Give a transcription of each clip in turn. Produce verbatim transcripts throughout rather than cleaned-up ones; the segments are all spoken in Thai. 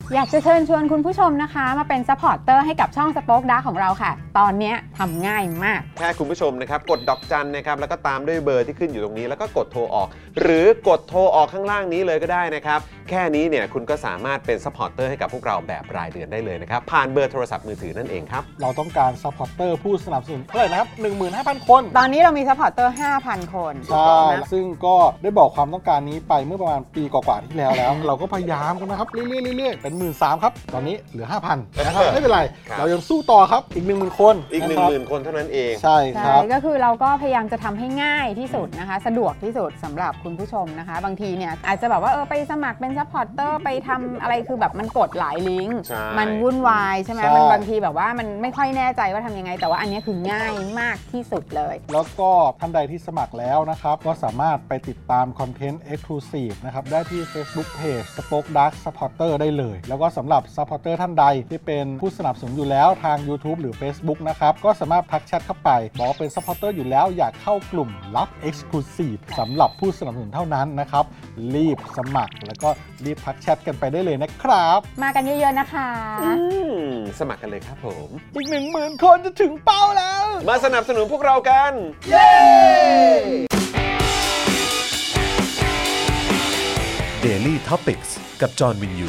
อยากจะเชิญชวนคุณผู้ชมนะคะมาเป็นซัพพอร์ตเตอร์ให้กับช่อง Spoke Dark ของเราค่ะตอนนี้ทำง่ายมากแค่คุณผู้ชมนะครับกดดอกจันนะครับแล้วก็ตามด้วยเบอร์ที่ขึ้นอยู่ตรงนี้แล้วก็กดโทรออกหรือกดโทรออกข้างล่างนี้เลยก็ได้นะครับแค่นี้เนี่ยคุณก็สามารถเป็นซัพพอร์ตเตอร์ให้กับพวกเราแบบรายเดือนได้เลยนะครับผ่านเบอร์โทรศัพท์มือถือนั่นเองครับเราต้องการซัพพอร์ตเตอร์ผู้สนับสนุนเท่าไหร่นะครับ หนึ่งหมื่นห้าพัน คนตอนนี้เรามีซัพพอร์ตเตอร์ ห้าพัน คนใช่ซึ่งก็ได้บอกความต้องการนี้ไปเมื่อประมาณปีกว่าๆที่แล้วแล้ว เราก็พยายามกันนะครับเรื่อยๆๆเป็นหมื่นสามพันครับตอนนี้เหลือ ห้าพัน นะครับไม่เป็นไรเรายังสู้ต่อครับอีก หนึ่งหมื่น คนอีก หนึ่งหมื่น คนเท่านั้นเองใช่ครับก็คือเราก็พยายามจะทำให้ง่ายที่สุดนะคะสะดวกที่สุดสำหรับคุณผู้ชมนะคะบางทีเนี่ยอาจจะแบบว่าเออไปสมัครเป็นซัพพอร์ตเตอร์ไปทำอะไรคือแบบมันกดหลายลิงก์มันวุ่นวายใช่ไหมมันบางทีแบบว่ามันไม่ค่อยแน่ใจว่าทำยังไงแต่ว่าอันนี้คือง่ายมากที่สุดเลยแล้วก็ท่านใดที่สมัครแล้วนะครับก็สามารถไปติดตามคอนเทนต์ Exclusive นะครับได้ที่ Facebook Page Spoke Dark Supporter ได้เลยแล้วก็สำหรับ Supporter ท่านใดที่เป็นผู้สนับสนุนอยู่แล้วทาง YouTube หรือ Facebook นะครับก็สามารถทักแชทเข้าไปบอกว่าเป็น Supporter อยู่แล้วอยากเข้ากลุ่มลับ Exclusive สำหรับผู้สนับสนุนเท่านั้นนะครับรีบสมัครแล้วก็รีบทักแชทกันไปได้เลยนะครับมากันเยอะๆนะคะสมัครกันเลยครับผมอีก หนึ่งหมื่น คนจะถึงเป้าแล้วมาสนับสนุนพวกเรากันเย้ Daily Topics กับจอห์นวินยู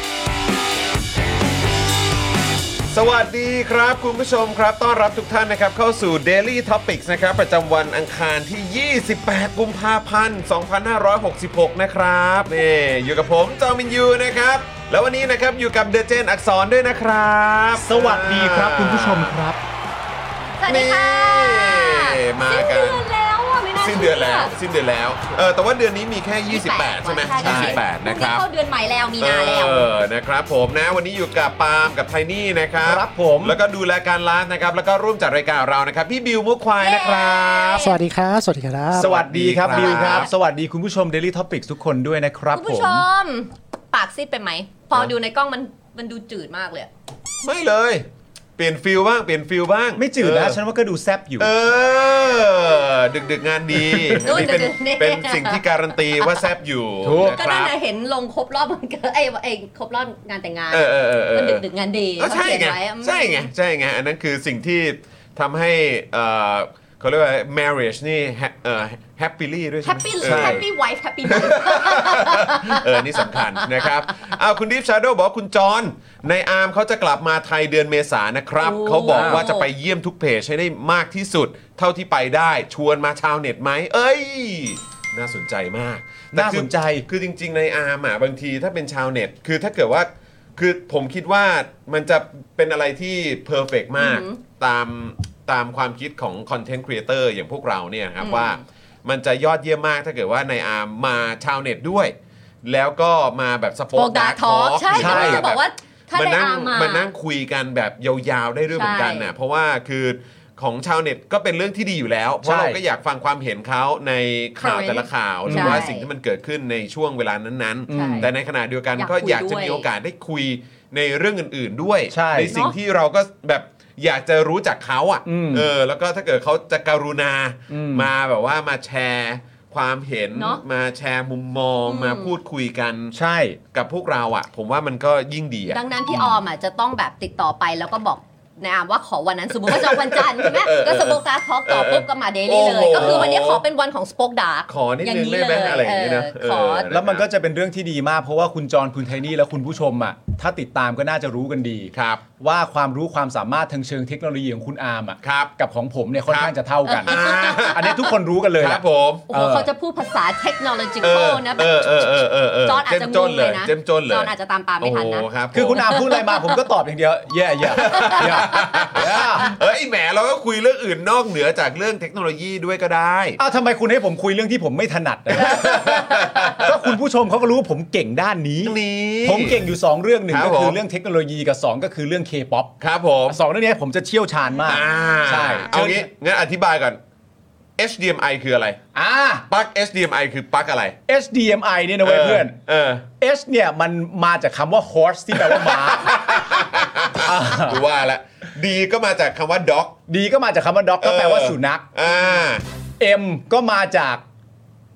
สวัสดีครับคุณผู้ชมครับต้อนรับทุกท่านนะครับเข้าสู่ Daily Topics นะครับประจำวันอังคารที่ยี่สิบแปดกุมภาพันธ์สองพันห้าร้อยหกสิบหกนะครับนี่อยู่กับผมจอห์นวินยูนะครับแล้ววันนี้นะครับอยู่กับเดอะเจนอักษรด้วยนะครับสวัสดีครับคุณผู้ชมครับสวัสดีค่ะมากันสิ้นเดือนแล้วสิ้นเดือนแล้วเออแต่ว่าเดือนนี้มีแค่ยี่สิบแปดใช่ไหมยี่สิบแปดนะครับเข้าเดือนใหม่แล้วมีนาแล้วเออนะครับผมนะวันนี้อยู่กับปาล์มกับไทนี่นะครับครับผมแล้วก็ดูแลการไลฟ์นะครับแล้วก็ร่วมจัดรายการเรานะครับพี่บิวมุกควายนะครับสวัสดีครับสวัสดีครับสวัสดีครับบิวครับสวัสดีคุณผู้ชม Daily Topics ทุกคนด้วยนะครับคุณผู้ชมปากซีดไปไหมพอดูในกล้องมันมันดูจืดมากเลยไม่เลยเปลี่ยนฟิลบ้างเปลี่ยนฟิลบ้างไม่จืดนะฉันว่าก็ดูแซ่บอยู่เออดึกดึกงานดีนี่เป็นเป็นสิ่งที่การันตีว่าแซ่บอยู่ก็น่าจะเห็นลงครบรอบมันเกิดไอ้ไอ้ครบรอบงานแต่งงานมันดึกดึกงานดีใช่ไงใช่ไงใช่ไงอันนั้นคือสิ่งที่ทำให้เขาเรียกว่า marriage นี่เอ่อ happily ด้วยใช่ไหม happy happy wife happy life เออนี่สำคัญนะครับอ้าวคุณดิฟชาโดว์บอกคุณจอนในอาร์มเขาจะกลับมาไทยเดือนเมษายนนะครับเขาบอกว่าจะไปเยี่ยมทุกเพจให้ได้มากที่สุดเท่าที่ไปได้ชวนมาชาวเน็ตไหมเอ้ยน่าสนใจมากน่าสนใจคือจริงๆในอาร์มอ่ะบางทีถ้าเป็นชาวเน็ตคือถ้าเกิดว่าคือผมคิดว่ามันจะเป็นอะไรที่เพอร์เฟกต์มากตามตามความคิดของคอนเทนต์ครีเอเตอร์อย่างพวกเราเนี่ยครับว่ามันจะยอดเยี่ยมมากถ้าเกิดว่าในอาร์มมาชาวเน็ตด้วยแล้วก็มาแบบสปอร์ตดาร์ทอล์กใช่ใช่บอกว่าถ้าได้อาร์มมามานั่งคุยกันแบบยาวๆได้ด้วยเหมือนกันน่ะเพราะว่าคือของชาวเน็ตก็เป็นเรื่องที่ดีอยู่แล้วเพราะเราก็อยากฟังความเห็นเขาในข่าวแต่ละข่าวหรือว่าสิ่งที่มันเกิดขึ้นในช่วงเวลานั้นๆแต่ในขณะเดียวกันก็อยากจะมีโอกาสได้คุยในเรื่องอื่นๆด้วยในสิ่งที่เราก็แบบอยากจะรู้จักเขาอ่ะเออแล้วก็ถ้าเกิดเขาจะกรุณามาแบบว่ามาแชร์ความเห็นมาแชร์มุมมองมาพูดคุยกันใช่กับพวกเราอ่ะผมว่ามันก็ยิ่งดีอ่ะดังนั้นพี่ออมอ่ะจะต้องแบบติดต่อไปแล้วก็บอกในอามว่าขอวันนั้นสมมติว่าจะวันจันทร์ใช่ไหมก็สโปกดาร์กทอล์กต่อปุ๊บก็มาเดลี่เลยก็คือวันนี้ขอเป็นวันของสโปกดาร์กขอนิดนึงได้ไหมอะไรอย่างนี้นะแล้วมันก็จะเป็นเรื่องที่ดีมากเพราะว่าคุณจรคุณไทนี่และคุณผู้ชมอ่ะถ้าติดตามก็น่าจะรู้กันดีครับว่าความรู้ความสามารถทางเชิงเทคโนโลยีของคุณอาร์มอ่ะกับของผมเนี่ยค่อนข้างจะเท่ากันอันนี้ทุกคนรู้กันเลยครับผมโอ้โหเขาจะพูดภาษาเทคโนโลยีนะแบบจอนอาจจะงงเลยนะจอนอาจจะตามตามไม่ทันนะคือคุณอาร์มพูดอะไรมาผมก็ตอบอย่างเดียวแย่แย่เอ้ยแหมเราก็คุยเรื่องอื่นนอกเหนือจากเรื่องเทคโนโลยีด้วยก็ได้อ้าวทำไมคุณให้ผมคุยเรื่องที่ผมไม่ถนัดก็คุณผู้ชมเขาก็รู้ผมเก่งด้านนี้ผมเก่งอยู่สองเรื่องหนึ่งก็คือเรื่องเทคโนโลยีกับสองก็คือเรื่อง K-pop ครับผมสองเรื่องนี้ผมจะเชี่ยวชาญมากใช่เอางี้งั้นอธิบายก่อน เอช ดี เอ็ม ไอ คืออะไรอ่าปลั๊ก เอช ดี เอ็ม ไอ คือปลั๊กอะไรเอช ดี เอ็ม ไอ เนี่ยนะเว้ยเพื่อนเออ H เนี่ยมันมาจากคำว่า horse ที่แปลว่าม้าดูว่าละ D ก็มาจากคำว่า dog D ก็มาจากคำว่า dog ก็แปลว่าสุนัขอ่า M ก็มาจาก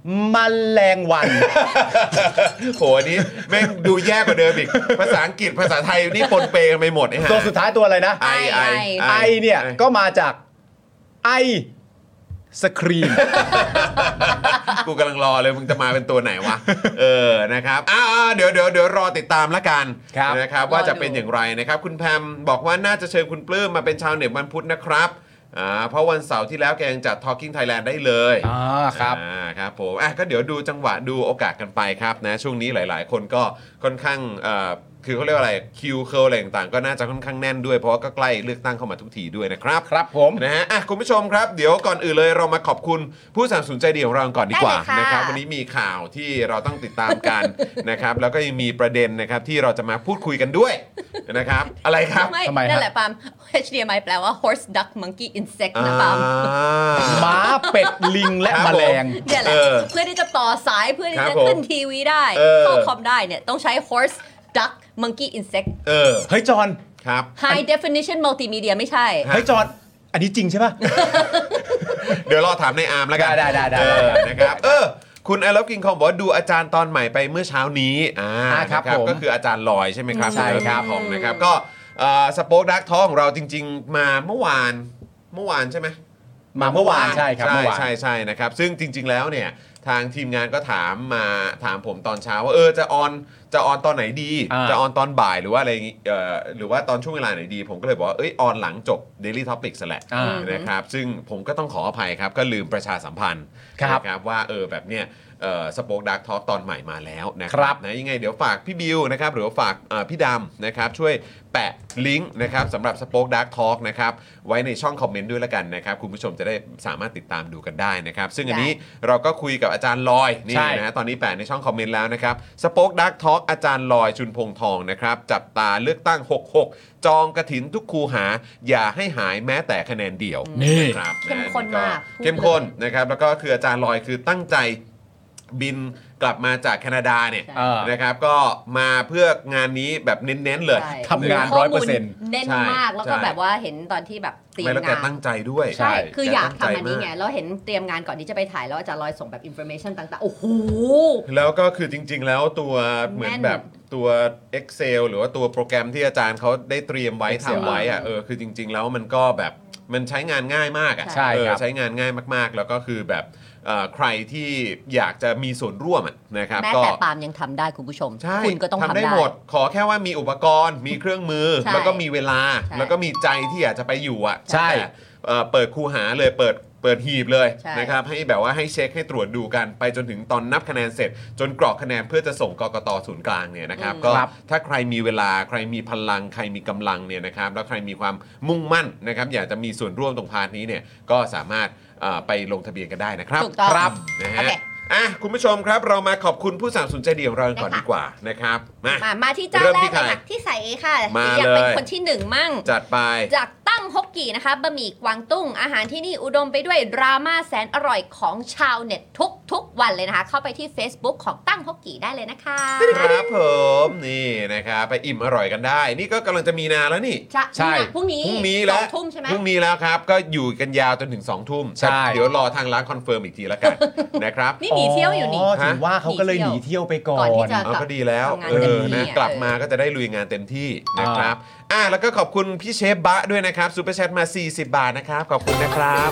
แมลงวันโหอันนี้แม่งดูแย่กว่าเดิมอีกภาษาอังกฤษภาษาไทยนี่ปนเปกันไปหมดไอ้ห่าตัวสุดท้ายตัวอะไรนะไอไอไอเนี่ยก็มาจากไอสครีมกูกำลังรอเลยมึงจะมาเป็นตัวไหนวะ เออนะครับอ้าวเดี๋ยวเดี๋ยวเดี๋ยวรอติดตามละกันครับนะครับว่าจะเป็นอย่างไรนะครับคุณแพมบอกว่าน่าจะเชิญคุณปลื้มมาเป็นชาวเน็ตวันพุธนะครับอ่าเพราะวันเสาร์ที่แล้วแกยังจัด Talking Thailand ได้เลยอ่าครับอ่าครับผมอ่ะก็เดี๋ยวดูจังหวะดูโอกาสกันไปครับนะช่วงนี้หลายๆ คนก็ค่อนข้างเอ่อคือเขาเรียกว่าอะไรคิวเคิลอะไรต่างๆก็น่าจะค่อนข้างแน่นด้วยเพราะว่าก็ใกล้เลือกตั้งเข้ามาทุกทีด้วยนะครับครับผมนะฮะอ่ะคุณผู้ชมครับเดี๋ยวก่อนอื่นเลยเรามาขอบคุณผู้สนับสนุนใจดีของเราก่อนดีกว่าได้เลยค่ะนะครับวันนี้มีข่าวที่เราต้องติดตามกัน นะครับแล้วก็ยังมีประเด็นนะครับที่เราจะมาพูดคุยกันด้วยนะครับอะไรครับไม่ทำไมฮะนั่นแหละปาล์ม เอช ดี เอ็ม ไอ แปลว่า horse duck monkey insect นะปาล์มม้าเป็ดลิงและครับแมลงเนี่ยแหละเออเพื่อที่จะต่อสายเพื่อที่ครัจะบผมขึ้นทีวีได้เออเข้าคอมได้เนี่ยต้องใช้ horse duck monkey insect เออเฮ้ยจอนครับ high definition multimedia ไม่ใช่เฮ้ยจอนอันนี้จริงใช่ป่ะเดี๋ยวรอถามในอาร์มแล้วกันได้ได้ได้เออได้นะครับเออคุณไอ Love King Kong บอกว่าดูอาจารย์ตอนใหม่ไปเมื่อเช้านี้อ่าอ่าครับนะผมก็คืออาจารย์ลอยใช่ไหมครับใช่ครับของนะครับก็สป็อคดักทอของเราจริง ๆ มาเมื่อวานเมื่อวานใช่ไหมมาเมื่อวานใช่ครับใช่เมื่อวานใช่ใช่นะครับซึ่งจริง ๆ แล้วเนี่ยทางทีมงานก็ถามมาถามผมตอนเช้าว่าเออจะออนจะออนตอนไหนดีอ่าจะออนตอนบ่ายหรือว่าอะไรอย่างงี้เอ่อหรือว่าตอนช่วงเวลาไหนดี ผมก็เลยบอกว่าเอ้ยออนหลังจบ Daily Topics แหละอ่านะครับซึ่งผมก็ต้องขออภัยครับก็ลืมประชาสัมพันธ์ครับนะครับว่าเออแบบเนี้ยสป็อคดักทอตอนใหม่มาแล้วนะคครัรับบ นะยังไงเดี๋ยวฝากพี่บิวนะครับหรือว่าฝากเอ่อพี่ดำนะครับช่วยแปะลิงก์นะครับสำหรับ Spoke Dark Talk นะครับไว้ในช่องคอมเมนต์ด้วยละกันนะครับคุณผู้ชมจะได้สามารถติดตามดูกันได้นะครับซึ่งอันนี้เราก็คุยกับอาจารย์ลอยนี่ใช่นะฮะตอนนี้แปะในช่องคอมเมนต์แล้วนะครับ Spoke Dark Talk อาจารย์ลอยชุนพงษ์ทองนะครับจับตาเลือกตั้งหกสิบหกจองกระถินทุกคูหาอย่าให้หายแม้แต่คะแนนเดียวนี่ครับเข้มข้นมากเข้มข้นนะครับแล้วก็คืออาจารย์ลอยคือตั้งใจบินกลับมาจากแคนาดาเนี่ยเออนะครับก็มาเพื่องานนี้แบบเน้นๆเลยใช่ทำงานข้มูลร้อยเปอร์เซ็นต์แน่นใช่มากแล้วก็ใช่แบบว่าเห็นตอนที่แบบเตรียไม่มแล้วแกงานตั้งใจด้วยใช่ คืออยากแตั้งทำอันนี้ใจไงมากแล้วเห็นเตรียมงานก่อนที่จะไปถ่ายแล้วอาจารย์ลอยส่งแบบ information ต่างๆ โอ้โหแล้วก็คือจริง ๆ แล้วตัวเหมือนแน่นแบบตัว Excel หรือว่าตัวโปรแกรมที่อาจารย์เขาได้เตรียมไว้ Excel ทำไว้อะเออคือจริง ๆ แล้วมันก็แบบมันใช้งานง่ายมากอะใช่เออครับใช้งานง่ายมากๆ แล้วก็คือแบบเอ่อใครที่อยากจะมีส่วนร่วมอะนะครับแม้ก็แต่ปาล์มยังทำได้คุณผู้ชมใช่คุณก็ต้องทำได้ได้หมด ขอแค่ว่ามีอุปกรณ์ มีเครื่องมือใช่แล้วก็มีเวลาใช่แล้วก็มีใจที่อยากจะไปอยู่อ่ะใช่แต่เอ่อเปิดคูหาเลยเปิดเปิดหีบเลยใช่นะครับให้แบบว่าให้เช็คให้ตรวจดูกันไปจนถึงตอนนับคะแนนเสร็จ จนกรอกคะแนนเพื่อจะส่งกกตศูนย์กลางเนี่ยนะครับก็ครับถ้าใครมีเวลาใครมีพลังใครมีกำลังเนี่ยนะครับแล้วใครมีความมุ่งมั่นนะครับอยากจะมีส่วนร่วมตรงพาร์ทนี้เนี่ยก็สามารถเอ่อไปลงทะเบียนกันได้นะครับถูกต้องครับนะโอฮะเคอ่ะคุณผู้ชมครับเรามาขอบคุณผู้สนับสนุนใจดีของเราก่อนได้ค่ะดีกว่านะครับมามามาที่เจ้าเริ่มแรที่กเลยใครค่ะที่ใส่ค่ะมาอยากเป็นเลยคนที่หนึ่งมั่งจัดไปจากตั้งฮกกี่นะคะบะหมี่กวางตุ้ง อาหารที่นี่อุดมไปด้วยดราม่าแสนอร่อยของชาวเน็ตทุกทุกวันเลยนะคะ เข้าไปที่ Facebook ของตั้งฮกกี่ได้เลยนะคะครับผมนี่นะครับไปอิ่มอร่อยกันได้ นี่ก็กำลังจะมีนาแล้วนี่ใช่พรุ่งนี้พรุ่งนี้สแล้อวงทุ่มใช่ไหมพรุ่งนี้แล้วครับ ก็อยู่กันยาวจนถึงสองทุ่มใช่เดี๋ยวรอทางร้านคอนเฟิร์มอีกทีแล้วกัน นะครับนี่หนีเที่ยวอยู่นี่ถึงว่าเขาก็เลยหนีเที่ยวไปก่อก่อนที่นจะเอาก็ดีแล้วทำงานเอเต็มอที่นะอ่ะกลับมาก็จะได้ลุยงานเต็มที่นะครับอ่ะแล้วก็ขอบคุณพี่เชฟบะด้วยนะครับซูเปอร์แชทมาสี่สิบบาทนะครับขอบคุณนะครับ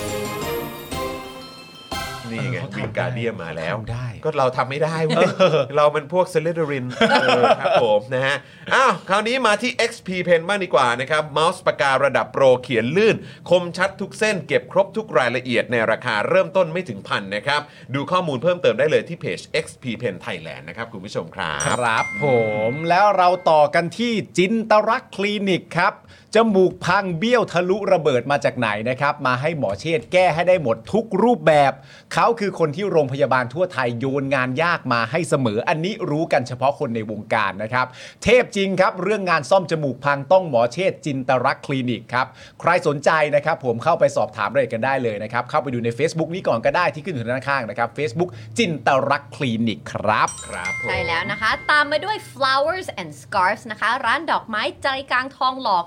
นี่ไงเออเขาทำวิงการเดียมมาแล้วทำได้ก็เราทำไม่ได้เว้ยเรามันพวกเซเลดรินครับผมนะฮะอ้าวคราวนี้มาที่ เอ็กซ์ พี Pen บ้างดีกว่านะครับเมาส์ปากการะดับโปรเขียนลื่น คมชัดทุกเส้นเก็บครบทุกรายละเอียดในราคาเริ่มต้นไม่ถึงพันนะครับดูข้อมูลเพิ่มเติมได้เลยที่เพจ เอ็กซ์ พี Pen Thailand นะครับคุณผู้ชมครับครับผมแล้วเราต่อกันที่จินตรักษณ์คลินิกครับจมูกพังเบี้ยวทะลุระเบิดมาจากไหนนะครับมาให้หมอเชษฐ์แก้ให้ได้หมดทุกรูปแบบเขาคือคนที่โรงพยาบาลทั่วไทยโยนงานยากมาให้เสมออันนี้รู้กันเฉพาะคนในวงการนะครับเทพจริงครับเรื่องงานซ่อมจมูกพังต้องหมอเชษฐ์จินตรักษณ์คลินิกครับใครสนใจนะครับผมเข้าไปสอบถามรายละเอียดกันได้เลยนะครับเข้าไปดูใน Facebook นี้ก่อนก็ได้ที่ขึ้นอยู่ด้านข้างนะครับ Facebook จินตรักษณ์คลินิกครับครับผมใช่แล้วนะคะ ตามมาด้วย flowers and scarves นะคะ ร้านดอกไม้ใจกลางทองหล่อกับเทค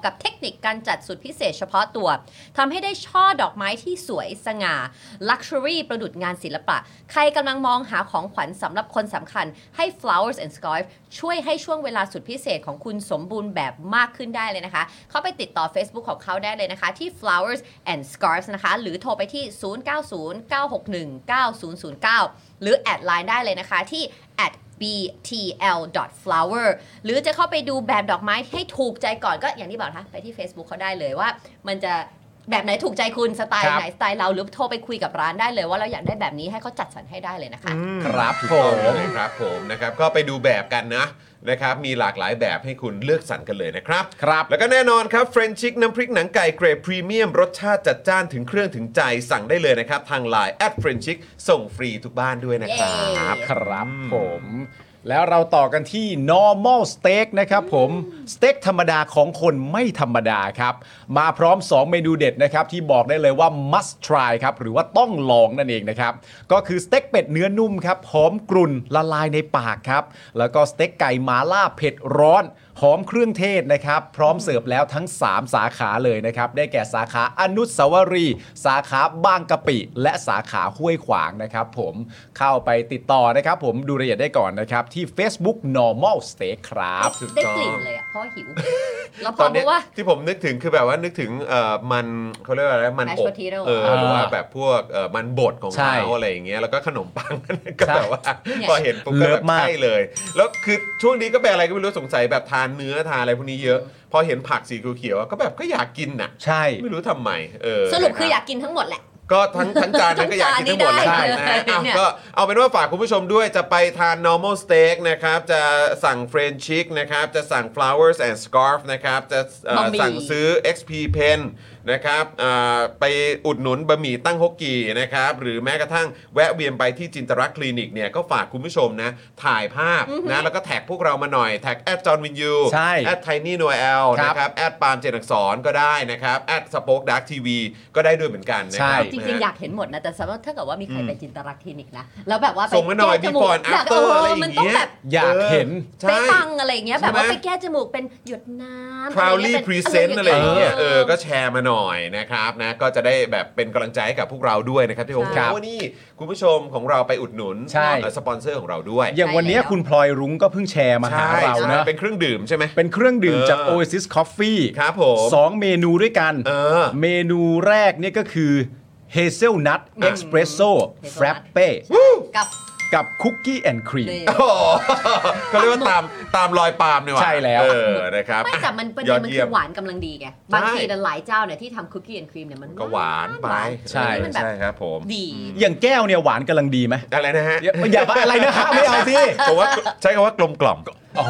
นิคการจัดสุดพิเศษเฉพาะตัวทำให้ได้ช่อดอกไม้ที่สวยสง่า Luxury ประดุจงานศิลปะใครกำลังมองหาของขวัญสำหรับคนสำคัญให้ Flowers and Scarf ช่วยให้ช่วงเวลาสุดพิเศษของคุณสมบูรณ์แบบมากขึ้นได้เลยนะคะเข้าไปติดต่อ Facebook ของเขาได้เลยนะคะที่ Flowers and Scarf นะคะหรือโทรไปที่ศูนย์ เก้า ศูนย์ เก้า หก หนึ่ง เก้า ศูนย์ ศูนย์ เก้าหรือแอดไลน์ได้เลยนะคะที่ at บี ที แอล ดอท ฟลาวเวอร์ หรือจะเข้าไปดูแบบดอกไม้ให้ถูกใจก่อนก็อย่างที่บอกนะคะไปที่ Facebook เขาได้เลยว่ามันจะแบบไหนถูกใจคุณสไตล์ไหนสไตล์เราหรือโทรไปคุยกับร้านได้เลยว่าเราอยากได้แบบนี้ให้เขาจัดสรรให้ได้เลยนะคะครับผผม มครับผมนะครับก็ไปดูแบบกันนะนะครับมีหลากหลายแบบให้คุณเลือกสรรกันเลยนะครับครับแล้วก็แน่นอนครับเฟรนชิกน้ำพริกหนังไก่เกรดพรีเมียมรสชาติจัดจ้านถึงเครื่องถึงใจสั่งได้เลยนะครับทางไลน์แอดเฟรนชิกส่งฟรีทุกบ้านด้วยนะครับครับผมแล้วเราต่อกันที่ normal steak นะครับผมสเต็กธรรมดาของคนไม่ธรรมดาครับมาพร้อมสองเมนูเด็ดนะครับที่บอกได้เลยว่า must try ครับหรือว่าต้องลองนั่นเองนะครับก็คือสเต็กเป็ดเนื้อนุ่มครับหอมกรุ่นละลายในปากครับแล้วก็สเต็กไก่หม่าล่าเผ็ดร้อนหอมเครื่องเทศนะครับพร้อมเสิร์ฟแล้วทั้งสามสาขาเลยนะครับได้แก่สาขาอนุสาวรีย์สาขาบางกะปิและสาขาห้วยขวางนะครับผมเข้าไปติดต่อนะครับผมดูรายละเอียดได้ก่อนนะครับที่ Facebook normal steak ครับได้กลิ่นเลยอ่ะเพราะหิวแล้วพตออนนี้ว่าที่ผมนึกถึงคือแบบว่านึกถึงเอ่อมันเขาเรียกว่าอะไรมันอบเออหรือว่าแบบพวกเอ่อมันบดของเขาอะไรอย่างเงี้ยแล้วก็ขนมปังก็แบบว่าพอเห็นปุ๊บก็แบบใช่เลยแล้วคือช่วงนี้ก็เป็นอะไรก็ไม่รู้สงสัยแบบทานเนื้อทานอะไรพวกนี้เยอะพอเห็นผักสีเขียวๆก็แบบก็อยากกินน่ะใช่ไม่รู้ทำไมเออสรุปคืออยากกินทั้งหมดแหละก็ทั้งทั้งจานนั้นก็อยากกินทั้งหมดเลยนะก็เอาเป็นว่าฝากคุณผู้ชมด้วยจะไปทาน normal steak นะครับจะสั่ง French chic นะครับจะสั่ง flowers and scarf นะครับจะสั่งซื้อ เอ็กซ์ พี Pen นะครับไปอุดหนุนบะหมี่ตั้งฮกกีนะครับหรือแม้กระทั่งแวะเวียนไปที่จินตรักษณ์คลินิกเนี่ยก็ฝากคุณผู้ชมนะถ่ายภาพนะแล้วก็แท็กพวกเรามาหน่อยแท็กแอดจอห์นวินยูแอดไทนี่โนเอลนะครับแอดปาล์มเจนอักษรก็ได้นะครับแอดสป็อคดักทีวีก็ได้ด้วยเหมือนกันนะครับจริงๆอยากเห็นหมดนะแต่สมมติถ้าเกิดว่ามีใครไปจินตรักษณ์คลินิกนะแล้วแบบว่าไปส่งมาหน่อย before and after อะไรอย่างเงี้ยอยากเห็นไปฟังอะไรอย่างเงี้ยแบบว่าไปแก้จมูกเป็นหยดน้ำ proudly present อะไรอย่างเงี้ยเออก็แชร์มาหน่อยนะครับนะก็จะได้แบบเป็นกำลังใจให้กับพวกเราด้วยนะครับที่ผมโอ้นี่คุณผู้ชมของเราไปอุดหนุนสปอนเซอร์ของเราด้วยอย่างวันนี้คุณพลอยรุ้งก็เพิ่งแชร์มาหาเรานะเป็นเครื่องดื่มใช่ไหมเป็นเครื่องดื่มจาก Oasis Coffee ครับผมสองเมนูด้วยกันเมนูแรกเนี่ยก็คือ Hazelnut Espresso Frappe กับกับคุกกี้แอนด์ครีมก็เรียกว่าตามตามรอยปาล์มเนี่ยว่ะใช่แล้วเออนะครับไม่แต่มันเป็นมันคือหวานกำลังดีไงบางทีหลายเจ้าเนี่ยที่ทำคุกกี้แอนด์ครีมเนี่ยมันก็หวานไปใช่ใช่ครับผมดีอย่างแก้วเนี่ยหวานกำลังดีไหมอะไรนะฮะอย่าอะไรนะฮะไม่เอาสิผมว่าใช้คำว่ากลมกล่อม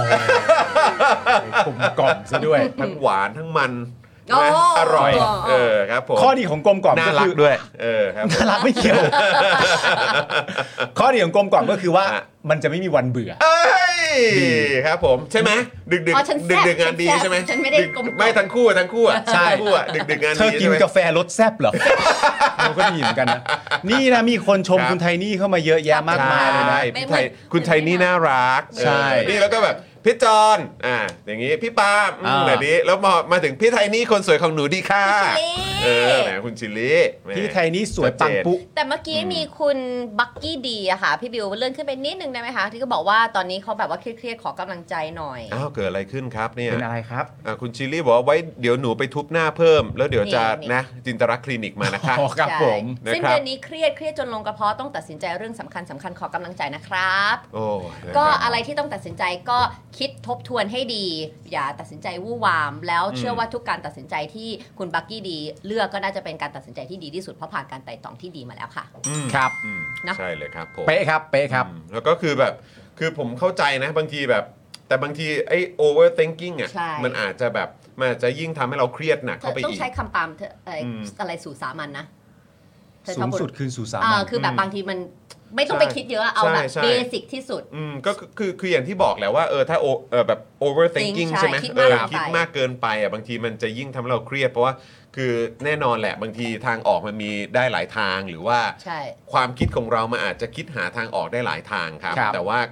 กลมกล่อมซะด้วยทั้งหวานทั้งมันอร่อยเออครับผมข้อดีของกลมกล่อมน่ารักด้วยเออครับน่ารักไม่เกี่ยวข้อดีของกลมกล่อมก็คือว่ามันจะไม่มีวันเบื่อเอ้ยครับผมใช่ไหมดึกดึกดึกดึกงานดีใช่ไหมฉันไม่ได้กลมไม่ทั้งคู่ทั้งคู่อ่ะใช่คู่อ่ะดึกดึกงานดีเธอกินกาแฟรสแซ่บเหรอเราก็ดีเหมือนกันนะนี่นะมีคนชมคุณไทนี่เข้ามาเยอะแยะมากมายเลยนะคุณไทนี่น่ารักใช่นี่แล้วก็แบบพี่จอนอ่าอย่างงี้พี่ปาล์มแบบนี้แล้วมามาถึงพี่ไทนี่คนสวยของหนูดีค่ะเออแหมคุณชิลลี่พี่ไทนี่สวยปังปุ๊แต่เมื่อกี้มีคุณบักกี้ดีอะค่ะพี่บิวเลื่อนขึ้นไปนิดนึงได้ไหมคะที่ก็บอกว่าตอนนี้เขาแบบว่าเครียดๆขอกำลังใจหน่อยอ้าวเกิดอะไรขึ้นครับเนี่ยเป็นอะไรครับอ่าคุณชิลลี่บอกว่าไว้เดี๋ยวหนูไปทุบหน้าเพิ่มแล้วเดี๋ยวจะนะจินตรักษณ์คลินิกมานะคะครับผมซึ่งเดือนนี้เครียดเครียดจนลงกระเพาะต้องตัดสินใจเรื่องสำคัญสำคัญขอกำลังใจนะครับโอ้ก็อะไรที่ต้องตัดสินใจก็คิดทบทวนให้ดีอย่าตัดสินใจวู่วามแล้วเชื่อว่าทุกการตัดสินใจที่คุณบักกี้ดีเลือกก็น่าจะเป็นการตัดสินใจที่ดีที่สุดเพราะผ่านการไต่ตองที่ดีมาแล้วค่ะครับใช่เลยครับผมเป๊ะครับเป๊ะครับแล้วก็คือแบบคือผมเข้าใจนะบางทีแบบแต่บางทีไอ้ overthinking อ่ะมันอาจจะแบบมันอาจจะยิ่งทำให้เราเครียดหนักเข้าไปอีกต้องใช้คำปามอะไรสู่สามัญนะสูงสุดคือสู่สามัญคือแบบบางทีมันไม่ต้องไปคิดเยอะเอาแบบเบสิกที่สุดอืมก็คือคืออย่างที่บอกแหละว่าเออถ้าเออแบบ overthinking ใช่ไหมเออคิดมากเกินไปอ่ะบางทีมันจะยิ่งทำให้เราเครียดเพราะว่าคือแน่นอนแหละบางทีทางออกมันมีได้หลายทางหรือว่าความคิดของเรามันอาจจะคิดหาทางออกได้หลายทางครับแต่ว่าคือ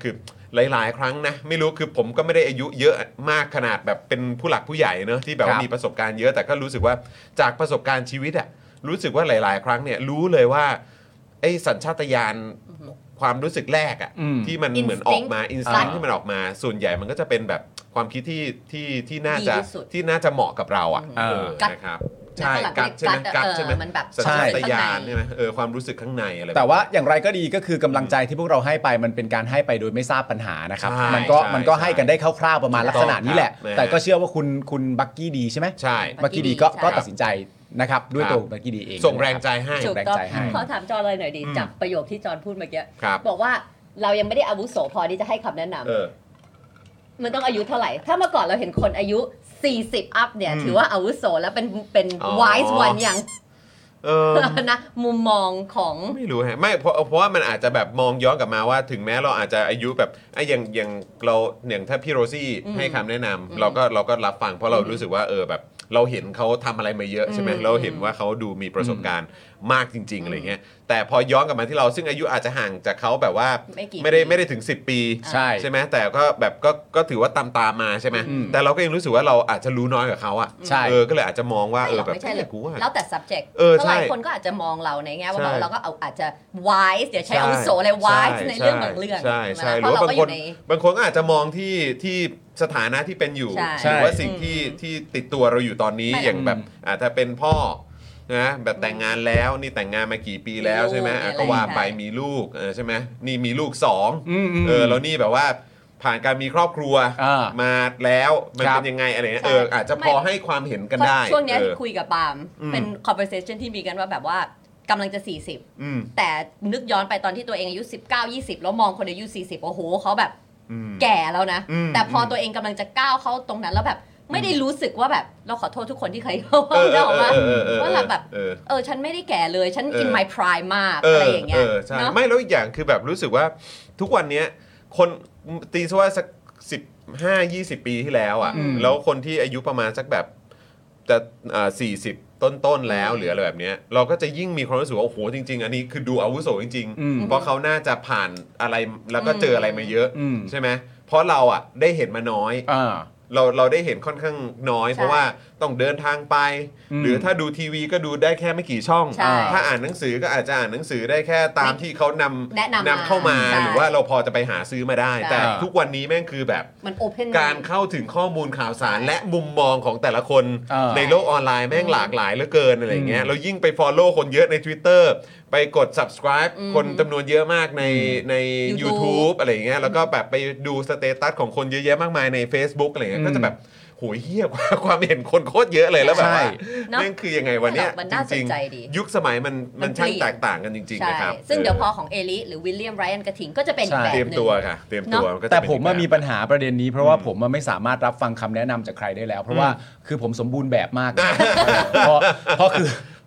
หลายๆครั้งนะไม่รู้คือผมก็ไม่ได้อายุเยอะมากขนาดแบบเป็นผู้หลักผู้ใหญ่เนอะที่แบบว่ามีประสบการณ์เยอะแต่ก็รู้สึกว่าจากประสบการณ์ชีวิตอะรู้สึกว่าหลายๆครั้งเนี่ยรู้เลยว่าไอ้สัญชาตญาณความรู้สึกแรกอะที่มันเหมือนออกมาอินสติ้งที่มันออกมาส่วนใหญ่มันก็จะเป็นแบบความคิดที่ที่ที่น่าจะที่น่าจะเหมาะกับเราอ่ะเออนะครับใช่กัดใช่ไหมกัดใช่ไหมมันแบบสัญชาตญาณใช่ไหมเออความรู้สึกข้างในอะไรแต่ว่าอย่างไรก็ดีก็คือกำลังใจที่พวกเราให้ไปมันเป็นการให้ไปโดยไม่ทราบปัญหานะครับมันก็มันก็ให้กันได้คร่าวๆประมาณลักษณะนี้แหละแต่ก็เชื่อว่าคุณคุณบักกี้ดีใช่ไหมใช่บักกี้ดีก็ก็ตัดสินใจนะครับด้วยตัวบักกี้ดีเองส่งแรงใจให้ส่งแรงใจให้ขอถามจอเลยหน่อยดิจากประโยคที่จอนพูดเมื่อกี้บอกว่าเรายังไม่ได้อาวุโสพอที่จะให้คำแนะนำมันต้องอายุเท่าไหร่ถ้าเมื่อก่อนเราเห็นคนอายุสี่สิบอัพเนี่ยถือว่าอาวุโสแล้วเป็นเป็น wise one อย่างนะมุมมองของไม่รู้ฮะไม่เพราะเพราะว่ามันอาจจะแบบมองย้อนกลับมาว่าถึงแม้เราอาจจะอายุแบบไอ้อย่างอย่างเราอย่างถ้าพี่โรซี่ให้คำแนะนำเราก็เราก็รับฟังเพราะเรารู้สึกว่าเออแบบเราเห็นเขาทำอะไรมาเยอะใช่ไหมเราเห็นว่าเขาดูมีประสบการณ์มากจริงๆอะไรเงี้ยแต่พอย้อนกลับมาที่เราซึ่งอายุอาจจะห่างจากเขาแบบว่าไม่ได้ไม่ได้ถึงสิบปีใช่ใช่ไหมแต่ก็แบบก็ก็ถือว่าตามตามมาใช่ไหมแต่เราก็ยังรู้สึกว่าเราอาจจะรู้น้อยกว่าเขาอ่ะเออก็เลยอาจจะมองว่าเออแบบไม่ใช่เลยกูว่าแล้วแต่ subject เออหลายคนก็อาจจะมองเราในแง่ว่าเราก็เอาอาจจะ wise เดี๋ยวใช้อาวุโสอะไร wise ในเรื่องบางเรื่องใช่ใช่หรือว่าบางคนบางคนก็อาจจะมองที่ที่สถานะที่เป็นอยู่หรือว่าสิ่งที่ที่ติดตัวเราอยู่ตอนนี้อย่างแบบอาจจะเป็นพ่อนะแบบแต่งงานแล้วนี่แต่งงานมากี่ปีแล้วใช่ไหมก็ว่าไปมีลูกใช่ไหมนี่มีลูกสองเออแล้วนี่แบบว่าผ่านการมีครอบครัวมาแล้วมันเป็นยังไงอะไรเงี้ยเอออาจจะพอให้ความเห็นกันได้ช่วงนี้คุยกับปาล์มเป็น conversation ที่มีกันว่าแบบว่ากำลังจะสี่สิบแต่นึกย้อนไปตอนที่ตัวเองอายุสิบเก้า ยี่สิบแล้วมองคนอายุสี่สิบโอ้โหเขาแบบแก่แล้วนะแต่พอตัวเองกำลังจะก้าวเข้าตรงนั้นแล้วแบบไม่ได้รู้สึกว่าแบบเราขอโทษทุกคนที่เคยเข้าได้ออกมาว่าแบบเออฉันไม่ได้แก่เลยฉัน in my prime มากอะไรอย่างเงี้ยใช่ไม่แล้วอีกอย่างคือแบบรู้สึกว่าทุกวันนี้คนตีซะว่าสักสิบห้า ยี่สิบปีที่แล้วอ่ะแล้วคนที่อายุประมาณสักแบบจะอ่าสี่สิบต้นๆแล้วหรืออะไรแบบนี้เราก็จะยิ่งมีความรู้สึกว่าโอ้โหจริงๆอันนี้คือดูอาวุโสจริงๆเพราะเขาน่าจะผ่านอะไรแล้วก็เจออะไรมาเยอะใช่ไหมเพราะเราอ่ะได้เห็นมาน้อยเราเราได้เห็นค่อนข้างน้อยเพราะว่าต้องเดินทางไปหรือถ้าดูทีวีก็ดูได้แค่ไม่กี่ช่องถ้าอ่านหนังสือก็อาจจะอ่านหนังสือได้แค่ตามที่เขานำนำเข้ามาหรือว่าเราพอจะไปหาซื้อมาได้แต่ทุกวันนี้แม่งคือแบบการเข้าถึงข้อมูลข่าวสารและมุมมองของแต่ละคนในโลกออนไลน์แม่งหลากหลายเหลือเกินอะไรเงี้ยเรายิ่งไป follow คนเยอะใน Twitter ไปกด subscribe คนจำนวนเยอะมากในใน YouTube อะไรเงี้ยแล้วก็แบบไปดูสเตตัสของคนเยอะแยะมากมายใน Facebook อะไรเงี้ยก็จะแบบโหยเหี้ยความเห็นคนโคตรเยอะเลยแล้วแบบว่านั่นคือยังไงวันนี้จริงๆยุคสมัยมันมันช่างแตกต่างกันจริงๆนะครับซึ่งเดี๋ยวพอของเอลิหรือวิลเลียมไรอันกระทิงก็จะเป็นอีกแบบนึงเตรียมตัวค่ะเตรียมตัวแต่ผมมีปัญหาประเด็นนี้เพราะว่าผมไม่สามารถรับฟังคำแนะนำจากใครได้แล้วเพราะว่าคือผมสมบูรณ์แบบมากเพราะเพราะคือ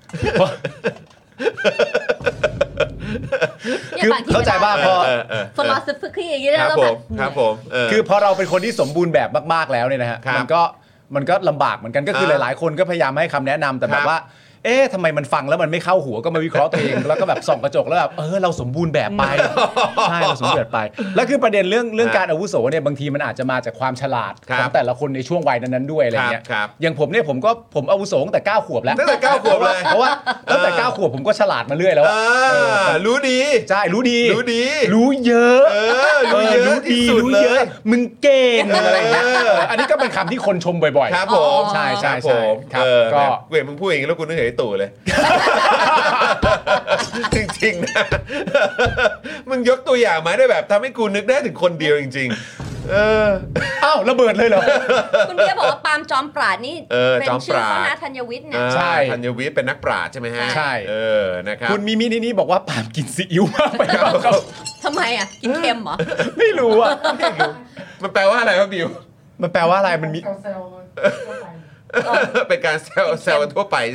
คือเข้าใจว่าพอ philosophy อย่างเงี้ยแล้วแบบครับผมคือพอเราเป็นคนที่สมบูรณ์แบบมากๆแล้วเนี่ยนะฮะมันก็มันก็ลำบากเหมือนกันก็คือหลายๆคนก็พยายามให้คำแนะนำแต่แบบว่าเอ๊ะทำไมมันฟังแล้วมันไม่เข้าหัวก็มาวิเคราะห์ตัวเองแล้วก็แบบส่องกระจกแล้วแบบเออเราสมบูรณ์แบบไปใช่เราสมบูรณ์แบบไปแล้วคือประเด็นเรื่องเรื่องการอาวุโสเนี่ยบางทีมันอาจจะมาจากความฉลาดของแต่ละคนในช่วงวัยนั้นๆด้วยอะไรเงี้ยอย่างผมเนี่ยผมก็ผมอาวุโสตั้งแต่เก้าขวบแล้วตั้งแต่เก้าขวบเลยเพราะว่าตั้งแต่เก้าขวบผมก็ฉลาดมาเรื่อยแล้วรู้ดีใช่รู้ดีรู้ดีรู้เยอะรู้เยอะดีรู้เยอะมึงเก่งอะไรเงี้ยอันนี้ก็เป็นคำที่คนชมบ่อยๆครับผมใช่ใช่ใช่ครับก็เว้ยมึงพูดอย่างนี้แล้วกูนึกถึงไอ้ตู่เลยจริงๆนะมึงยกตัวอย่างมาได้แบบทำให้กูนึกได้ถึงคนเดียวจริงๆเอออ้าวระเบิดเลยเหรอคุณเบียร์บอกว่าปาล์มจอมปราดนี่เป็นชื่อเขานะธัญวิทย์เนี่ยใช่ธัญวิทย์เป็นนักปราชญ์ใช่ไหมฮะใช่เออนะครับคุณมีมินี่นี่บอกว่าปาล์มกินซีอิ๊วมากไปครับทำไมอ่ะกินเค็มเหรอไม่รู้อ่ะมันแปลว่าอะไรครับบิวมันแปลว่าอะไรมันมีเป็นการแซวแซวทั่วไปใช่ไหม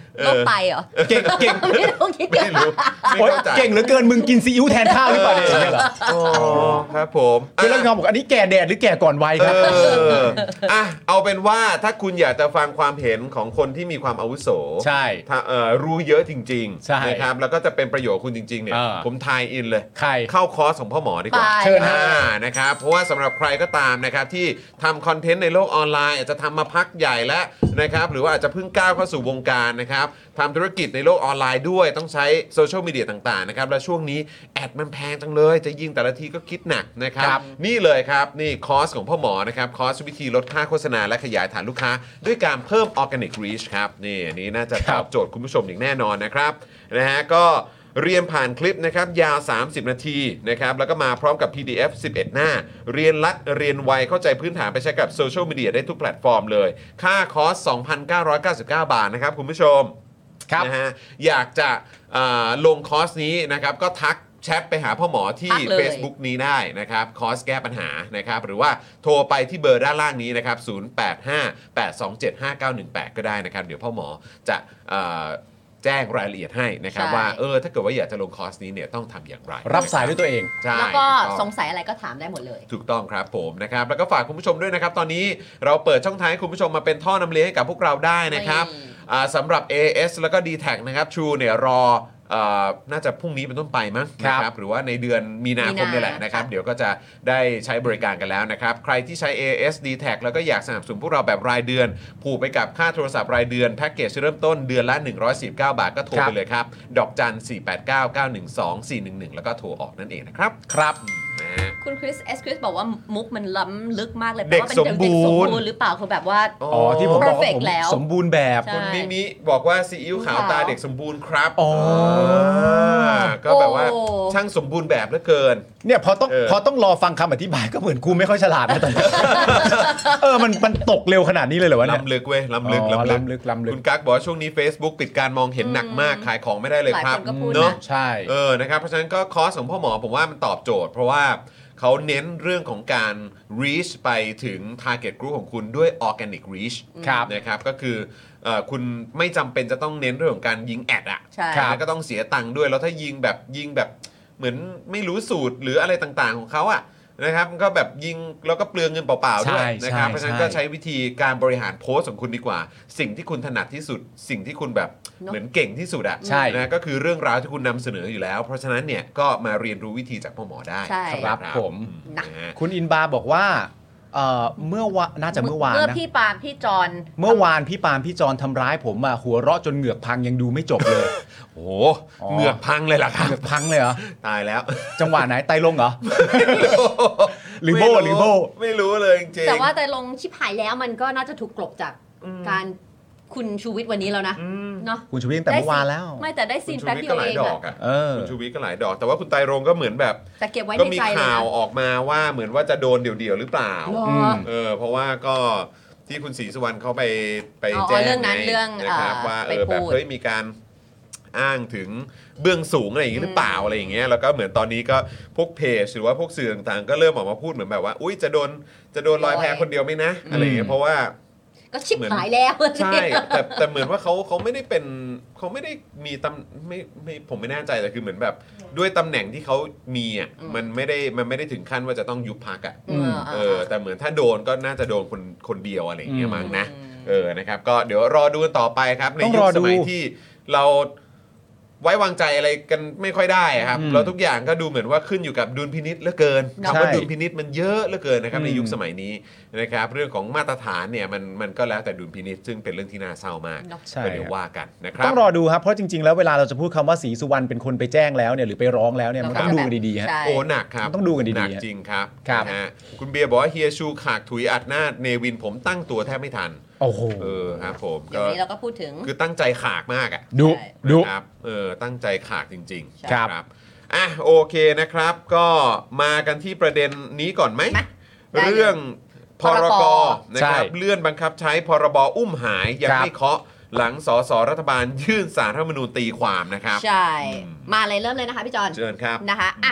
โลกไตเหรอเก่งเก่งไม่รู้คิดไม่รู้ไม่โอ๊ยเข้าใจเก่งเหลือเกินมึงกินซีอิ๊วแทนข้าวหรือเปล่าเนี่ยอย่างเงี้ยเหรอโอ้ครับผมคือเรื่องงอบอกอันนี้แก่แดดหรือแก่ก่อนวัยครับเอออ่ะเอาเป็นว่าถ้าคุณอยากจะฟังความเห็นของคนที่มีความอาวุโสใช่ถ้าเอ่อรู้เยอะจริงใช่ๆนะครับแล้วก็จะเป็นประโยชน์คุณจริงๆเนี่ยเออผมทายอินเลยใครเข้าคอร์สของพ่อหมอดีกว่าไปเชิญฮะอ่านะครับเพราะว่าสำหรับใครก็ตามนะครับที่ทำคอนเทนต์ในโลกออนไลน์อาจจะทำมาพักใหญ่แล้วนะครับหรือว่าอาจจะเพิ่งก้าวเข้าสู่วงการนะครับทำธุรกิจในโลกออนไลน์ด้วยต้องใช้โซเชียลมีเดียต่างๆนะครับและช่วงนี้แอดมันแพงจังเลยจะยิงแต่ละทีก็คิดหนักนะครับครับนี่เลยครับนี่คอร์สของพ่อหมอนะครับคอร์สวิธีลดค่าโฆษณาและขยายฐานลูกค้า ด้วยการเพิ่ม Organic Reach ครับนี่อันนี้น่าจะตอบโจทย์คุณผู้ชมอย่างแน่นอนนะครับนะฮะก็เรียนผ่านคลิปนะครับยาวสามสิบนาทีนะครับแล้วก็มาพร้อมกับ พี ดี เอฟ สิบเอ็ด หน้า เรียนรัดเรียนไวเข้าใจพื้นฐานไปใช้กับโซเชียลมีเดียได้ทุกแพลตฟอร์มเลยค่าคอร์ส สองพันเก้าร้อยเก้าสิบเก้า บาทนะครับคุณผู้ชมครับนะฮะอยากจะอ่าลงคอร์สนี้นะครับก็ทักแชทไปหาพ่อหมอที่ทักเลย Facebook นี้ได้นะครับคอร์สแก้ปัญหานะครับหรือว่าโทรไปที่เบอร์ด้านล่างนี้นะครับศูนย์ แปด ห้า แปด สอง เจ็ด ห้า เก้า หนึ่ง แปด ก็ได้นะครับเดี๋ยวพ่อหมอจะอ่าแจ้งรายละเอียดให้นะครับใช่ว่าเออถ้าเกิดว่าอยากจะลงคอร์สนี้เนี่ยต้องทำอย่างไรรับสายด้วยตัวเองใช่แล้วก็ถูต้องสงสัยอะไรก็ถามได้หมดเลยถูกต้องครับผมนะครับแล้วก็ฝากคุณผู้ชมด้วยนะครับตอนนี้เราเปิดช่องทางให้คุณผู้ชมมาเป็นท่อนำเลี้ยงให้กับพวกเราได้นะครับนี่อ่าสำหรับ เอ เอส แล้วก็ ดี แท็ก นะครับ True เนี่ยรอเอ่อน่าจะพรุ่งนี้เป็นต้นไปมั้งครับนะครับหรือว่าในเดือนมีนาคมมีนาเนี่ยแหละนะครับค่ะเดี๋ยวก็จะได้ใช้บริการกันแล้วนะครับใครที่ใช้ เอ เอส ดี แท็ก แล้วก็อยากสนับสนุนพวกเราแบบรายเดือนผูกไปกับค่าโทรศัพท์รายเดือนแพ็กเกจเริ่มต้นเดือนละหนึ่งร้อยสี่สิบเก้าบาทก็โทรครับไปเลยครับดอกจัน สี่ แปด เก้า เก้า หนึ่ง สอง สี่ หนึ่ง หนึ่ง แล้วก็โทรออกนั่นเองนะครับครับนะฮะคุณคริสเอสคริสบอกว่ามุกมันล้ำลึกมากเลยเด็กแปลว่าเป็นสมบูรณ์เด็กสมบูรณ์หรือเปล่าคือแบบว่าอ๋อที่ผมบอกว่า perfect ผมแล้วสมบูรณ์แบบใช่คุณมิมิบอกว่าซีอิ๊วขาวตาเด็กสมบูรณ์ครับอ๋อาก็แบบว่าโอ้ช่างสมบูรณ์แบบเหลือเกินเนี่ยพอต้องเออพอต้องรอฟังคำอธิบายก็เหมือนกูไม่ค่อยฉลาดนะตอนนี้ เออมันมันตกเร็วขนาดนี้เลยเหรอวะเนี่ยล้ำลึกเว้ยล้ำลึกอ๋อล้ำลึกล้ำลึกล้ำลึกคุณกั๊กบอกว่าช่วงนี้ Facebook ปิดการมองเห็นหนักมากขายของไม่ได้เลยครับหลายคนก็พูดนะเนอะใช่เออนะครับเพราะฉะนั้นก็คอร์สของพ่อหมอผมว่ามันตอบโจทย์ เพราะว่าเขาเน้นเรื่องของการ reach ไปถึง target group ของคุณด้วย organic reach ครับนะครับก็คือเอ่อคุณไม่จำเป็นจะต้องเน้นเรื่องของการยิงแอดอะใช่แล้วก็ต้องเสียตังค์ด้วยแล้วถ้ายิงแบบยิงแบบเหมือนไม่รู้สูตรหรืออะไรต่างๆของเขาอะนะครับมันก็แบบยิงแล้วก็เปลืองเงินเปล่าๆด้วยใช่นะครับใช่เพราะฉะนั้นใช่ก็ใช้วิธีการบริหารโพสต์ของคุณดีกว่า สิ่งที่คุณถนัดที่สุด สิ่งที่คุณแบบเนอะเหมือนเก่งที่สุดอะใช่นะก็คือเรื่องราวที่คุณนำเสนออยู่แล้ว เพราะฉะนั้นเนี่ยก็มาเรียนรู้วิธีจากพ่อหมอได้ใช่ครับผมนะนะฮะคุณอินบาร์บอกว่าเอ่อเมื่อวานน่าจะเมื่อวานเมื่อนะพี่ปาล์มพี่จอนเมื่อวานพี่ปาล์มพี่จอนทำร้ายผมอ่ะหัวเราะจนเหงือกพังยังดูไม่จบเลยโอ้โหเหงือกพังเลยล่ะครับเหงือกพังเลยเหรอตายแล้วจังหวะไหนไตลงเหรอ หรือโบไม่หรือโบไม่รู้เลยจริงๆแต่ว่าแต่ลงชิบหายแล้วมันก็น่าจะถูกกลบจากการคุณชูวิทย์วันนี้แล้วนะเนาะคุณชูวิทย์ตั้งแต่เมื่อวานแล้วไม่แต่ได้ซีนคุณชูแป๊บวิทเดีย์ยก็วหลาเอย งดออะกอ่ะเออคุณชูวิทย์ก็หลายดอก แต่ว่าคุณไตรรงค์ก็เหมือนแบบแต่เก็บไว้ก็ในมีใจเลยข่าวนะออกมาว่าเหมือนว่าจะโดนเดี่ยวๆหรือเปล่าหรออืมเออเพราะว่าก็ที่คุณศรีสุวรรณเขาไปไปอ๋อแจ้งเรื่องนั้นไเรื่องนะครับอ่าว่าเอไปอแบบพูดเฮ้ยมีการอ้างถึงเบื้องสูงอะไรอย่างนี้หรือเปล่าอะไรอย่างเงี้ยแล้วก็เหมือนตอนนี้ก็พวกเพจหรือว่าพวกสื่อต่างๆ ก็เริ่มออกมาพูดเหมือนแบบว่าอุ้ยจะโดนจะโดนลอยแพคนเดียวไหมนะอะไรอย่างเงี้ยเพราะว่าก็ชิบหายแล้วใช่แต่แต่เหมือนว่าเขาเขาไม่ได้เป็นเขาไม่ได้มีตำไม่ไม่ผมไม่แน่ใจแต่คือเหมือนแบบด้วยตำแหน่งที่เขามีอ่ะมันไม่ได้มันไม่ได้ถึงขั้นว่าจะต้องยุบพักอ่ะอืมเออแต่เหมือนถ้าโดนก็น่าจะโดนคนคนเดียวอะไรอย่างเงี้ยอืมมั้งนะเออนะครับก็เดี๋ยวรอดูกันต่อไปครับในต้องยุรคอสดูมัยที่เราไว้วางใจอะไรกันไม่ค่อยได้ครับอืมแล้วทุกอย่างก็ดูเหมือนว่าขึ้นอยู่กับดุลพินิษเหลือเกินใช่คำว่าดุลพินิษมันเยอะเหลือเกินนะครับอืมในยุคสมัยนี้นะครับเรื่องของมาตรฐานเนี่ยมันมันก็แล้วแต่ดุลพินิษซึ่งเป็นเรื่องที่น่าเศร้ามากเนอะใช่ก็เดี๋ยวว่ากันนะครับต้องรอดูครับเพราะจริงๆแล้วเวลาเราจะพูดคำว่าศรีสุวรรณเป็นคนไปแจ้งแล้วเนี่ยหรือไปร้องแล้วเนี่ยมันต้องดูกันดีๆฮะใช่โอ้หนักครับต้องดูกันดีๆหนักฮะจริงครับครับนะฮะคุณเบียร์บอกว่าเฮียชูขากถุยอัดหน้าเนวินผมตั้งตัวแทบไม่ทันโอ้โหเออครับผมเดี๋ยวก็นี้เราก็พูดถึงคือตั้งใจขากมากอ่ะดุใช่ดุครับเออตั้งใจขากจริงๆครับนะอ่ะโอเคนะครับ ก็มากันที่ประเด็นนี้ก่อนไหมมาได้เลยเรื่องพรพรกกนะครับใช่เลื่อนบังคับใช้พรบอุ้มหายยังครับไม่เคาะหลังสสรัฐบาลยื่นสารรัฐธรรมนูญตีความนะครับใช่ มาเลยเริ่มเลยนะคะพี่จอนเชิญครับนะคะอ่ะ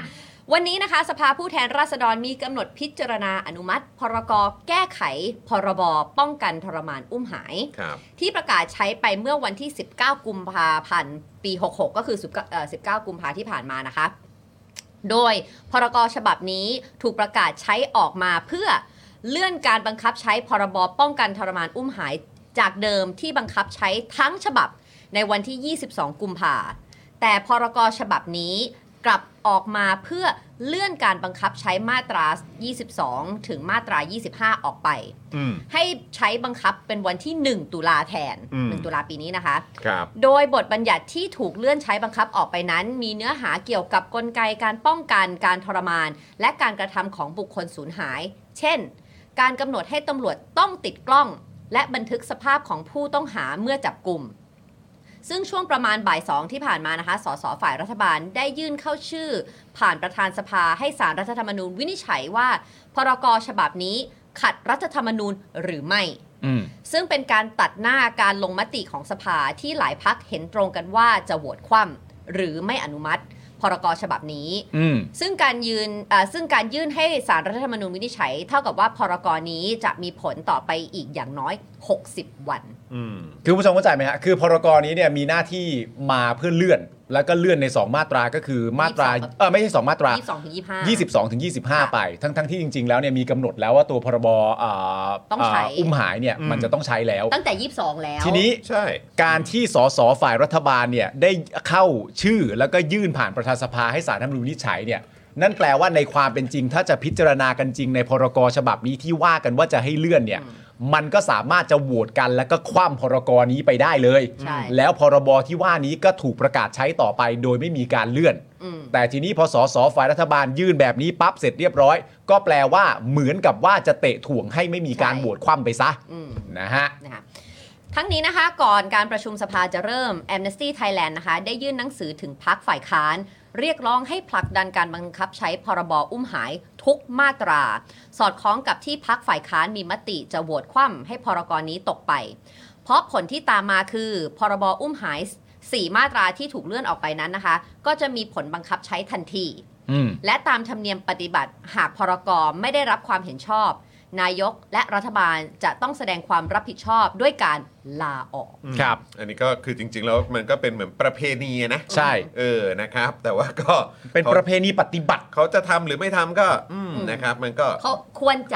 วันนี้นะคะสภาผู้แทนราษฎรมีกำหนดพิจารณาอนุมัติพรกแก้ไขพรบป้องกันทรมานอุ้มหายที่ประกาศใช้ไปเมื่อวันที่สิบเก้ากุมภาพันธ์ปีหกสิบหกก็คือสิบเก้ากุมภาพันธ์ที่ผ่านมานะคะโดยพรกฉบับนี้ถูกประกาศใช้ออกมาเพื่อเลื่อนการบังคับใช้พรบป้องกันทรมานอุ้มหายจากเดิมที่บังคับใช้ทั้งฉบับในวันที่ยี่สิบสองกุมภาพันธ์แต่พรกฉบับนี้กลับออกมาเพื่อเลื่อนการบังคับใช้มาตรายี่สิบสองถึงมาตรายี่สิบห้าออกไปให้ใช้บังคับเป็นวันที่หนึ่งตุลาแทนหนึ่งตุลาปีนี้นะคะโดยบทบัญญัติที่ถูกเลื่อนใช้บังคับออกไปนั้นมีเนื้อหาเกี่ยวกับกลไกการป้องกันการทรมานและการกระทำของบุคคลสูญหายเช่นการกำหนดให้ตำรวจต้องติดกล้องและบันทึกสภาพของผู้ต้องหาเมื่อจับกุมซึ่งช่วงประมาณบ่ายสองที่ผ่านมานะคะสสฝ่ายรัฐบาลได้ยื่นเข้าชื่อผ่านประธานสภาให้ศาลรัฐธรรมนูญวินิจฉัยว่าพรกฉบับนี้ขัดรัฐธรรมนูญหรือไม่ซึ่งเป็นการตัดหน้าการลงมติของสภาที่หลายพรรคเห็นตรงกันว่าจะโหวตคว่ำหรือไม่อนุมัติพรกฉบับนี้ซึ่งการยืนซึ่งการยื่นให้ศาลรัฐธรรมนูญวินิจฉัยเท่ากับว่าพรกนี้จะมีผลต่อไปอีกอย่างน้อยหกสิบวันคือผู้ชมเข้าใจไหมฮะคือพรกนี้เนี่ยมีหน้าที่มาเพื่อเลื่อนแล้วก็เลื่อนในสองมาตราก็คือมาตราเออไม่ใช่สองมาตรายี่สิบสองถึงยี่สิบห้ายี่สิบสองถึงยี่สิบห้าไปทั้งทั้งที่จริงๆแล้วเนี่ยมีกำหนดแล้วว่าตัวพรบอ่าต้องใช้อุ้มหายเนี่ยมันจะต้องใช้แล้วตั้งแต่ยี่สิบสองแล้วทีนี้ใช่การที่สสฝ่ายรัฐบาลเนี่ยได้เข้าชื่อแล้วก็ยื่นผ่านประธานสภาให้ศาลรัฐธรรมนูญวินิจฉัยเนี่ยนั่นแปลว่าในความเป็นจริงถ้าจะพิจารณากันจริงในพรกฉบับนี้ที่ว่ากันว่าจะให้เลื่อนเนี่ยมันก็สามารถจะโหวตกันแล้วก็คว่ำพรกนี้ไปได้เลยแล้วพรบที่ว่านี้ก็ถูกประกาศใช้ต่อไปโดยไม่มีการเลื่อนแต่ทีนี้พอสสฝ่ายรัฐบาลยื่นแบบนี้ปั๊บเสร็จเรียบร้อยก็แปลว่าเหมือนกับว่าจะเตะถ่วงให้ไม่มีการโหวตคว่ำไปซะนะฮะทั้งนี้นะคะก่อนการประชุมสภาจะเริ่ม Amnesty Thailand นะคะได้ยื่นหนังสือถึงพรรคฝ่ายค้านเรียกร้องให้ผลักดันการบังคับใช้พรบอุ้มหายทุกมาตราสอดคล้องกับที่พรรคฝ่ายค้านมีมติจะโหวตคว่ำให้พรกนี้ตกไปเพราะผลที่ตามมาคือพรบอุ้มหายสี่มาตราที่ถูกเลื่อนออกไปนั้นนะคะก็จะมีผลบังคับใช้ทันทีและตามธรรมเนียมปฏิบัติหากพรกไม่ได้รับความเห็นชอบนายกและรัฐบาลจะต้องแสดงความรับผิดชอบด้วยการลาออกครับอันนี้ก็คือจริงๆแล้วมันก็เป็นเหมือนประเพณีนะใช่เออนะครับแต่ว่าก็เป็นประเพณีปฏิบัติเขาจะทำหรือไม่ทำก็นะครับมันก็เขาควรจะ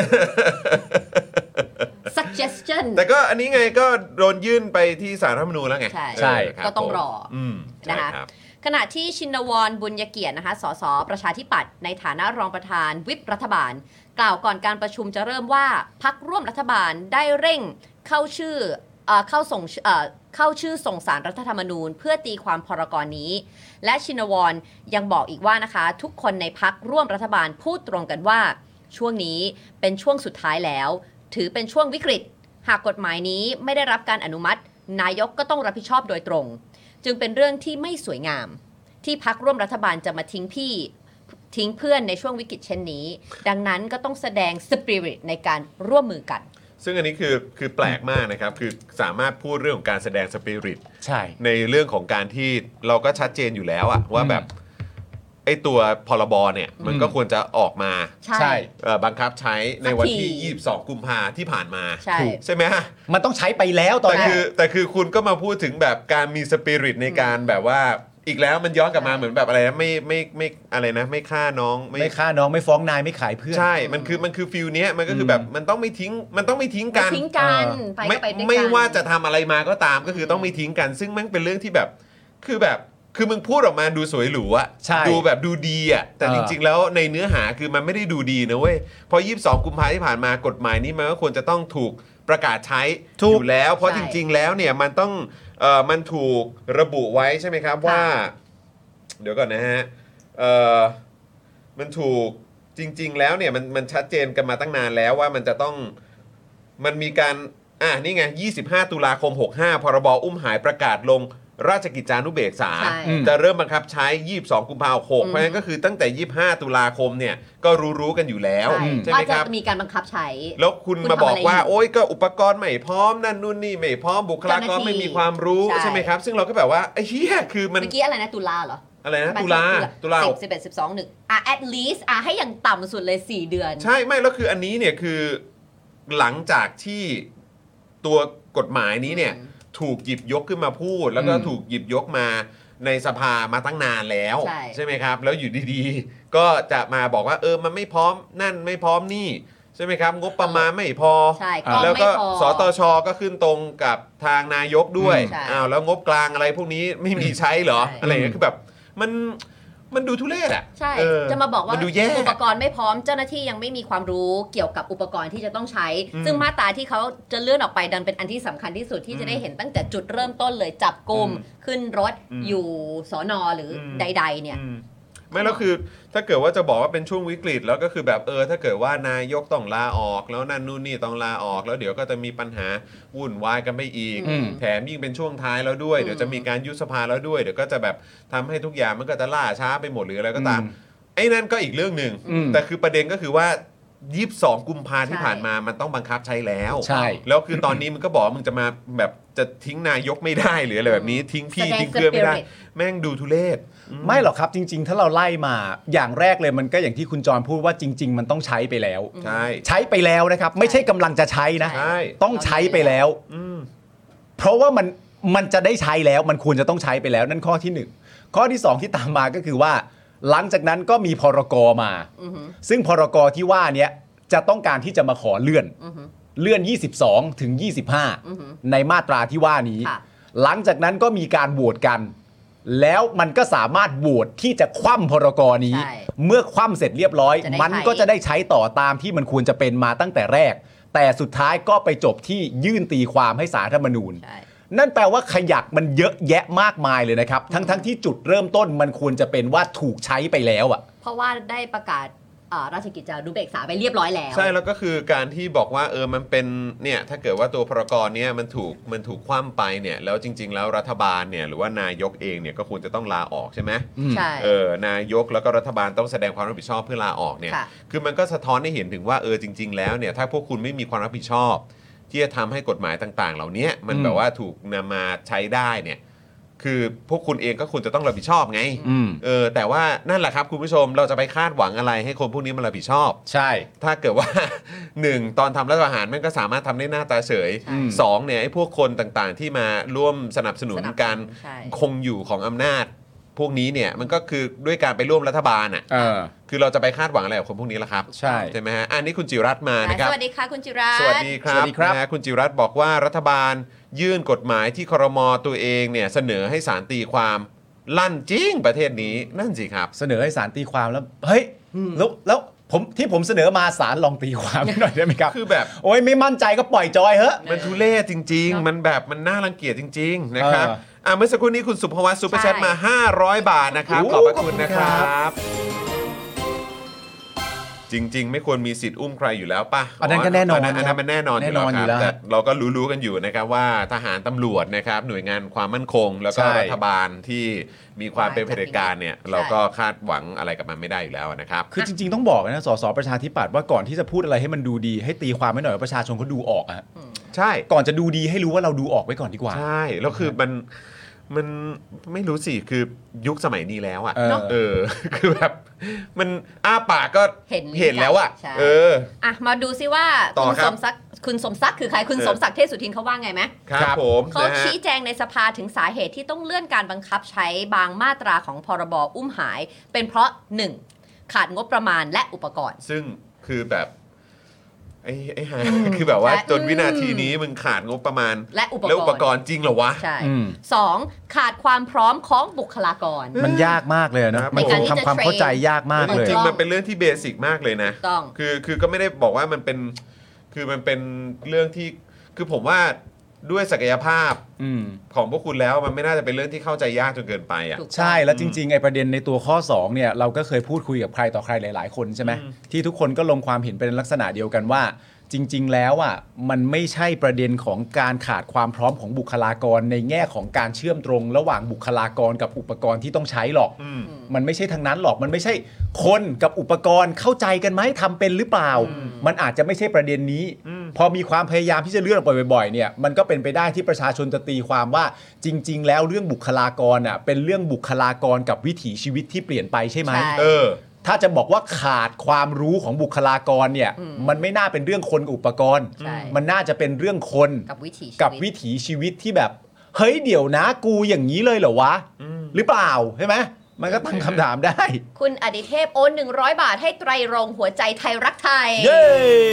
suggestion แต่ก็อันนี้ไงก็โดนยื่นไปที่ศาลรัฐธรรมนูญแล้วไงใช่ใช่ก็ต้องรอนะคะขณะที่ชินวรบุญยเกียรตินะคะสสประชาธิปัตย์ในฐานะรองประธานวิปรัฐบาลกล่าวก่อนการประชุมจะเริ่มว่าพรรคร่วมรัฐบาลได้เร่งเข้าชื่อเอ่อเข้าส่งเอ่อเข้าชื่อส่งสารรัฐธรรมนูญเพื่อตีความพรกนี้และชินวรยังบอกอีกว่านะคะทุกคนในพรรคร่วมรัฐบาลพูดตรงกันว่าช่วงนี้เป็นช่วงสุดท้ายแล้วถือเป็นช่วงวิกฤตหากกฎหมายนี้ไม่ได้รับการอนุมัตินายกก็ต้องรับผิดชอบโดยตรงจึงเป็นเรื่องที่ไม่สวยงามที่พรรคร่วมรัฐบาลจะมาทิ้งพี่ทิ้งเพื่อนในช่วงวิกฤตเช่นนี้ดังนั้นก็ต้องแสดงสปิริตในการร่วมมือกันซึ่งอันนี้คือคือแปลกมากนะครับคือสามารถพูดเรื่องของการแสดงสปิริตใช่ในเรื่องของการที่เราก็ชัดเจนอยู่แล้วอะว่าแบบไอ้ตัวพรบเนี่ยมันก็ควรจะออกมาใช่บังคับใช้ในวันที่ยี่สิบสองกุมภาที่ผ่านมาใช่ใช่ไหมฮะมันต้องใช้ไปแล้วตอนนี้แต่คือแต่คือคุณก็มาพูดถึงแบบการมีสปิริตในการแบบว่าอีกแล้วมันย้อนกลับมาเหมือนแบบอะไรนะไม่ไม่ไม่อะไรนะไม่ฆ่าน้องไม่ฆ่าน้องไม่ฟ้องนายไม่ขายเพื่อนใช่มันคือมันคือฟิลเนี้ยมันก็คือแบบมันต้องไม่ทิ้งมันต้องไม่ทิ้งกันทิ้งกันไม่ไม่ว่าจะทำอะไรมาก็ตามก็คือต้องไม่ทิ้งกันซึ่งมันเป็นเรื่องที่แบบคือแบบคือมึงพูดออกมาดูสวยหรูอะดูแบบดูดีอะแต่จริงๆแล้วในเนื้อหาคือมันไม่ได้ดูดีนะเว้ยพอยี่สิบสองกุมภาพันธ์ที่ผ่านมากฎหมายนี้มันก็ควรจะต้องถูกประกาศใช้อยู่แล้วเพราะจริงๆแล้วเนี่ยมันต้องเอ่อมันถูกระบุไว้ใช่ไหมครับว่าเดี๋ยวก่อนนะฮะเอ่อมันถูกจริงๆแล้วเนี่ยมันมันชัดเจนกันมาตั้งนานแล้วว่ามันจะต้องมันมีการอ่ะนี่ไงยี่สิบห้าตุลาคมหกสิบห้าพรบอุ้มหายประกาศลงราชกิจจานุเบกษาจะเริ่มบังคับใช้ยี่สิบสองกุมภาพันธ์หกสิบหกเพราะฉะนั้นก็คือตั้งแต่ยี่สิบห้าตุลาคมเนี่ยก็รู้ๆกันอยู่แล้วใช่ไหมครับว่าจะมีการบังคับใช้แล้วคุณมาบอกว่าโอ๊ยก็อุปกรณ์ไม่พร้อมนั่นนู่นนี่ไม่พร้อมบุคลากรไม่มีความรู้ใช่ไหมครับซึ่งเราก็แบบว่าไอ้เหี้ยคือมันเมื่อกี้อะไรนะตุลาเหรออะไรนะตุลาตุลาสิบ สิบเอ็ด สิบสอง หนึ่งอ่ะ at least อ่ะให้อย่างต่ำสุดเลยสี่เดือนใช่ไม่แล้วคืออันนี้เนี่ยคือหลังจากที่ตัวกฎหมายนี้เนี่ยถูกหยิบยกขึ้นมาพูดแล้วก็ถูกหยิบยกมาในสภามาตั้งนานแล้วใช่ใช่ไหมครับแล้วอยู่ดีๆก็จะมาบอกว่าเออมันไม่พร้อมนั่นไม่พร้อมนี่ใช่ไหมครับงบประมาณไม่พอแล้วก็สตชก็ขึ้นตรงกับทางนายกด้วยอ้าวแล้วงบกลางอะไรพวกนี้ไม่มีใช้เหรออะไรอย่างเงี้ยคือแบบมันมันดูทุเรศอ่ะใช่จะมาบอกว่าอุปกรณ์ไม่พร้อมเจ้าหน้าที่ยังไม่มีความรู้เกี่ยวกับอุปกรณ์ที่จะต้องใช้ซึ่งมาตราที่เขาจะเลื่อนออกไปดันเป็นอันที่สำคัญที่สุดที่จะได้เห็นตั้งแต่จุดเริ่มต้นเลยจับกุมขึ้นรถอยู่สน.หรือใดๆเนี่ยไม่แล้วคือถ้าเกิดว่าจะบอกว่าเป็นช่วงวิกฤตแล้วก็คือแบบเออถ้าเกิดว่านายกต้องลาออกแล้วนั่นนู่นนี่ต้องลาออกแล้วเดี๋ยวก็จะมีปัญหาวุ่นวายกันไปอีกแถมยิ่งเป็นช่วงท้ายแล้วด้วยเดี๋ยวจะมีการยุบสภาแล้วด้วยเดี๋ยวก็จะแบบทำให้ทุกอย่างมันก็จะล่าช้าไปหมดหรืออะไรก็ตามไอ้นั่นก็อีกเรื่องนึงแต่คือประเด็นก็คือว่ายี่สิบสองกุมภาที่ผ่านมามันต้องบังคับใช้แล้วใช่แล้วคือตอนนี้มันก็บอกมึงจะมาแบบจะทิ้งนายกไม่ได้หรืออะไรแบบนี้ทิ้งพี่ทิ้งเพื่อนไม่ได้แม่งดูทุเรศไม่หรอกครับจริงๆถ้าเราไล่มาอย่างแรกเลยมันก็อย่างที่คุณจรพูดว่าจริงๆมันต้องใช้ไปแล้วใช่ใช้ไปแล้วนะครับไม่ใช่กำลังจะใช้นะต้องใช้ไปแล้วเพราะว่ามันมันจะได้ใช้แล้วมันควรจะต้องใช้ไปแล้วนั่นข้อที่หนึ่งข้อที่สองที่ตามมาก็คือว่าหลังจากนั้นก็มีพรกมาซึ่งพรกที่ว่านี้จะต้องการที่จะมาขอเลื่อนเลื่อนยี่สิบสองถึงยี่สิบห้าในมาตราที่ว่านี้หลังจากนั้นก็มีการโหวตกันแล้วมันก็สามารถโหวตที่จะคว่ำพรกนี้เมื่อคว่ำเสร็จเรียบร้อยมันก็จะได้ใช้ต่อตามที่มันควรจะเป็นมาตั้งแต่แรกแต่สุดท้ายก็ไปจบที่ยื่นตีความให้ศาลรัฐธรรมนูญนั่นแปลว่าขยักมันเยอะแยะมากมายเลยนะครับทั้งทั้งที่จุดเริ่มต้นมันควรจะเป็นว่าถูกใช้ไปแล้วอ่ะเพราะว่าได้ประกาศราชกิจจานุเบกษาไปเรียบร้อยแล้วใช่แล้วก็คือการที่บอกว่าเออมันเป็นเนี่ยถ้าเกิดว่าตัวพรกรเนี่ยมันถูกมันถูกคว่ำไปเนี่ยแล้วจริงๆแล้วรัฐบาลเนี่ยหรือว่านายกเองเนี่ยก็ควรจะต้องลาออกใช่ไหมใช่เออนายกแล้วก็รัฐบาลต้องแสดงความรับผิดชอบเพื่อลาออกเนี่ยคือมันก็สะท้อนให้เห็นถึงว่าเออจริงๆแล้วเนี่ยถ้าพวกคุณไม่มีความรับผิดชอบที่จะทำให้กฎหมายต่างๆเหล่านี้มันแบบว่าถูกนำมาใช้ได้เนี่ยคือพวกคุณเองก็ควรจะต้องรับผิดชอบไงเออแต่ว่านั่นแหละครับคุณผู้ชมเราจะไปคาดหวังอะไรให้คนพวกนี้มันรับผิดชอบใช่ถ้าเกิดว่า หนึ่ง ตอนทำรัฐประหารมันก็สามารถทำได้หน้าตาเฉยสองเนี่ยไอ้พวกคนต่างๆที่มาร่วมสนับสนุนการคงอยู่ของอำนาจพวกนี้เนี่ยมันก็คือด้วยการไปร่วมรัฐบาลอ่ะคือเราจะไปคาดหวังอะไรกับคนพวกนี้ล่ะครับใช่ใช่ไหมฮะอันนี้คุณจิรัตน์มานะครับสวัสดีค่ะคุณจิรัตน์สวัสดีครับนะคุณจิรัตน์บอกว่ารัฐบาลยื่นกฎหมายที่ครม.ตัวเองเนี่ยเสนอให้ศาลตีความลั่นจริงประเทศนี้นั่นสิครับเสนอให้ศาลตีความแล้วเฮ้ยแล้วแล้วผมที่ผมเสนอมาศาลลองตีความหน่อยได้ไหมครับคือแบบโอ้ยไม่มั่นใจก็ปล่อยจอยเฮ้ยมันทุเรศจริงๆมันแบบมันน่ารังเกียจจริงๆนะครับอ่ะเมื่อสักครู่นี้คุณสุภวัฒน์ซุปเปอร์แชทมาห้าร้อยบาทนะครับขอบพระคุณนะครับจริงๆไม่ควรมีสิทธิ์อุ้มใครอยู่แล้วป่ะอันนั้นก็แน่นอนอันนั้นมันแน่นอนอยู่แล้วครับแต่เราก็รู้ๆกันอยู่นะครับว่าทหารตำรวจนะครับหน่วยงานความมั่นคงแล้วก็รัฐบาลที่มีความเป็นเผด็จการเนี่ยเราก็คาดหวังอะไรกับมันไม่ได้อยู่แล้วนะครับคือจริงๆต้องบอกนะสสประชาธิปัตย์ว่าก่อนที่จะพูดอะไรให้มันดูดีให้ตีความไว้หน่อยว่าประชาชนเขาดูออกอะใช่ก่อนจะดูดีให้รู้ว่าเราดูออกไว้ก่อนดีกว่าใช่แล้วคือมันมันไม่รู้สิคือยุคสมัยนี้แล้วอ่ะเออคือแบบมันอ้าปากก็เห็นเห็นแล้วอ่ะเอออ่ะมาดูซิว่าคุณสมศักดิ์คุณสมศักดิ์คือใครคุณสมศักดิ์เทพสุทินเขาว่าไงไหมครับผมเขาชี้แจงในสภาถึงสาเหตุที่ต้องเลื่อนการบังคับใช้บางมาตราของพรบอุ้มหายเป็นเพราะหนึ่งขาดงบประมาณและอุปกรณ์ซึ่งคือแบบไอ้ไอ้ห่าคือแบบว่าจนวินาทีนี้มึงขาดงบประมาณและอุปกรณ์จริงเหรอวะใช่สองขาดความพร้อมของบุคลากรมันยากมากเลยนะมันทำความเข้าใจยากมากเลยจริงๆมันเป็นเรื่องที่เบสิกมากเลยนะคือคือก็ไม่ได้บอกว่ามันเป็นคือมันเป็นเรื่องที่คือผมว่าด้วยศักยภาพของพวกคุณแล้วมันไม่น่าจะเป็นเรื่องที่เข้าใจยากจนเกินไปอ่ะใช่แล้วจริงๆไอ้ประเด็นในตัวข้อสองเนี่ยเราก็เคยพูดคุยกับใครต่อใครหลายๆคนใช่ไหมที่ทุกคนก็ลงความเห็นเป็นลักษณะเดียวกันว่าจริงๆแล้วอ่ะมันไม่ใช่ประเด็นของการขาดความพร้อมของบุคลากรในแง่ของการเชื่อมตรงระหว่างบุคลากรกับอุปกรณ์ที่ต้องใช้หรอกมันไม่ใช่ทางนั้นหรอกมันไม่ใช่คนกับอุปกรณ์เข้าใจกันไหมทำเป็นหรือเปล่ามันอาจจะไม่ใช่ประเด็นนี้พอมีความพยายามที่จะเลื่อนออกไปบ่อยๆเนี่ยมันก็เป็นไปได้ที่ประชาชนจะตีความว่าจริงๆแล้วเรื่องบุคลากรอ่ะเป็นเรื่องบุคลากรกับวิถีชีวิตที่เปลี่ยนไปใช่ไหมเออถ้าจะบอกว่าขาดความรู้ของบุคลากรเนี่ยมันไม่น่าเป็นเรื่องคนกับอุปกรณ์มันน่าจะเป็นเรื่องคนกับวิถีชีวิตกับวิถีชีวิตที่แบบเฮ้ยเดี๋ยวนะกูอย่างนี้เลยเหรอวะหรือเปล่าใช่ไหมมันก็ตั้งคำถามได้คุณอดิเทพโอนหนึ่งร้อยบาทให้ไตรรงค์หัวใจไทยรักไทยเย้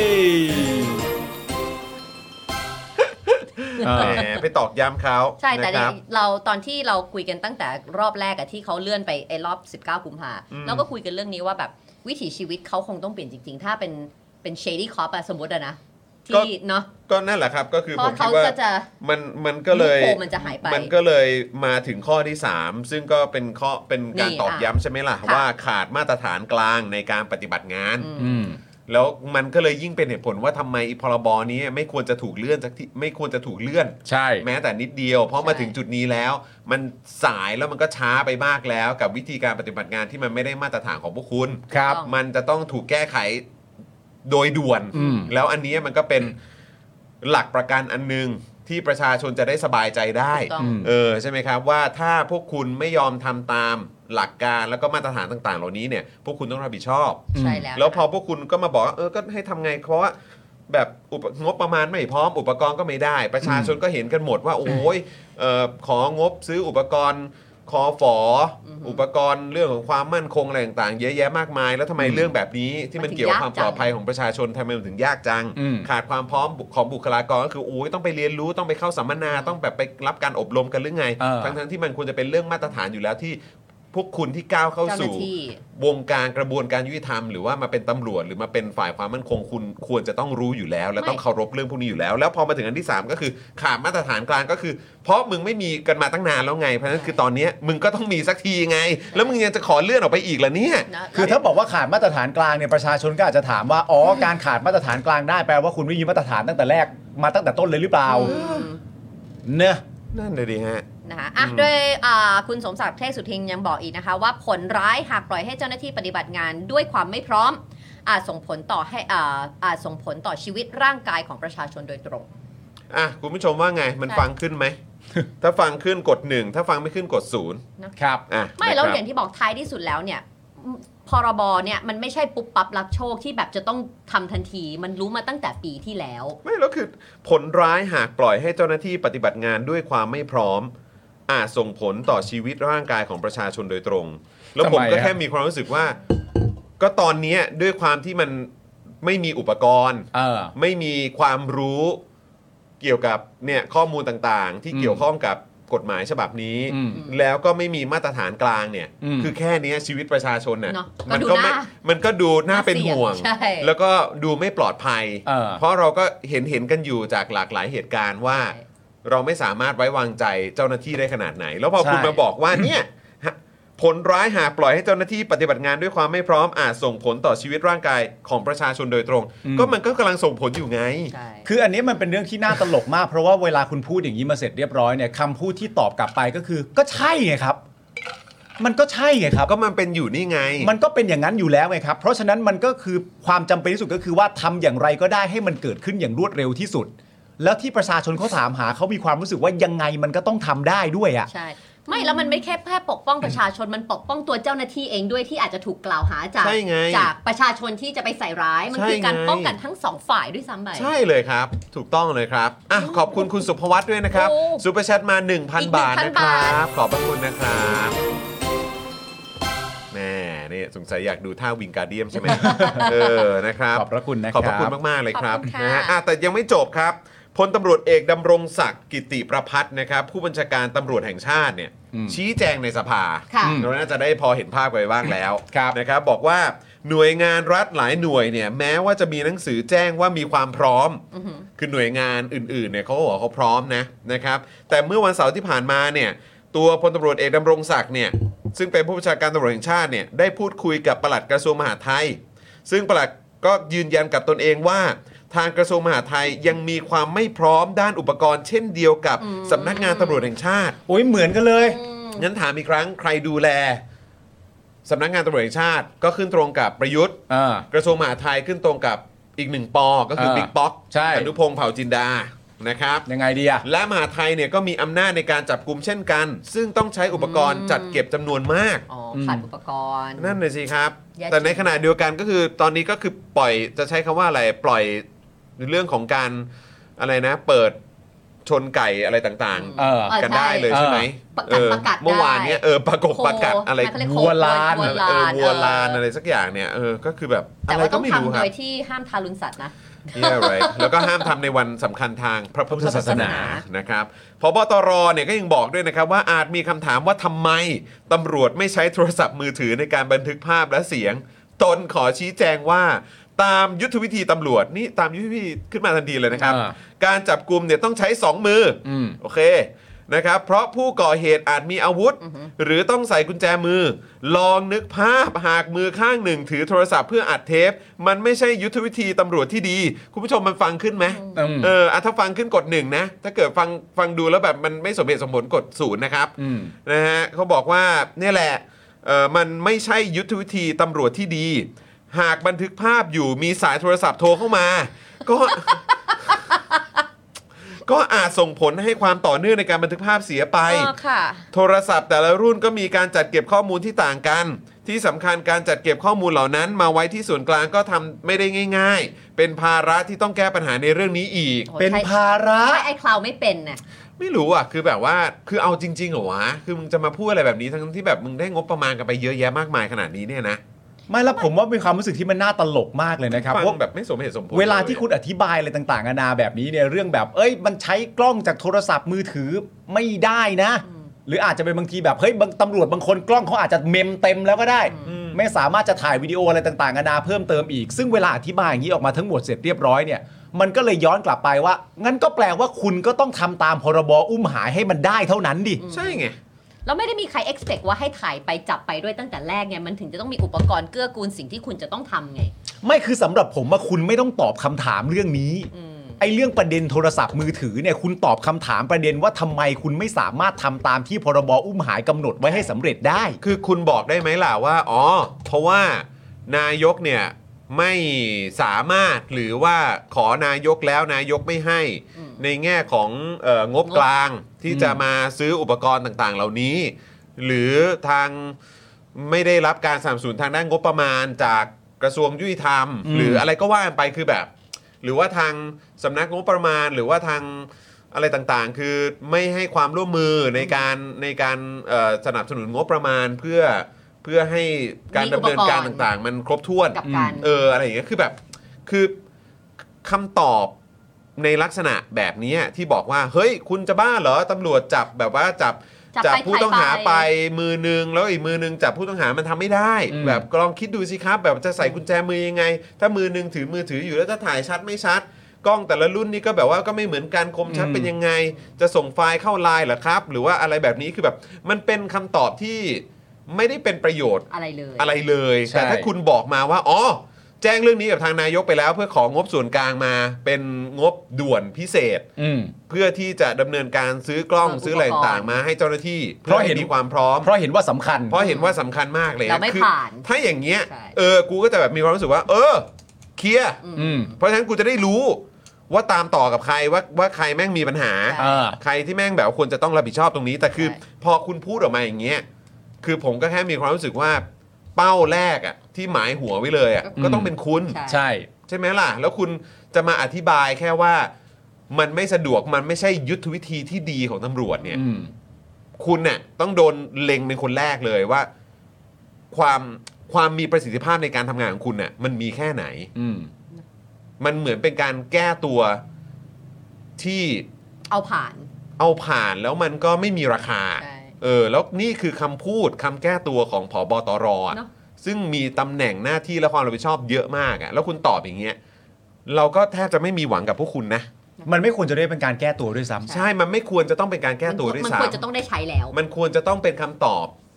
แหมไปตอกย้ำเขาใช่แต่เราตอนที่เราคุยกันตั้งแต่รอบแรกอะที่เขาเลื่อนไปไอ้รอบสิบเก้ากุมภาพันธ์เราก็คุยกันเรื่องนี้ว่าแบบวิถีชีวิตเขาคงต้องเปลี่ยนจริงๆถ้าเป็นเป็น shady cop อะสมมติอะนะที่เนาะก็นั่นแหละครับก็คือผมคิดว่ามันมันก็เลยมันจะหายไปมันก็เลยมาถึงข้อที่สามซึ่งก็เป็นข้อเป็นการตอกย้ำใช่ไหมล่ะว่าขาดมาตรฐานกลางในการปฏิบัติงานแล้วมันก็เลยยิ่งเป็นเหตุผลว่าทำไมพรบนี้ไม่ควรจะถูกเลื่อนสักทีไม่ควรจะถูกเลื่อนใช่แม้แต่นิดเดียวเพราะมาถึงจุดนี้แล้วมันสายแล้วมันก็ช้าไปมากแล้วกับวิธีการปฏิบัติงานที่มันไม่ได้มาตรฐานของพวกคุณครับมันจะต้องถูกแก้ไขโดยด่วนแล้วอันนี้มันก็เป็นหลักประกันอันนึงที่ประชาชนจะได้สบายใจได้เออใช่ไหมครับว่าถ้าพวกคุณไม่ยอมทำตามหลักการแล้วก็มาตรฐานต่างๆเหล่านี้เนี่ยพวกคุณต้องรับผิดชอบใช่แล้วแล้วพอพวกคุณก็มาบอกเออก็ให้ทำไงเพราะว่าแบบงบประมาณไม่พร้อมอุปกรณ์ก็ไม่ได้ประชาชนก็เห็นกันหมดว่าโอ้ยเอ่อของบซื้ออุปกรณ์คอฝออุปกรณ์เรื่องของความมั่นคงอะไรต่างๆเยอะแยะมากมายแล้วทำไมเรื่องแบบนี้ที่มันเกี่ยวกับความปลอดภัยของประชาชนทำไมมันถึงยากจังขาดความพร้อมของบุคลากรก็คือโอ้ยต้องไปเรียนรู้ต้องไปเข้าสัมมนาต้องแบบไปรับการอบรมกันหรือไงทั้งๆที่มันควรจะเป็นเรื่องมาตรฐานอยู่แล้วที่พวกคุณที่ก้าวเข้าสู่วงการกระบวนการยุติธรรมหรือว่ามาเป็นตำรวจหรือมาเป็นฝ่ายความมั่นคงคุณควรจะต้องรู้อยู่แล้วและต้องเคารพเรื่องพวกนี้อยู่แล้วแล้วพอมาถึงอันที่สามก็คือขาดมาตรฐานกลางก็คือเพราะมึงไม่มีกันมาตั้งนานแล้วไงเพราะฉะนั้นคือตอนนี้มึงก็ต้องมีสักทีไงแล้วมึงยังจะขอเลื่อนออกไปอีกล่ะเนี่ยคือถ้าบอกว่าขาดมาตรฐานกลางเนี่ยประชาชนก็อาจจะถามว่าอ๋อการขาดมาตรฐานกลางได้แปลว่าคุณไม่มีมาตรฐานตั้งแต่แรกมาตั้งแต่ต้นเลยหรือเปล่าเนอะนั่นเลยดิฮะนะคะอ่ะโดยคุณสมศักดิ์เทพสุทิงยังบอกอีกนะคะว่าผลร้ายหากปล่อยให้เจ้าหน้าที่ปฏิบัติงานด้วยความไม่พร้อมอาจส่งผลต่อให้อ่าอาจส่งผลต่อชีวิตร่างกายของประชาชนโดยตรงอ่ะคุณผู้ชมว่าไงมันฟังขึ้นไหม ถ้าฟังขึ้นกดหนึ่งถ้าฟังไม่ขึ้นกดศูนย์ครับอ่ะไม่แล้วอย่างที่บอกท้ายที่สุดแล้วเนี่ยพรบเนี่ยมันไม่ใช่ปุ๊บปั๊บรับโชคที่แบบจะต้องทำทันทีมันรู้มาตั้งแต่ปีที่แล้วไม่แล้วคือผลร้ายหากปล่อยให้เจ้าหน้าที่ปฏิบัติงานด้วยความไม่พร้อมอาจส่งผลต่อชีวิตร่างกายของประชาชนโดยตรงแล้วผมก็แค่มีความรู้สึกว่าก็ตอนนี้ด้วยความที่มันไม่มีอุปกรณ์ไม่มีความรู้เกี่ยวกับเนี่ยข้อมูลต่างๆที่เกี่ยวข้องกับกฎหมายฉบับนี้แล้วก็ไม่มีมาตรฐานกลางเนี่ยคือแค่นี้ชีวิตประชาชนเนี่ยมันก็ไม่มันก็ดูน่าเป็นห่วงแล้วก็ดูไม่ปลอดภัยเพราะเราก็เห็นเห็นกันอยู่จากหลากหลายเหตุการณ์ว่าเราไม่สามารถไว้วางใจเจ้าหน้าที่ได้ขนาดไหนแล้วพอคุณมาบอกว่าเนี่ยผลร้ายหากปล่อยให้เจ้าหน้าที่ปฏิบัติงานด้วยความไม่พร้อมอาจส่งผลต่อชีวิตร่างกายของประชาชนโดยตรงก็มันก็กำลังส่งผลอยู่ไงคืออันนี้มันเป็นเรื่องที่น่าตลกมากเพราะว่าเวลาคุณพูดอย่างนี้มาเสร็จเรียบร้อยเนี่ยคำพูดที่ตอบกลับไปก็คือก็ใช่ไงครับมันก็ใช่ไงครับก็มันเป็นอยู่นี่ไงมันก็เป็นอย่างนั้นอยู่แล้วไงครับเพราะฉะนั้นมันก็คือความจำเป็นที่สุดก็คือว่าทำอย่างไรก็ได้ให้มันเกิดขึ้นอย่างรวดเร็วที่สุดแล้วที่ประชาชนเขาถามหาเขามีความรู้สึกว่ายังไงมันก็ต้องทำได้ด้วยอ่ะใช่ไม่แล้วมันไม่แค่แค่ปกป้องประชาชนมันปกป้องตัวเจ้าหน้าที่เองด้วยที่อาจจะถูกกล่าวหาจากจากประชาชนที่จะไปใส่ร้ายมันคือการป้องกันทั้งสองฝ่ายด้วยซ้ำไปใช่เลยครับถูกต้องเลยครับอ่ะขอบคุณคุณสุภวัฒน์ด้วยนะครับซุปเปอร์แชทมา หนึ่งพัน บาทนะครับขอบพระคุณนะครับแม่นี่สงสัยอยากดูท่าวิงการเดียมใช่ไหมเออนะครับขอบพระคุณนะครับขอบพระคุณมากๆเลยครับนะฮะอ่ะแต่ยังไม่จบครับพลตำรวจเอกดำรงศักดิ์กิติประภัสนะครับผู้บัญชาการตำรวจแห่งชาติเนี่ยชี้แจงในสภาเราน่าจะได้พอเห็นภาพไปบ้างแล้วนะครับบอกว่าหน่วยงานรัฐหลายหน่วยเนี่ยแม้ว่าจะมีหนังสือแจ้งว่ามีความพร้อมคือหน่วยงานอื่นๆเนี่ยเขาบอกว่าเขาพร้อมนะนะครับแต่เมื่อวันเสาร์ที่ผ่านมาเนี่ยตัวพลตำรวจเอกดำรงศักดิ์เนี่ยซึ่งเป็นผู้บัญชาการตำรวจแห่งชาติเนี่ยได้พูดคุยกับปลัดกระทรวงมหาดไทยซึ่งปลัดก็ยืนยันกับตนเองว่าทางกระทรวงมหาดไทยยังมีความไม่พร้อมด้านอุปกรณ์เช่นเดียวกับสำนักงานตำรวจแห่งชาติโอ้ยเหมือนกันเลยงั้นถามอีกครั้งใครดูแลสำนักงานตำรวจแห่งชาติก็ขึ้นตรงกับประยุทธ์อ่ากระทรวงมหาดไทยขึ้นตรงกับอีกหนึ่งปอก็คือเออบิ๊กป๊อกใช่อนุพงษ์เผ่าจินดานะครับยังไงดีอะและมหาดไทยเนี่ยก็มีอำนาจในการจับกลุ่มเช่นกัน ซึ่งต้องใช้อุปกรณ์จัดเก็บจำนวนมากอ๋อขาดอุปกรณ์นั่นเลยสิครับแย่จริงแต่ในขณะเดียวกันก็คือตอนนี้ก็คือปล่อยจะใช้คำว่าอะไรปล่อยเรื่องของการอะไรนะ เปิดชนไก่อะไรต่างเออๆ กันได้เลยใช่ไหมประกัดเออประกัดได้เมื่อวานเนี้ยเออประกบประกัดอะไรเขาเรียกโควัวลานวัวเอลาอน วัวลานอะไรสักอย่างเนี่ยเออก็คือแบบแต่อะไรว่าก็ต้องไม่รู้ทำคโดรับยที่ห้ามทารุณสัตว์นะ Yeah, right. แล้วก็ห้ามทำในวันสำคัญทางพระพุทธศาสนานะครับผบตรเนี่ยก็ยังบอกด้วยนะครับว่าอาจมีคำถามว่าทำไมตำรวจไม่ใช้โทรศัพท์มือถือในการบันทึกภาพและเสียง ตนขอชี้แจงว่าตามยุทธวิธีตำรวจนี่ตามยุทธวิธีขึ้นมาทันทีเลยนะครับอ่าการจับกลุ่มเนี่ยต้องใช้สองมือออืมโอเคนะครับเพราะผู้ก่อเหตุอาจมีอาวุธ หรือต้องใส่กุญแจมือ ลองนึกภาพหากมือข้างหนึ่งถือโทรศัพท์เพื่ออัดเทป มันไม่ใช่ยุทธวิธีตำรวจที่ดี คุณผู้ชมมันฟังขึ้นไหมอืมเอออ่ะถ้าฟังขึ้นกดหนึ่งนะ ถ้าเกิดฟังฟังดูแล้วแบบมันไม่สมเหตุสมผลกดศูนย์นะครับอืมนะฮะเขาบอกว่าเนี่ยแหละเออมันไม่ใช่ยุทธวิธีตำรวจที่ดี หากบันทึกภาพอยู่มีสายโทรศัพท์โทรเข้ามา ก็ ก็อาจส่งผลให้ความต่อเนื่องในการบันทึกภาพเสียไปเออค่ะโทรศัพท์แต่ละรุ่นก็มีการจัดเก็บข้อมูลที่ต่างกัน ที่สำคัญการจัดเก็บข้อมูลเหล่านั้น มาไว้ที่ส่วนกลางก็ทำไม่ได้ง่าย ๆ เป็นภาระที่ต้องแก้ปัญหาในเรื่องนี้อีกโอ้ยเป็นภาระใช้ไอ้คลาวไม่เป็นน่ะไม่รู้อ่ะคือแบบว่าคือเอาจริงๆเหรอวะคือมึงจะมาพูดอะไรแบบนี้ทั้งที่แบบมึงได้งบประมาณกันไปเยอะแยะมากมายขนาดนี้เนี่ยนะไม่แล้วผมว่าเป็นความรู้สึกที่มันน่าตลกมากเลยนะครับฟังว่าแบบไม่สมเหตุสมผลเวลาที่คุณอธิบายอะไรต่างๆนานาแบบนี้เนี่ยเรื่องแบบเอ้ยมันใช้กล้องจากโทรศัพท์มือถือไม่ได้นะ หรืออาจจะเป็นบางทีแบบเฮ้ยบางตำรวจบางคนกล้องเขาอาจจะเมมเต็มแล้วก็ได้ ไม่สามารถจะถ่ายวิดีโออะไรต่างๆนานาเพิ่มเติมอีก ซึ่งเวลาอธิบายอย่างนี้ออกมาทั้งหมดเสร็จเรียบร้อยเนี่ยมันก็เลยย้อนกลับไปว่างั้นก็แปลว่าคุณก็ต้องทำตามพรบอุ้มหายให้มันได้เท่านั้นดิใช่ไงแล้วไม่ได้มีใคร expect ว่าให้ถ่ายไปจับไปด้วยตั้งแต่แรกไงมันถึงจะต้องมีอุปกรณ์เกื้อกูลสิ่งที่คุณจะต้องทำไงไม่คือสำหรับผมว่าคุณไม่ต้องตอบคำถามเรื่องนี้ ไอ้เรื่องประเด็นโทรศัพท์มือถือเนี่ยคุณตอบคำถามประเด็นว่าทำไมคุณไม่สามารถทำตามที่พรบอุ้มหายกำหนดไว้ให้สำเร็จได้คือคุณบอกได้ไหมล่ะว่าอ๋อเพราะว่านายกเนี่ยไม่สามารถหรือว่าขอนายกแล้วนายกไม่ให้ในแง่ของเอ่องบกลางที่จะมาซื้ออุปกรณ์ต่างๆ เหล่านี้ หรือทางไม่ได้รับการสนับสนุนทางด้านงบประมาณจากกระทรวงยุติธรรมอืมหรืออะไรก็ว่าไปคือแบบ หรือว่าทางสำนักงบประมาณหรือว่าทางอะไรต่างๆ คือไม่ให้ความร่วมมือในการในการเอ่อสนับสนุนงบประมาณเพื่อเพื่อให้การดำเนินการต่างๆ มันครบถ้วนกับการเอออะไรอย่างเงี้ยคือแบบคือคำตอบในลักษณะแบบนี้ที่บอกว่าเฮ้ยคุณจะบ้าเหรอตำรวจจับแบบว่าจับจับจับไปผู้ต้องหาถ่ายไปไปมือนึงแล้วอีกมือนึงจับผู้ต้องหามันทำไม่ได้อืมแบบลองคิดดูสิครับ แบบจะใส่กุญแจมือยังไง ถ้ามือนึงถือมือถืออยู่แล้วจะถ่ายชัดไม่ชัด กล้องแต่ละรุ่นนี่ก็แบบว่าก็ไม่เหมือนกันคมชัดเป็นยังไง จะส่งไฟล์เข้าไลน์เหรอครับ หรือว่าอะไรแบบนี้คือแบบมันเป็นคำตอบที่ไม่ได้เป็นประโยชน์อะไรเลยอะไรเลยใช่แต่ถ้าคุณบอกมาว่าอ๋อแจ้งเรื่องนี้กับทางนายกไปแล้ว เพื่อของบส่วนกลางมาเป็นงบด่วนพิเศษอืมเพื่อที่จะดำเนินการซื้อกล้องเออซื้ออะไรอุปกรณ์ต่างๆมาให้เจ้าหน้าที่เพราะเห็นมีความพร้อมเพราะเห็นว่าสำคัญเพราะเห็นว่าสำคัญมากเลยแล้วไม่คือผ่านถ้าอย่างเงี้ยใช่เออกูก็จะแบบมีความรู้สึกว่า เออเคลียร์อืมเพราะฉะนั้นกูจะได้รู้ว่าตามต่อกับใครว่าว่าใครแม่งมีปัญหาใช่อ่าใครที่แม่งแบบควรจะต้องรับผิดชอบตรงนี้ แต่คือใช่พอคุณพูดออกมาอย่างเงี้ยคือผมก็แค่มีความรู้สึกว่าเป้าแรกอะที่หมายหัวไว้เลยอะก็ต้องเป็นคุณใช่ใช่ใช่ไหมล่ะ แล้วคุณจะมาอธิบายแค่ว่ามันไม่สะดวกมันไม่ใช่ยุทธวิธีที่ดีของตำรวจเนี่ยอืมคุณเนี่ยต้องโดนเล็งเป็นคนแรกเลยว่า ความความมีประสิทธิภาพในการทำงานของคุณเนี่ยมันมีแค่ไหนอืมมันเหมือนเป็นการแก้ตัวที่เอาผ่านเอาผ่านแล้วมันก็ไม่มีราคาใช่เออแล้วนี่คือคำพูดคำแก้ตัวของผบตรอะเนอะซึ่งมีตำแหน่งหน้าที่และความรับผิดชอบเยอะมากอะแล้วคุณตอบอย่างเงี้ยเราก็แทบจะไม่มีหวังกับพวกคุณนะมันไม่ควรจะได้เป็นการแก้ตัวด้วยซ้ำใช่ มันไม่ควรจะต้องเป็นการแก้ตัวด้วยมันซ้ควรจะต้องได้ใช้แล้วำมันควรจะต้องเป็นคำตอบ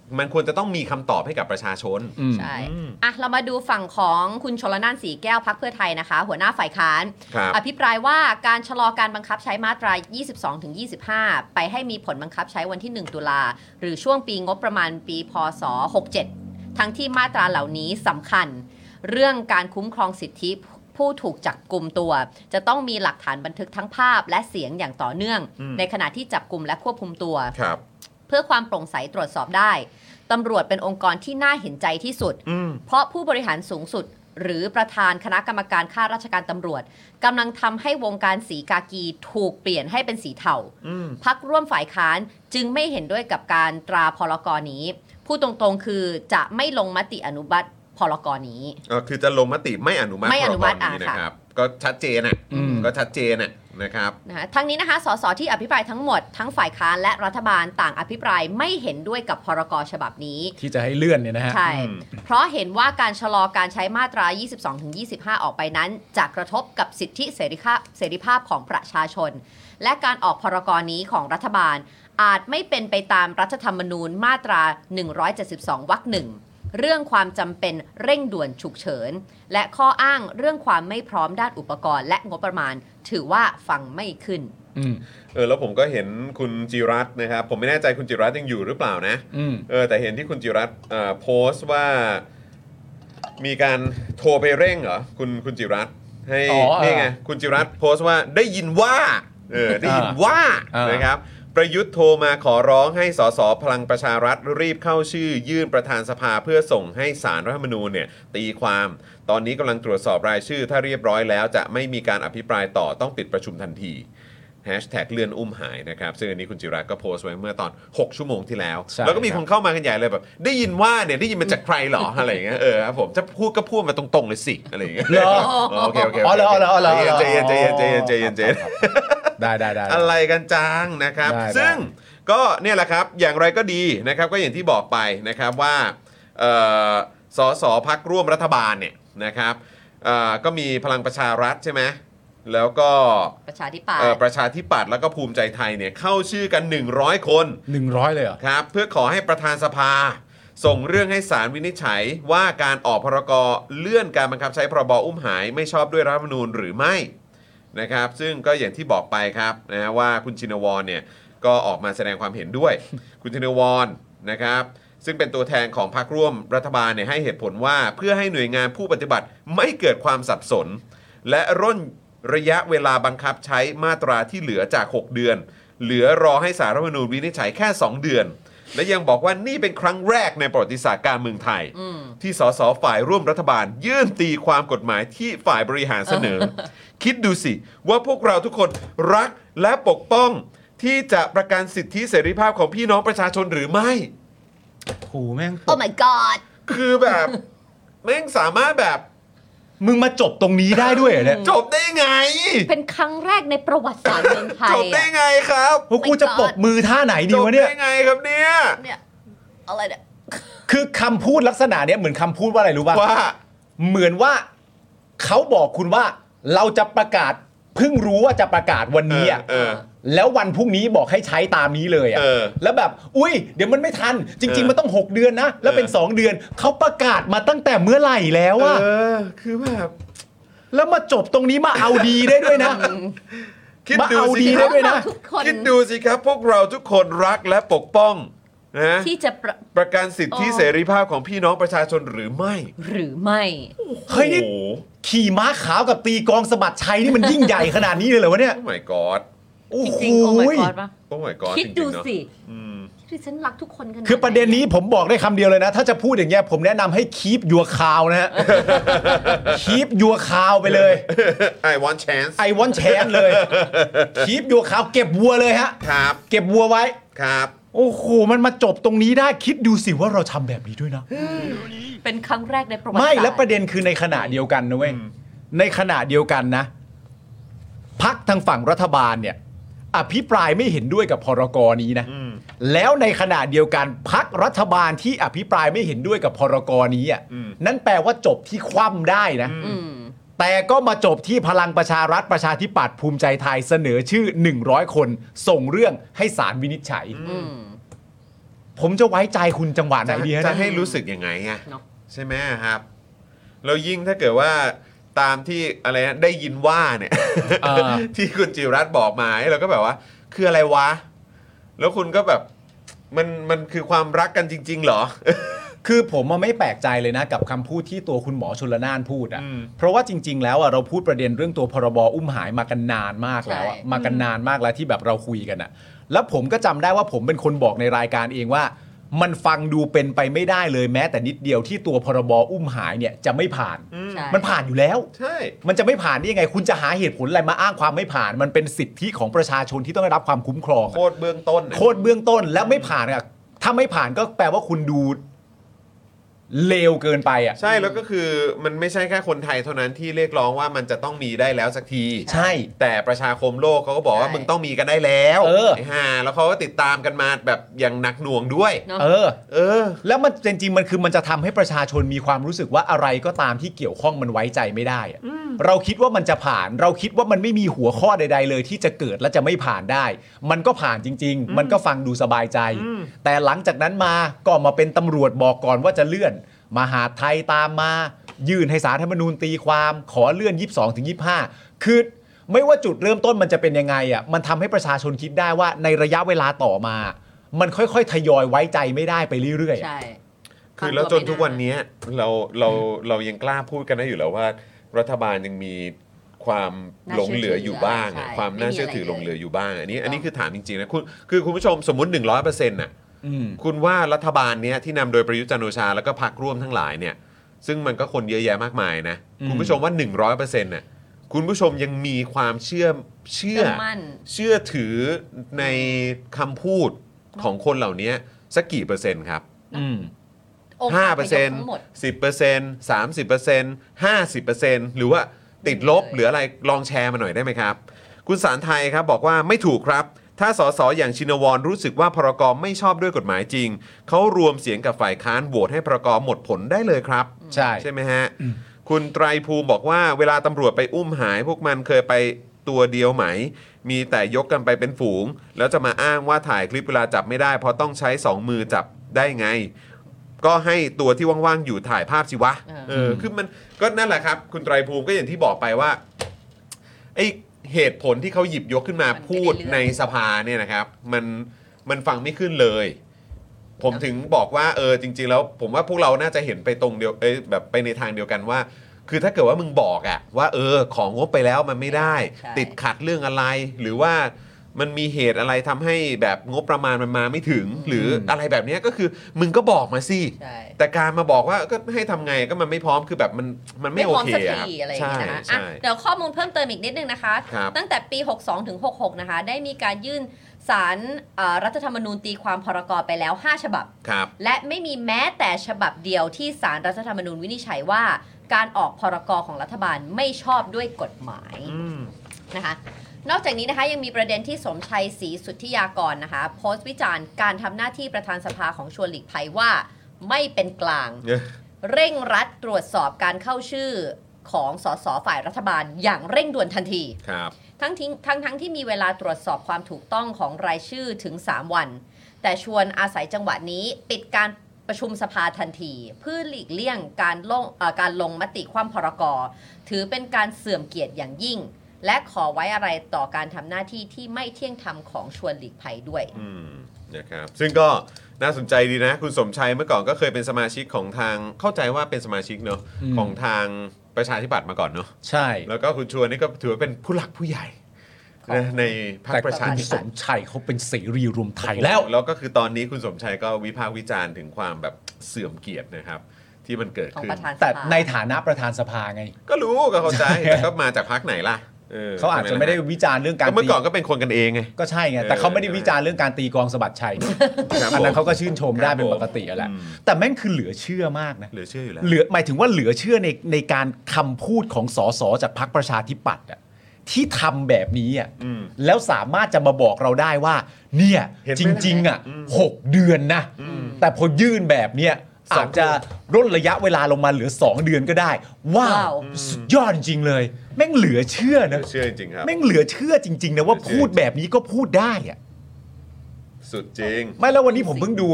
มันควรจะต้องมีคำตอบให้กับประชาชนใช่อ่ะเรามาดูฝั่งของคุณชลน่านสีแก้วพรรคเพื่อไทยนะคะ หัวหน้าฝ่ายค้านอภิปรายว่าการชะลอการบังคับใช้มาตรา ยี่สิบสองถึงยี่สิบห้า ไปให้มีผลบังคับใช้วันที่ หนึ่ง ตุลาหรือช่วงปีงบประมาณปีพ.ศ. หกสิบเจ็ด ทั้งที่มาตราเหล่านี้สำคัญเรื่องการคุ้มครองสิทธิผู้ถูกจับกลุ่มตัวจะต้องมีหลักฐานบันทึกทั้งภาพและเสียงอย่างต่อเนื่องในขณะที่จับกลุ่มและควบคุมตัวเพื่อความโปร่งใสตรวจสอบได้ตำรวจเป็นองค์กรที่น่าเห็นใจที่สุดเพราะผู้บริหารสูงสุดหรือประธานคณะกรรมการข้าราชการตำรวจกำลังทำให้วงการสีกากีถูกเปลี่ยนให้เป็นสีเทาพรรคร่วมฝ่ายค้านจึงไม่เห็นด้วยกับการตราพรกนี้พูดตรงๆคือจะไม่ลงมติอนุมัติพรกนี้อ๋อคือจะลงมติไม่อนุมัติไม่อนุมัติพรกนี้นะครับก็ชัดเจนอ่ะก็ชัดเจนอ่ะนะครับนะทั้งนี้นะคะสสที่อภิปรายทั้งหมดทั้งฝ่ายค้านและรัฐบาลต่างอภิปรายไม่เห็นด้วยกับพรกฉบับนี้ที่จะให้เลื่อนเนี่ยนะฮะใช่เพราะเห็นว่าการชะลอการใช้มาตรา ยี่สิบสองถึงยี่สิบห้า ออกไปนั้นจะกระทบกับสิทธิเสรีภาพเสรีภาพของประชาชนและการออกพรกนี้ของรัฐบาลอาจไม่เป็นไปตามรัฐธรรมนูญมาตราหนึ่งร้อยเจ็ดสิบสองวรรคหนึ่งเรื่องความจำเป็นเร่งด่วนฉุกเฉินและข้ออ้างเรื่องความไม่พร้อมด้านอุปกรณ์และงบประมาณถือว่าฟังไม่ขึ้นเออแล้วผมก็เห็นคุณจิรัตน์นะครับผมไม่แน่ใจคุณจิรัตน์ยังอยู่หรือเปล่านะเออแต่เห็นที่คุณจิรัตน์โพสต์ว่ามีการโทรไปเร่งเหรอคุณคุณจิรัตน์ให้นี่ไงคุณจิรัตน์โพสต์ว่าได้ยินว่าเออได้ยินว่านะครับประยุทธ์โทรมาขอร้องให้สสพลังประชารัฐรีบเข้าชื่อยื่นประธานสภาเพื่อส่งให้ศาลรัฐธรรมนูญเนี่ยตีความตอนนี้กำลังตรวจสอบรายชื่อถ้าเรียบร้อยแล้วจะไม่มีการอภิปรายต่อต้องปิดประชุมทันทีแฮชแท็กเลื่อนอุ้มหายนะครับซึ่งอันนี้คุณจิรัตน์ก็โพสต์ไว้เมื่อตอนหกชั่วโมงที่แล้วแล้วก็มีคนเข้ามากันใหญ่เลยแบบได้ยินว่าเนี่ยได้ยินมาจากใครหรออะไรอย่างเงี้ยเออครับผมจะพูดก็พูดมาตรงๆเลยสิอะไรอย่างเงี้ยโอเคโอเคอ๋อแล้วอ๋อแล้วอ๋อแล้วใจเย็นใจเย็นใจเย็นใจเย็นใจเย็นได้ได้ได้อะไรกันจังนะครับซึ่งก็เนี่ยแหละครับอย่างไรก็ดีนะครับก็อย่างที่บอกไปนะครับว่าสสพรรคร่วมรัฐบาลเนี่ยนะครับก็มีพลังประชารัฐใช่ไหมแล้วก็ประชาธิปัตย์ประชาธิปัตย์แล้วก็ภูมิใจไทยเนี่ยเข้าชื่อกันหนึ่งร้อยคนหนึ่งร้อยเลยเหรอครับเพื่อขอให้ประธานสภาส่งเรื่องให้ศาลวินิจฉัยว่าการออกพรกเลื่อนการบังคับใช้พรบอุ้มหายไม่ชอบด้วยรัฐธรรมนูญหรือไม่นะครับซึ่งก็อย่างที่บอกไปครับนะว่าคุณชินวรเนี่ยก็ออกมาแสดงความเห็นด้วย คุณชินวรนะครับซึ่งเป็นตัวแทนของพรรคร่วมรัฐบาลเนี่ยให้เหตุผลว่าเพื่อให้หน่วยงานผู้ปฏิบัติไม่เกิดความสับสนและร่นระยะเวลาบังคับใช้มาตราที่เหลือจากหกเดือนเหลือรอให้ศาลรัฐธรรมนูญวินิจฉัยแค่สองเดือนและยังบอกว่านี่เป็นครั้งแรกในประวัติศาสตร์การเมืองไทยที่สสฝ่ายร่วมรัฐบาลยื่นตีความกฎหมายที่ฝ่ายบริหารเสนอ คิดดูสิว่าพวกเราทุกคนรักและปกป้องที่จะประกันสิทธิเสรีภาพของพี่น้องประชาชนหรือไม่โหแม่ง Oh my god คือแบบแม่งสามารถแบบมึงมาจบตรงนี้ได้ด้วยเหรอเนี่ยจบได้ไงเป็นครั้งแรกในประวัติศาสตร์เมืองไทยจบได้ไงครับพวกกูจะปรบมือท่าไหนดีวะเนี่ยจบได้ไงครับเนี่ยเนี่ยอะไรเนี่ยคือคำพูดลักษณะเนี้ยเหมือนคำพูดว่าอะไรรู้ป่ะว่าเหมือนว่าเขาบอกคุณว่าเราจะประกาศเพิ่งรู้ว่าจะประกาศวันนี้อ่ะแล้ววันพรุ่งนี้บอกให้ใช้ตามนี้เลยอ่ะแล้วแบบอุ้ยเดี๋ยวมันไม่ทันจริงๆมันต้องหกเดือนนะแล้วเป็นสองเดือนเขาประกาศมาตั้งแต่เมื่อไหร่แล้วอ่ะเออคือแบบแล้วมาจบตรงนี้มาเอาดีได้ด้วยนะคิดดูสิได้ด้วยนะคิดดูสิครับพวกเราทุกคนรักและปกป้องนะที่จะประประกันสิทธิเสรีภาพของพี่น้องประชาชนหรือไม่หรือไม่เฮ้ยนี่ขี่ม้าขาวกับตีกองสะบัดชัยนี่มันยิ่งใหญ่ขนาดนี้เลยเหรอวะเนี่ยโอ้ my god จริงๆ โอ้ my god ป่ะโอ้ my god คิดดูสิที่ฉันรักทุกคนกันคือประเด็นนี้ผมบอกได้คำเดียวเลยนะถ้าจะพูดอย่างเงี้ยผมแนะนำให้ keep your cow นะฮะ keep your cow ไปเลย I want chance I want chance เลย keep your cow เก็บวัวเลยฮะครับเก็บวัวไว้ครับโอ้โหมันมาจบตรงนี้ได้คิดดูสิว่าเราทำแบบนี้ด้วยนะเป็นครั้งแรกในประวัติศาสตร์ไม่แล้วประเด็นคือในขณะเดียวกันนะเว้ยในขณะเดียวกันนะพรรคทางฝั่งรัฐบาลเนี่ยอภิปรายไม่เห็นด้วยกับพรกนี้นะแล้วในขณะเดียวกันพรรครัฐบาลที่อภิปรายไม่เห็นด้วยกับพรกนี้อ่ะนั่นแปลว่าจบที่คว่ำได้นะแต่ก็มาจบที่พลังประชารัฐประชาธิปัตย์ภูมิใจไทยเสนอชื่อหนึ่งร้อยคนส่งเรื่องให้ศาลวินิจฉัยผมจะไว้ใจคุณจังหวะไหนจะดีฮะจะเนี่ยให้รู้สึกยังไงไงเนอะใช่ไหมครับแล้วยิ่งถ้าเกิดว่าตามที่อะไรนะได้ยินว่าเนี่ยเออที่คุณจิรัตน์บอกมาเราก็แบบว่า คืออะไรวะ แล้วคุณก็แบบมันมันคือความรักกันจริง ๆ เหรอคือผมมาไม่แปลกใจเลยนะกับคำพูดที่ตัวคุณหมอชลน่านพูดอ่ะอืมเพราะว่าจริง ๆ แล้วอ่ะเราพูดประเด็นเรื่องตัวพรบอุ้มหายมากันนานมากแล้วอะใช่มากันนานมากแล้วที่แบบเราคุยกันอ่ะ แล้วผมก็จำได้ว่าผมเป็นคนบอกในรายการเองว่า มันฟังดูเป็นไปไม่ได้เลยแม้แต่นิดเดียวที่ตัวพรบอุ้มหายเนี่ยจะไม่ผ่านใช่มันผ่านอยู่แล้วใช่มันจะไม่ผ่านได้ยังไง คุณจะหาเหตุผลอะไรมาอ้างความไม่ผ่าน มันเป็นสิทธิของประชาชนที่ต้องได้รับความคุ้มครองโคตรเบื้องต้นน่ะโคตรเบื้องต้นแล้วไม่ผ่านอ่ะถ้าไม่ผ่านก็แปลว่าคุณดูเลวเกินไปอ่ะใช่แล้วก็คือมันไม่ใช่แค่คนไทยเท่านั้นที่เรียกร้องว่ามันจะต้องมีได้แล้วสักทีใช่แต่ประชาคมโลกเขาก็บอกว่าใช่มึงต้องมีกันได้แล้วเออไอ้ห่าแล้วเขาก็ติดตามกันมาแบบอย่างหนักหน่วงด้วยเนอะเออเออแล้วมันจริงๆมันคือมันจะทำให้ประชาชนมีความรู้สึกว่าอะไรก็ตามที่เกี่ยวข้องมันไว้ใจไม่ได้อะเราคิดว่ามันจะผ่าน เราคิดว่ามันไม่มีหัวข้อใด ๆ เลยที่จะเกิดและจะไม่ผ่านได้ มันก็ผ่านจริง ๆ มันก็ฟังดูสบายใจ แต่หลังจากนั้นมาก็มาเป็นตำรวจบอกก่อนว่าจะเลื่อน มหาดไทยตามมายื่นให้ศาลรัฐธรรมนูญตีความขอเลื่อนยี่สิบสองถึงยี่สิบห้าคือไม่ว่าจุดเริ่มต้นมันจะเป็นยังไงอ่ะมันทำให้ประชาชนคิดได้ว่าในระยะเวลาต่อมา มันค่อยๆทยอยไว้ใจไม่ได้ไปเรื่อยๆใช่คือแล้วจนทุกวันนี้เราเราเรายังกล้าพูดกันได้อยู่แล้วว่า รัฐบาลยังมีความหลงเหลืออยู่บ้างอะใช่ความน่าเชื่อถือหลงเหลืออยู่บ้างอันนี้อันนี้คือถามจริงๆนะคุณคือคุณผู้ชมสมมุติ หนึ่งร้อยเปอร์เซ็นต์ น่ะอืมคุณว่ารัฐบาลเนี้ยที่นำโดยประยุทธ์จันทร์โอชาแล้วก็พรรคร่วมทั้งหลายเนี่ยซึ่งมันก็คนเยอะแยะมากมายนะอืมคุณผู้ชมว่า หนึ่งร้อยเปอร์เซ็นต์ น่ะคุณผู้ชมยังมีความเชื่อเชื่อเชื่อมั่นเชื่อถือในคำพูดของคนเหล่านี้สักกี่เปอร์เซ็นต์ครับอืมองค์ห้าคาเปพอร์ยเซ็พนต์ทั้งหมดสิบเปอร์เซ็นต์สามสิบเปอร์เซ็นต์ห้าสิบเปอร์เซ็นต์หรือว่าติดลบเลยหรืออะไรลองแชร์มาหน่อยได้ไหมครับ คุณสารไทยครับบอกว่าไม่ถูกครับ ถ้าสสอย่างชินวรรู้สึกว่าพรกไม่ชอบด้วยกฎหมายจริง เขารวมเสียงกับฝ่ายค้านโหวตให้พรกหมดผลได้เลยครับใช่ใช่ไหมฮะ คุณไตรภูมิบอกว่าเวลาตำรวจไปอุ้มหาย พวกมันเคยไปตัวเดียวไหม มีแต่ยกกันไปเป็นฝูง แล้วจะมาอ้างว่าถ่ายคลิปเวลาจับไม่ได้เพราะต้องใช้สองมือจับได้ไง ก็ให้ตัวที่ว่างๆอยู่ถ่ายภาพสิวะเออเออคือมันก็นั่นแหละครับ คุณไตรภูมิก็อย่างที่บอกไปว่าไอเหตุผลที่เขาหยิบยกขึ้นมาพูดในสภาเนี่ยนะครับ มันมันฟังไม่ขึ้นเลย ผมถึงบอกว่าเออจริง ๆ แล้ว ผมว่าพวกเราน่าจะเห็นไปตรงเดียวเอ้ยแบบไปในทางเดียวกันว่า คือถ้าเกิดว่ามึงบอกอะว่าเออของงบไปแล้วมันไม่ได้ใช่ติดขัดเรื่องอะไร หรือว่ามันมีเหตุอะไรทำให้แบบงบประมาณมันมาไม่ถึง หรืออะไรแบบเนี้ยก็คือมึงก็บอกมาสิใช่แต่การมาบอกว่าก็ให้ทำไงก็มันไม่พร้อมคือแบบมันมันไม่ไม่โอพร้อมเคสักอะครับทีอะไรอย่างเงี้ยนะคะใช่อ่ะใช่เดี๋ยวข้อมูลเพิ่มเติมอีกนิดนึงนะคะครับตั้งแต่ปี หกสองถึงหกหก นะคะ ได้มีการยื่นสารเอ่อรัฐธรรมนูญตีความพรกไปแล้ว ห้า ฉบับครับและไม่มีแม้แต่ฉบับเดียวที่สารรัฐธรรมนูญวินิจฉัยว่า การออกพรกของรัฐบาลไม่ชอบด้วยกฎหมายนะคะ นอกจากนี้นะคะยังมีประเด็นที่สมชัยศรีสุทธิยากรนะคะโพสต์วิจารณ์การทำหน้าที่ประธานสภาของชวนหลีกภัยว่าไม่เป็นกลาง เร่งรัดตรวจสอบการเข้าชื่อของสสฝ่ายรัฐบาลอย่างเร่งด่วนทันทีครับทั้งทิ้งทั้งทั้งที่มีเวลาตรวจสอบความถูกต้องของรายชื่อถึง สาม วัน แต่ชวนอาศัยจังหวะนี้ปิดการประชุมสภาทันที เพื่อหลีกเลี่ยงการลงเอ่อการลงมติคว่ำพรกถือเป็นการเสื่อมเกียรติอย่างยิ่ง และขอไว้อะไรต่อการทำหน้าที่ที่ไม่เที่ยงธรรมของชวนหลีกภัยด้วยอืมนะครับซึ่งก็น่าสนใจดีนะ คุณสมชัยเมื่อก่อนก็เคยเป็นสมาชิกของทางเข้าใจว่าเป็นสมาชิกเนอะอืมของทางประชาธิปัตย์มาก่อนเนอะใช่แล้วก็คุณชวนนี่ก็ถือว่าเป็นผู้หลักผู้ใหญ่นะในพรรแต่คประชาคุณธิสปัตมย์ชัยเขาเป็นเสรีรวมไทยแล้แล้ว วแล้วก็คือตอนนี้คุณสมชัยก็วิพากษ์วิจารณ์ถึงความแบบเสื่อมเกียรตินะครับ ที่มันเกิดของขึ้นประธานสแต่ภาในฐานะประธานสภาไงก็รู้ก็เข้าใจ แต่ก็มาจากพรรคไหนล่ะเขาอาจจะไม่ได้วิจารณ์เรื่องการก็เมื่อตีก่อนก็เป็นคนกันเองไงก็ใช่ไงแต่เขาไม่ได้วิจารณ์เรื่องการตีกลองสะบัดชัยครับอันนั้นผมเขาก็ชื่นชมได้เป็นครับผมปกติอะแหละอืมแต่แม่งคือเหลือเชื่อมากนะเหลือเชื่ออยู่แล้วเหลือหมายถึงว่าเหลือเชื่อในในการคำพูดของสสจากพรรคประชาธิปัตย์อะที่ทำแบบนี้อ่ะอืมแล้วสามารถจะมาบอกเราได้ว่า เนี่ยเห็นไหมจริง ๆ อ่ะอืมหกเดือนนะ แต่พอยื่นแบบเนี้ยสออาง จจะร่นระยะเวลาลงมาเหลือ สอง เดือนก็ได้ ว้าว้าว วสุดยอดจริงๆเลย แม่งเหลือเชื่อเหลืนะอเชื่อจริงๆครับแม่งเหลือเชื่อจริง ๆ นะว่าเหลือเชื่อพูดแบบนี้ก็พูดได้อะสุดจริงไม่แล้ววันนี้ผมเพิ่งดูแบบ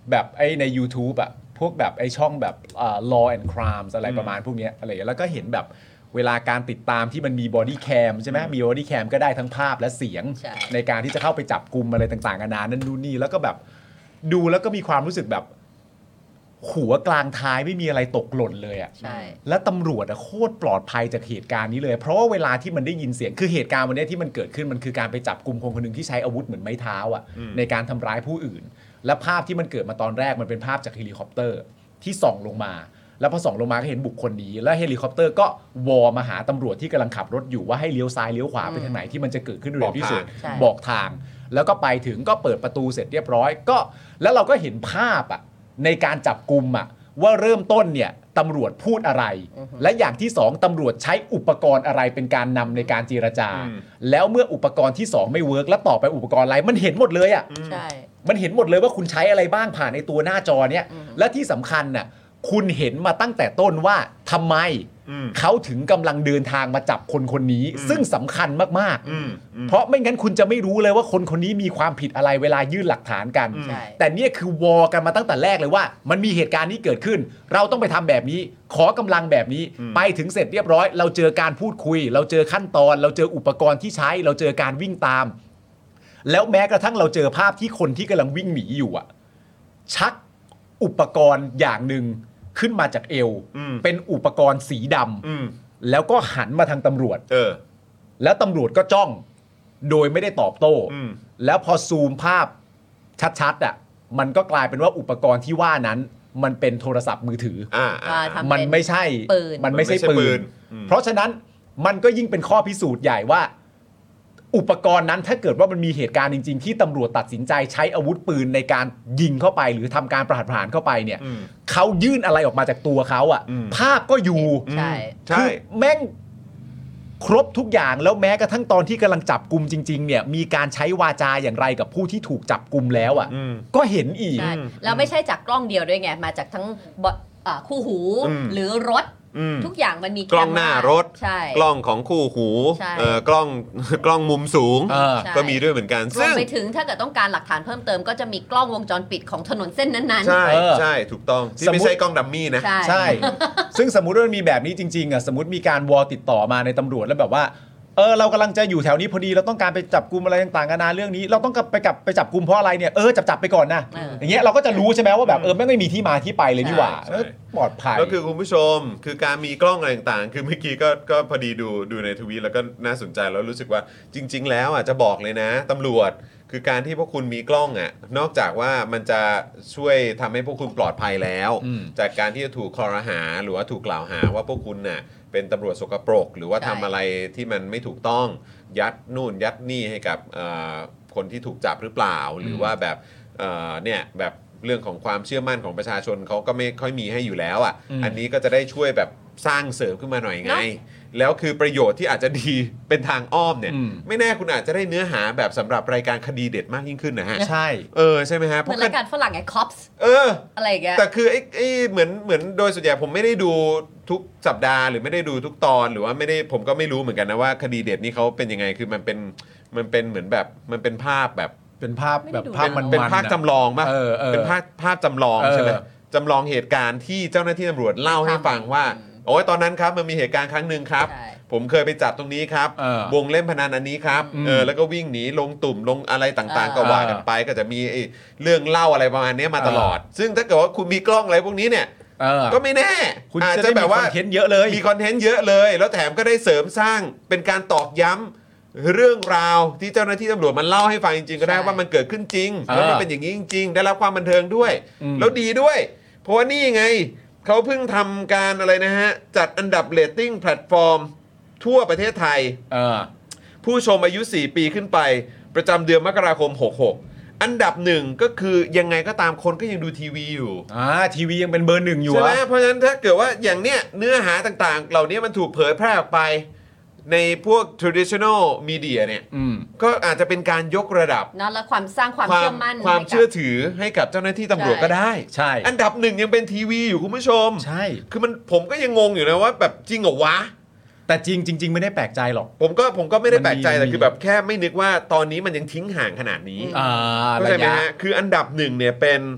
แบบไอ้ใน YouTube อ่ะพวกแบบไอ้ช่องแบบอ่า law and crimes อะไรประมาณพวกเนี้ยอะไรแล้วก็เห็นแบบเวลาการติดตามที่มันมี body cam ใช่ไหมมี body cam ก็ได้ทั้งภาพและเสียงใช่ในการที่จะเข้าไปจับกุมอะไรต่างๆนานานั่นนู่นนี่แล้วก็แบบดูแล้วก็มีความรู้สึกแบบหัวกลางท้ายไม่มีอะไรตกหล่นเลยอ่ะใช่และตำรวจอะโคตรปลอดภัยจากเหตุการณ์นี้เลยเพราะว่าเวลาที่มันได้ยินเสียงคือเหตุการณ์วันนี้ที่มันเกิดขึ้นมันคือการไปจับกลุ่มคนคนหนึ่งที่ใช้อาวุธเหมือนไม้เท้าอ่ะในการทำร้ายผู้อื่น และภาพที่มันเกิดมาตอนแรกมันเป็นภาพจากเฮลิคอปเตอร์ที่ส่องลงมาแล้วพอส่องลงมาก็เห็นบุคคลนี้แล้วเฮลิคอปเตอร์ก็วอมาหาตำรวจที่กำลังขับรถอยู่ว่าให้เลี้ยวซ้ายเลี้ยวขวาไปทางไหนที่มันจะเกิดขึ้นเร็วที่สุดใช่บอกทาง แล้วก็ไปถึงก็เปิดประตูเสร็จเรียบร้อยก็แล้วเราก็เห็นภาพอ่ะในการจับกุมอ่ะว่าเริ่มต้นเนี่ยตำรวจพูดอะไร และอย่างที่สองตำรวจใช้อุปกรณ์อะไรเป็นการนำในการเจรจา แล้วเมื่ออุปกรณ์ที่สองไม่เวิร์กแล้วต่อไปอุปกรณ์อะไรมันเห็นหมดเลยอ่ะใช่มันเห็นหมดเลยว่าคุณใช้อะไรบ้างผ่านในตัวหน้าจอเนี้ยและที่สำคัญน่ะคุณเห็นมาตั้งแต่ต้นว่าทำไมเขาถึงกำลังเดินทางมาจับคนคนนี้ซึ่งสำคัญมากๆเพราะไม่งั้นคุณจะไม่รู้เลยว่าคนคนนี้มีความผิดอะไรเวลายื่นหลักฐานกันใช่แต่เนี่ยคือวอกันมาตั้งแต่แรกเลยว่ามันมีเหตุการณ์นี้เกิดขึ้น เราต้องไปทำแบบนี้ขอกำลังแบบนี้ไปถึงเสร็จเรียบร้อยเราเจอการพูดคุย เราเจอขั้นตอน เราเจออุปกรณ์ที่ใช้เราเจอการวิ่งตามแล้วแม้กระทั่งเราเจอภาพที่คนที่กำลังวิ่งหนีอยู่อะชักอุปกรณ์อย่างหนึ่งขึ้นมาจากเอวเป็นอุปกรณ์สีดำแล้วก็หันมาทางตำรวจเออแล้วตำรวจก็จ้องโดยไม่ได้ตอบโต้แล้วพอซูมภาพชัดๆอ่ะมันก็กลายเป็นว่าอุปกรณ์ที่ว่านั้นมันเป็นโทรศัพท์มือถืออ่าอ่าทำเป็นมันไม่ใช่ปืนมันไม่ใช่มันไม่ใช่ปืปืนนอืมเพราะฉะนั้นมันก็ยิ่งเป็นข้อพิสูจน์ใหญ่ว่า อุปกรณ์นั้นถ้าเกิดว่ามันมีเหตุการณ์จริงๆที่ตำรวจตัดสินใจใช้อาวุธปืนในการยิงเข้าไปหรือทำการประหารเข้าไปเนี่ยเขายื่นอะไรออกมาจากตัวเขาอ่ะภาพก็อยู่ใช่คือแม่งครบทุกอย่างแล้วแม้กระทั่งตอนที่กำลังจับกลุ่มจริงๆเนี่ยมีการใช้วาจาอย่างไรกับผู้ที่ถูกจับกลุ่มแล้วอ่ะก็เห็นอีกใช่แล้วไม่ใช่จากกล้องเดียวด้วยไงมาจากทั้งบอ่าคู่หูหรือรถทุกอย่างมันมีกล้องหน้ารถใช่กล้องของคู่หูใช่เอ่อกล้อง กล้องมุมสูงเออใช่ก็มีด้วยเหมือนกันรวซึ่มงไปถึงถ้าเกิดต้องการหลักฐานเพิ่มเติมก็จะมีกล้องวงจรปิดของถนนเส้นนั้นๆใช่เออใช่ถูกต้องที่สมมุไม่ติใช่กล้องดัมมี่นะใช่ใช่ ซึ่งสมมุติว่ามันมีแบบนี้จริงๆอ่ะสมมติมีการวอลติดต่อมาในตำรวจแล้วแบบว่าเออเรากำลังจะอยู่แถวนี้พอดีเราต้องการไปจับกุมอะไรต่างๆกันานาเรื่องนี้เราต้องกลับไปกลับไปจับกุมเพราะอะไรเนี่ยเออจับจับไปก่อนนะเอออย่างเงี้ยเราก็จะรู้ใช่ไหมว่าแบบเออไม่ไม่มีที่มาที่ไปเลยนี่หว่าใช่เออปลอดภัยก็คือคุณผู้ชมคือการมีกล้องอะไรต่างๆ คือเมื่อกี้ก็ก็พอดีดูดูในทวีตแล้วก็น่าสนใจแล้วรู้สึกว่าจริง ๆ แล้วอ่ะจะบอกเลยนะตำรวจคือการที่พวกคุณมีกล้องอ่ะนอกจากว่ามันจะช่วยทำให้พวกคุณปลอดภัยแล้วอืมจากการที่จะถูกคอรหาหรือว่าถูกกล่าวหาว่าพวกคุณน่ะเป็นตำรวจสกปรก หรือว่าใช่ทำอะไรที่มันไม่ถูกต้องยัดนู่นยัดนี่ให้กับเอ่อคนที่ถูกจับหรือเปล่า หรือว่าแบบเอ่อเนี่ยแบบเรื่องของความเชื่อมั่นของประชาชนเขาก็ไม่ค่อยมีให้อยู่แล้วอ่ะอืมอันนี้ก็จะได้ช่วยแบบสร้างเสริมขึ้นมาหน่อยไงเนอะแล้วคือประโยชน์ที่อาจจะดีเป็นทางอ้อมเนี่ยอืมไม่แน่คุณอาจจะได้เนื้อหาแบบสำหรับรายการคดีเด็ดมากยิ่งขึ้นนะฮะใช่เออใช่ไหมฮะเหมือนรายการฝรั่งไง cops เอออะไรอย่างเงี้ยแต่คือไอ้ไอ้เหมือนเหมือนโดยส่วนใหญ่ผมไม่ได้ดูทุกสัปดาห์หรือไม่ได้ดูทุกตอนหรือว่าไม่ได้ผมก็ไม่รู้เหมือนกันนะว่าคดีเด็ดนี่เขาเป็นยังไงคือมันเป็นมันเป็นเหมือนแบบมันเป็นภาพแบบเป็นภาพแบบภาพเป็นมันๆเป็นภาพอะจำลองป่ะเออเออเป็นภาพภาพจำลองเออใช่ไหมจำลองเหตุการณ์ที่เจ้าหน้าที่ตำรวจเล่าให้ฟังว่าโอ้ยตอนนั้นครับมันมีเหตุการณ์ครั้งหนึ่งครับใช่ผมเคยไปจับตรงนี้ครับเออวงเล่นพนันอันนี้ครับอืมเออแล้วก็วิ่งหนีลงตุ่มลงอะไรต่างๆเออก็ว่ากันไปก็จะมีไอ้เรื่องเล่าอะไรประมาณเนี้ยมาตลอด ซึ่งถ้าเกิดว่าคุณมีกล้องอะไรพวกนี้เนี่ยเออก็ไม่แน่คุณอาจจะจะได้แบมีบคว่าอนเทนต์เยอะเลยมีคอนเทนต์เยอะเลย แล้วแถมก็ได้เสริมสร้างเป็นการตอกย้ำเรื่องราวที่เจ้าหน้าที่ตำรวจมันเล่าให้ฟังจริงๆก็ได้ใช่ว่ามันเกิดขึ้นจริงเออแล้วมันเป็นอย่างนี้จริง ๆ ได้รับความบันเทิงด้วยอืมแล้วดีด้วย เพราะว่านี่ไงเขาเพิ่งทำการอะไรนะฮะจัดอันดับเรตติ้งแพลตฟอร์มทั่วประเทศไทยเออผู้ชมอายุสี่ปีขึ้นไปประจำเดือนมกราคมหกสิบหกอันดับหนึ่งก็คือยังไงก็ตามคนก็ยังดูทีวีอยู่อ่าทีวียังเป็นเบอร์หนึ่งอยู่ใช่ไหมอะเพราะฉะนั้นถ้าเกิดว่าอย่างเนี้ยเนื้อหาต่างๆ เหล่านี้มันถูกเผยแพร่ออกไปในพวก traditional media เนี่ยอืมก็อาจจะเป็นการยกระดับเนอะแล้วความสร้างความควาเชื่มอมั่นความให้กับเชื่อถือให้กับเจ้าหน้าที่ตำรวจใช่ก็ได้ใช่อันดับหนึ่งยังเป็นทีวีอยู่คุณผู้ชมใช่คือมันผมก็ยังงงอยู่นะว่าแบบจริงเหรอวะแต่จริงจริง ๆ ไม่ได้แปลกใจหรอกผมก็ผมก็ไม่ได้แปลกใจมันมีแต่คือแบบแค่ไม่นึกว่าตอนนี้มันยังทิ้งห่างขนาดนี้อ่าเข้าระใจไหมยะฮะคืออันดับหนึ่งเนี่ยเป็น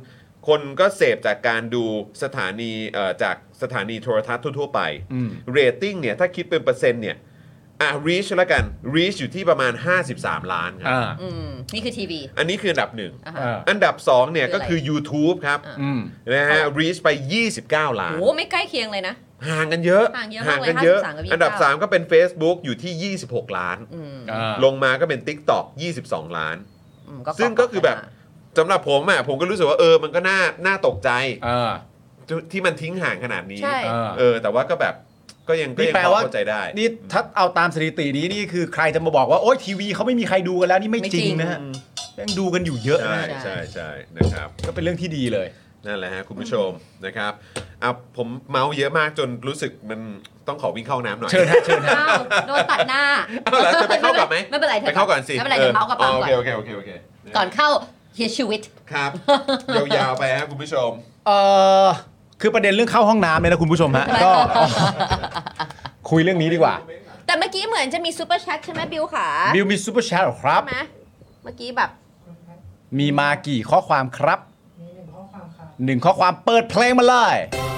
คนก็เสพจากการดูสถานีเอ่อจากสถานีโทรทัศน์ทั่วๆไปเรตติ้งเนี่ยถ้าคิดเป็นเปอร์เซ็นต์เนี่ยอ่ะ reach แล้วกัน reach อยู่ที่ประมาณห้าสิบสามล้านครับอืมนี่คือทีวีอันนี้คืออันดับหนึ่งอ่าฮะอันดับสองเนี่ยก็คือ YouTube ครับอืมนะฮะ reach ไปยี่สิบเก้าล้านโอ้ไม่ใกล้เคียงเลยนะห่างกันเยอะห่างเยอะมากเลยกันเยอะห้าสิบสามกับยี่สิบเก้าอันดับสามก็เป็น Facebook อยู่ที่ยี่สิบหกล้านอืมอ่าลงมาก็เป็น TikTok ยี่สิบสองล้านอืมซึ่งก็คือแบบสำหรับผมอ่ะผมก็รู้สึกว่าเออมันก็น่าน่าตกใจอ่าที่มันทิ้งห่างขนาดนี้ใช่อ่าเออแต่ว่าก็แบบก็ยังก็นี่ยังแปลพอว่าเข้าใจได้นี่ถ้าเอาตามสถิตินี้นี่คือใครจะมาบอกว่าโอ๊ยทีวีเขาไม่มีใครดูกันแล้วนี่ไม่ไม่จจริริงงนะฮะยังดูกันอยู่เยอะใช่นะใช่ใช่นะครับก็เป็นเรื่องที่ดีเลยนั่นแหละฮะคุณผู้ชมนะครับอ่ะผมเมาส์เยอะมากจนรู้สึกมันต้องขอวิ่งเข้าห้องน้ำหน่อยเชิญฮะเชิญฮะอ้าวโดนตัดหน้าเอาล่ะจะไปเข้าก่อนไหมไม่เป็นไรไปเข้าก่อนสิไม่เป็นไรเดี๋ยวเมาส์กับปั๊มโอก่เคอนโอเคโอเคโอเคก่อนเข้าเฮียชีวิตครับ ยาวๆไปฮะคุณผู้ชมเอ่อคือประเด็นเรื่องเข้าห้องน้ำเนี่ยนะคุณผู้ชมฮะก็ คุยเรื่องนี้ดีกว่าแต่เมื่อกี้เหมือนจะมีซูเปอร์แชทใช่ไหมบิวขาบิวมีซูเปอร์แชทเหรอครับใช่ไหมเมื่อกี้แบบมีมากี่ข้อความครับมีหนึ่งข้อความครับหนึ่งข้อความเปิดเพลงมาเลย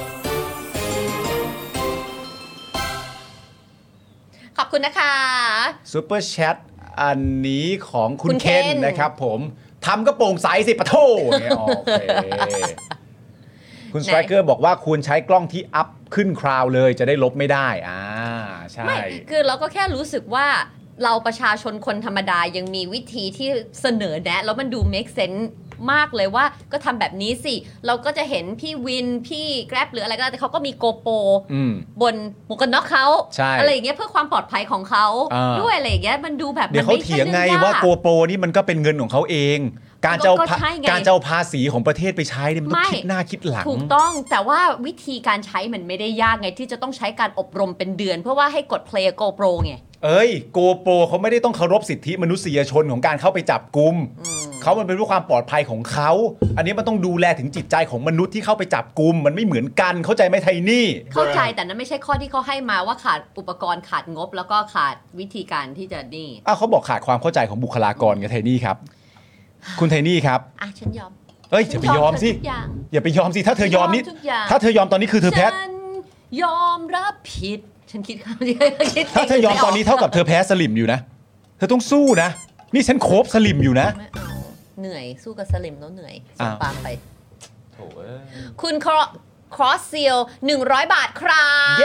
ขอบคุณนะคะซูเปอร์แชทอันนี้ของคุคุณ ณเคนเคนนะครับผมทำก็โปร่งใสสิปะโถเนี่ยโอเค คุณสไตรเกอร์บอกว่าควรใช้กล้องที่อัพขึ้นคราวเลยจะได้ลบไม่ได้อ่าใช่ไม่คือเราก็แค่รู้สึกว่าเราประชาชนคนธรรมดายังมีวิธีที่เสนอแนะแล้วมันดู make sense มากเลยว่าก็ทำแบบนี้สิ เราก็จะเห็นพี่วิน พี่แกร็บหรืออะไรก็แล้วแต่เขาก็มีโกโปรอืมบนหมวกกันน็อกเขาใช่อะไรอย่างเงี้ยเพื่อความปลอดภัยของเขาอ่าด้วยอะไรอย่างเงี้ยมันดูแบบเดี๋ยวเขามันม่เถียงไงใช่รื่องว่าโกโปรนี่มันก็เป็นเงินของเขาเอง การจะเอาก็ภาใช่ไงการจะเอาภาษีของประเทศไปใช้เนี่ยมันต้องไม่คิดหน้าคิดหลังถูกต้องแต่ว่าวิธีการใช้มันไม่ได้ยากไงที่จะต้องใช้การอบรมเป็นเดือน เพื่อว่าให้กด play GoPro ไงเอ้ยโกโปรเขาไม่ได้ต้องเคารพสิทธิมนุษยชนของการเข้าไปจับกุมเขามันเป็นเพื่อความปลอดภัยของเขา อันนี้มันต้องดูแลถึงจิตใจของมนุษย์ที่เข้าไปจับกุมมันไม่เหมือนกันเข้าใจไหมไทนี่เข้าใจแต่นั้นไม่ใช่ข้อที่เขาให้มาว่าขาดอุปกรณ์ขาดงบ แล้วก็ขาดวิธีการที่จะนี่อ้าวเขาบอกขาดความเข้าใจของบุคลากรไงไทนี่ครับ คุณไทนี่ครับอ่ะฉันยอมเอ้ยอย่าไปยอมสิฉันทุกอย่างอย่าไปยอมสิถ้าเธอยอมนี่ทุกอย่างถ้าเธอยอมตอนนี้คือเธอแพ้ฉันยอมรับผิด ฉันคิดคำนี้คิดถ้าเธอยอมตอนนี้เท่ากับเธอแพ้สลิมอยู่นะ เธอต้องสู้นะ นี่ฉันโคบสลิมอยู่นะไม่เอาเหนื่อยสู้กับสลิมแล้วเหนื่อยส่งอ้าวปาล์มไปโถ่เอ้ยคุณครอสซีลหนึ่งร้อยบาทครับเย้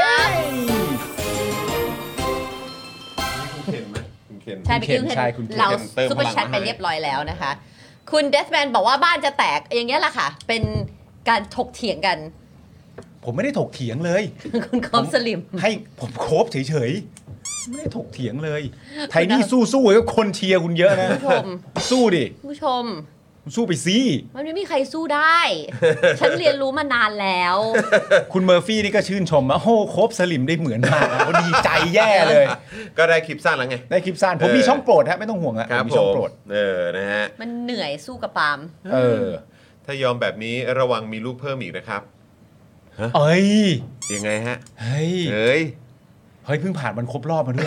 คุณเคนไหมคุณเคนใช่ไปคุณเคนคิวใช่คุณเคนเราเติมซูเปอร์พลังแชทมาไปให้เรียบร้อยแล้วนะคะ คุณเดสแมนบอกว่าบ้านจะแตกอย่างเงี้ยแหละค่ะ เป็นการถกเถียงกันผมไม่ได้ถกเถียงเลยคุณครอสสลิมให้ผมโคบเฉยๆ ไม่ได้ถกเถียงเลย ไทนี่สู้ๆก็คนเชียร์คุณเยอะนะคุณผู้ชมสู้ดิคุณผู้ชมสู้ไปสิมันไม่มีใครสู้ได้ ฉันเรียนรู้มานานแล้วคุณเมอร์ฟี่นี่ก็ชื่นชมนะโอ้โคบสลิมได้เหมือนมากนะเขาดีใจแย่เลยก็ได้คลิปสั้นแล้วไงได้คลิปสั้นผมมีช่องโปรดฮะไม่ต้องห่วงอะครับผมมีผช่องมโปรดเออนะฮะมันเหนื่อยสู้กับปาล์มเออถ้ายอมแบบนี้ระวังมีลูกเพิ่มอีกนะครับเอ้ยยังไงฮะเฮ้ยเฮ้ยเฮ้ยเพิ่งผ่านวันครบรอบมาด้วย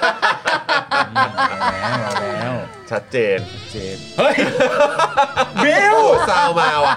เอาแล้วเอาแล้วชัดเจนเจนเฮ้ยบิวโอ้ซาวมาว่ะ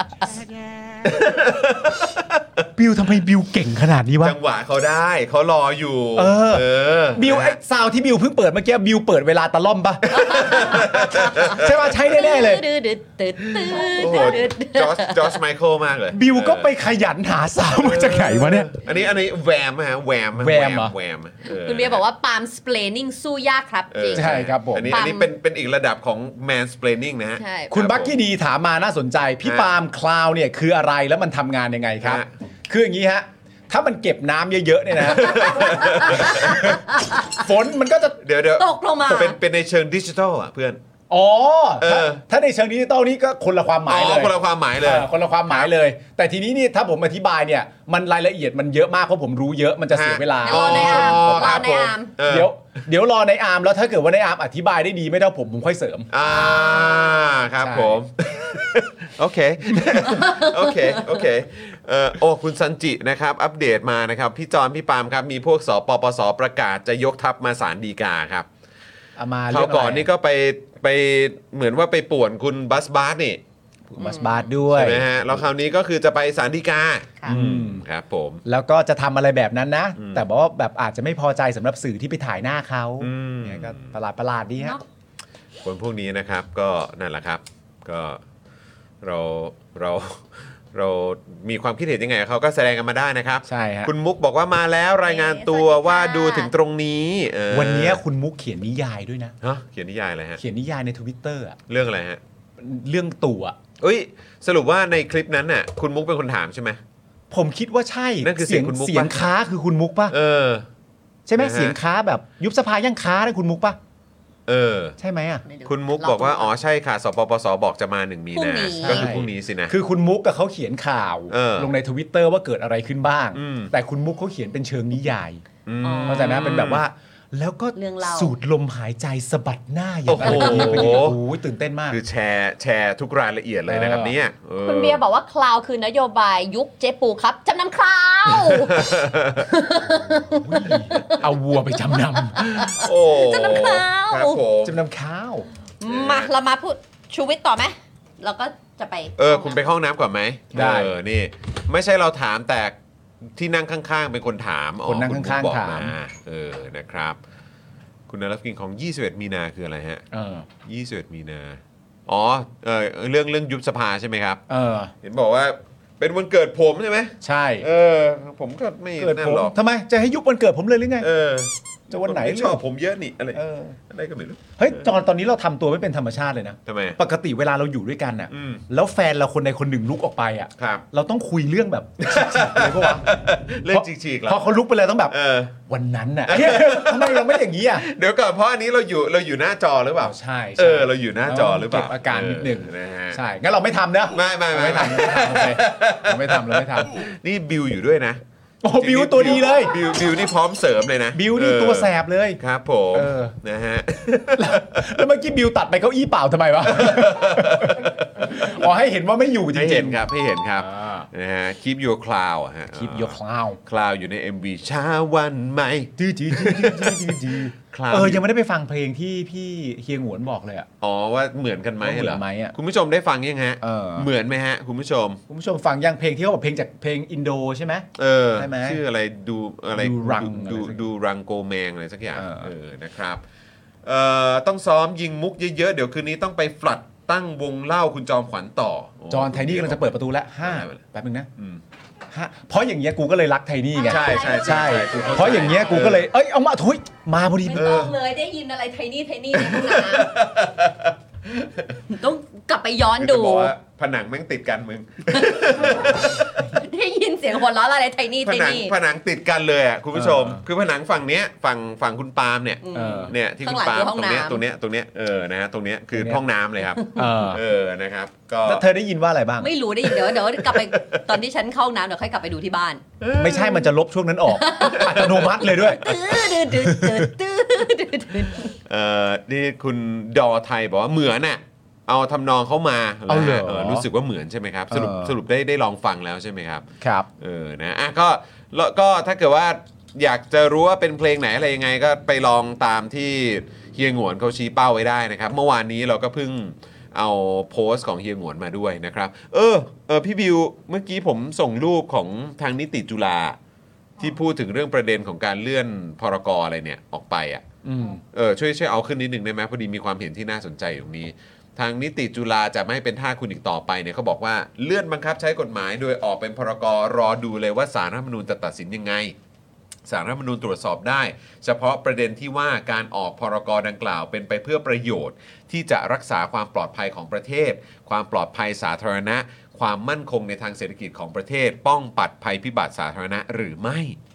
บิวทำไมบิวเก่งขนาดนี้วะจังหวะเขาได้เขารออยู่เออเออบิวไอ้ซาวที่บิวเพิ่งเปิดเมื่อกี้บิวเปิดเวลาตะล่อมปะ ใช่ป่ะใช่แน่ๆเลยโอ้โหจอร์จจอร์จไมเคิลมากเลยบิวก็ไปขยันหาซาวมาจากไหนวะเนี่ยอันนี้อันนี้แวมฮะแวมแวมเหรอแวมออคุณเบียร์บอกว่าปาล์มสเปลนิ่งสู้ยากครับจริงใช่ครับผมอันนี้ปั๊อัมนนี้เป็นเป็นอีกระดับของ mansplaining นะฮะใช่คุณครับบักกี้ดีถามมาน่าสนใจ พี่ฮะปาล์มคลาวเนี่ยคืออะไรแล้วมันทำงานยังไงครับฮะคืออย่างนี้ฮะ ถ้ามันเก็บน้ำเยอะๆเนี่ยนะ ฝนมันก็จะเดี๋ยวเดี๋ยวตกลงมาเป็นเป็นในเชิงดิจิทัลอ่ะเพื่อนอ๋อเออถ้าถ้าในเชิงดิจิตอลนี่ก็คนละความหอ๋มายเลอย คนละความหมายเลยออคนละความหมายเลย แต่ทีนี้นี่ถ้าผมอธิบายเนี่ยมันรายละเอียดมันเยอะมากเพราะผมรู้เยอะมันจะเสียเวลารอในอาร์มอ๋อรคอรับในอาร์มเออเดี๋ยวเดี๋ยวรอในอาร์มแล้วถ้าเกิดว่าในอาร์มอธิบายได้ดีไม่เท่าผมผมค่อยเสริมอ่าครับใช่ผม โอเค โอเค โอเคเอ่อโอ้คุณซันจินะครับ อัปเดตมานะครับ พี่จอนพี่ปาล์มครับ มีพวกสปปสประกาศจะยกทัพมาศาลฎีกาครับเอามาคราวก่อนเรื่งะไรนี่ก็ไปไปเหมือนว่าไปป่วนคุณบัสบาร์นี่อุมัสบาทด้วยใช่ไหมฮะแล้วคราวนี้ก็คือจะไปศาลฎีกาค่ะอืมครับผมแล้วก็จะทำอะไรแบบนั้นนะอืมแต่บอกว่าแบบอาจจะไม่พอใจสำหรับสื่อที่ไปถ่ายหน้าเขาอืมเนี่ยก็ประหลาดประหลาดๆดีฮะเนาะคนพวกนี้นะครับก็นั่นแหละครับก็เราเราเรามีความคิดเห็นยังไงกับเขาก็แสดงกันมาได้นะครับใช่ฮะคุณมุกบอกว่ามาแล้วรายงานตัวว่าดูถึงตรงนี้เออวันนี้คุณมุกเขียนนิยายด้วยนะฮะเขียนนิยายอะไรฮะเขียนนิยายใน Twitter อะเรื่องอะไรฮะเรื่องตู่อะเอ้ยสรุปว่าในคลิปนั้นน่ะคุณมุกเป็นคนถามใช่ไหมผมคิดว่าใช่นั่นคือเสียงคุณมุกปะเสียงค้าคือคุณมุกป่ะเออใช่ไหมนะฮะเสียงค้าแบบยุบสภายังค้านะคุณมุกป่ะเออใช่ไหมอ่ะไม่รู้คุณมุกบอกว่าอ๋อใช่ค่ะสปปสบอกจะมาหนึ่งมีพรุ่งนานี้ก็คือพรุ่งนี้สินะคือคุณมุกกับเขาเขียนข่าวเออลงใน Twitter ว่าเกิดอะไรขึ้นบ้างอืมแต่คุณมุกเขาเขียนเป็นเชิงนิยายอืมอ๋อเข้าใจไหมเป็นแบบว่า แล้วก็เรื่องเล่าสูดลมหายใจสะบัดหน้าอย่างไรโอ้โหโอ้โหตื่นเต้นมากคือแชร์แชร์ทุกรายละเอียดเลยนะครับเออเนี่ยออคุณเบียร์บอกว่าคลาวคือนโยบายยุคเจ๊ปูครับจำนำคลาวเอาวัวไปจำนโอ้จำนำข้าวครับผมำจำนำข้าวมาเรามาพูดชูวิทย์ต่อไหมเราก็จะไปเออคุณไปเข้าห้องน้ำก่อนไหมได้เออนี่ ไม่ใช่เราถามแต่ที่นั่งข้างๆ เป็นคนถามอ๋อคนนั่งณข้างๆบอกถามเออนะครับ คุณนรกินของยี่สิบเอ็ดมีนาคืออะไรฮะเออยี่สิบเอ็ดมีนาอ๋อเออเรื่องเรื่องยุบสภาใช่ไหมครับเออเห็นบอกว่าเป็นวันเกิดผมใช่ไหมใช่เออ ผมก็ไม่เกิดนั่ผนมหรอกทำไมจะให้ยุบวันเกิดผมเลยหรือไงเออจะวันไหนคม่ชอบผมเยอะนี่อะไรเอออะไรก็ไม่รู้เฮ้ยจอนตอนนี้เราทำตัวไม่เป็นธรรมชาติเลยนะทำไมปกติเวลาเราอยู่ด้วยกันน่ะอืมแล้วแฟนเราคนใดคนหนึ่งลุกออกไปอ่ะครับเราต้องคุยเรื่องแบบ เลยปะวะเรื่องฉีกๆเหรอพอเขาลุกไปเลยต้องแบบเออวันนั้นน่ะ ทำไมเราไม่อย่างนี้อ่ะเดี๋ยวก่อนเพราะอันนี้เราอยู่เราอยู่หน้าจอหรือเปล่าใช่เออเราอยู่หน้าจอหรือเปล่าเก็บอาการนิดหนึ่งเออนะฮะใช่งั้นเราไม่ทำนะไม่ไม่ไม่ไม่ทำไม่ทำโอเคเราไม่ทำเราไม่ทนี่บิวอยู่ด้วยนะำโอ้บิวตัวดีเลยบิวบิวนี่พร้อมเสริมเลยนะบิวนี่เออตัวแสบเลยครับผมเออนะฮะแล้วเมื่อกี้บิวตัดไปเก้าอี้เปล่าทำไมวะ อ๋อให้เห็นว่าไม่อยู่จริงๆให้เห็นครับให้เห็นครับอ่านะฮะ Keep Your Cloud อะฮะ Keep Your Cloud คลาวอยู่ใน เอ็ม วี เช้าวันใหม่จื้อจื้อจื้อจื้อจื้อจื้อจื้อ Cloud เออยังไม่ได้ไปฟังเพลงที่พี่เฮียหงวนบอกเลยอ่ะอ๋อว่าเหมือนกันไหมว่าเหมืเหรออนไหมอะคุณผู้ชมได้ฟังยังฮะเออเหมือนไหมฮะ คุณผู้ชมคุณผู้ชมฟังยังเพลงที่เขาบอกเพลงจากเพลงอินโดใช่ไหมเออใช่ไหมชื่ออะไรดูอะไรดูรังดูอะไรสักดูรังโกแมงอะไรสักอย่างเออเออนะครับเอ่อต้องซ้อมยิงมุกเยอะๆ เดี๋ยวคืนนี้ต้องไปฟลัดตั้งวงเล่าคุณจอมขวัญต่อโจอห์นไทนี่กำลังจะเปิดประตูแล้วห้าแป๊บนึงนะอืมห้าเพราะอย่างเงี้ยกูก็เลยรักไทนี่ไงใช่ใช่ใช่ใช่ใช่เพราะอย่างเงี้ยกูก็เลยเอ้ยเอามาถุยมาพอดีไม่ต้องเลยได้ยินอะไรไทนี่ไทนี่ในห้องน้ำต้องกลับไปย้อนคือดูจะบอกว่าผนังแม่งติดกันมึงได้ยินเสียงหัวเราะอะไรไทนี่ผไทนังนี่ผนังติดกันเลยอ่ะคุณผู้ชมเออคือผนังฝั่งเนี้ยฝั่งฝั่งคุณปาล์มเนี่ยเออเนี่ยที่คุณข้างหลังปาล์มคือห้องตรงเนี้ยน้ำตรงเนี้ยตรงเนี้ยเออนะฮะตรงเนี้ยคือตรงเนี้ยห้องน้ำเลยครับเออเออนะครับก็แล้วเธอได้ยินว่าอะไรบ้างไม่รู้ได้ยินเดี๋ยวเดี๋ยวกลับไปตอนที่ฉันเข้าห้องน้ำเดี๋ยวค่อยกลับไปดูที่บ้านไม่ใช่มันจะลบช่วงนั้นออก อัตโนมัติเลยด้วยตื้อดื้อดื้อดื้อดื้อดื้อดื้อเอ่อนี่คุณดอไทยบอกว่าเหมือนน่ะเอาทำนองเข้ามาเอาเหรอเออรู้สึกว่าเหมือนใช่ไหมครับสรุปเออสรุปได้ได้ลองฟังแล้วใช่ไหมครับครับเออนะอ่ะก็แล้วก็ถ้าเกิดว่าอยากจะรู้ว่าเป็นเพลงไหนอะไรยังไงก็ไปลองตามที่เฮียหงวนเขาชี้เป้าไว้ได้นะครับ เมื่อวานนี้เราก็เพิ่งเอาโพสต์ของเฮียหงวนมาด้วยนะครับ เออเออพี่บิวเมื่อกี้ผมส่งรูปของทางนิติจุฬาที่พูดถึงเรื่องประเด็นของการเลื่อนพรกอะไรเนี่ยออกไปอ่ะอืมเออช่วยช่วยเอาขึ้นนิดนึงได้ไหมพอดีมีความเห็นที่น่าสนใจอยู่ตรงนี้ ทางนิติจุฬาจะไม่ให้เป็นท่าคุณอีกต่อไปเนี่ยเขาบอกว่าเลื่อนบังคับใช้กฎหมายโดยออกเป็นพรกรอดูเลยว่าศาลรัฐธรรมนูญจะตัดสินยังไงศาลรัฐธรรมนูญตรวจสอบได้ เฉพาะประเด็นที่ว่าการออกพรกดังกล่าวเป็นไปเพื่อประโยชน์ที่จะรักษาความปลอดภัยของประเทศ ความปลอดภัยสาธารณะ ความมั่นคงในทางเศรษฐกิจของประเทศ ป้องปัดภัยพิบัติสาธารณะหรือไม่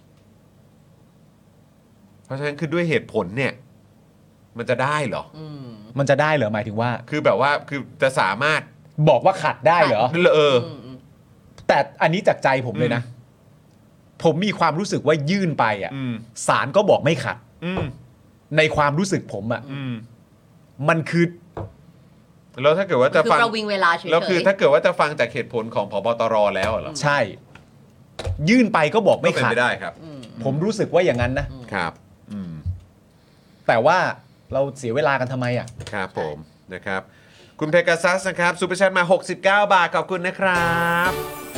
เพราะฉะนั้นคือด้วยเหตุผลเนี่ยมันจะได้เหรอมันจะได้เหรอหมายถึงว่าคือแบบว่าคือจะสามารถบอกว่าขัดได้เหรอเออแต่อันนี้จากใจผมเลยนะ ผมมีความรู้สึกว่ายื่นไปอ่ะอืมศาลก็บอกไม่ขัดอืมในความรู้สึกผมอ่ะอืมมันคือแล้วถ้าเกิดว่าจะคือฟังประวิงเวลาเฉยๆแล้วคือถ้าเกิดว่าจะฟังจากเหตุผลของผบตรแล้วเหรอใช่ ยื่นไปก็บอกไม่ก็เป็นขัดไปได้ครับผมรู้สึกว่าอย่างนั้นนะครับอืมแต่ว่าเราเสียเวลากันทำไมอ่ะครับผมนะครับคุณเพกาซัสนะครับซูเปอร์แชทมาหกสิบเก้าบาทขอบคุณนะครับ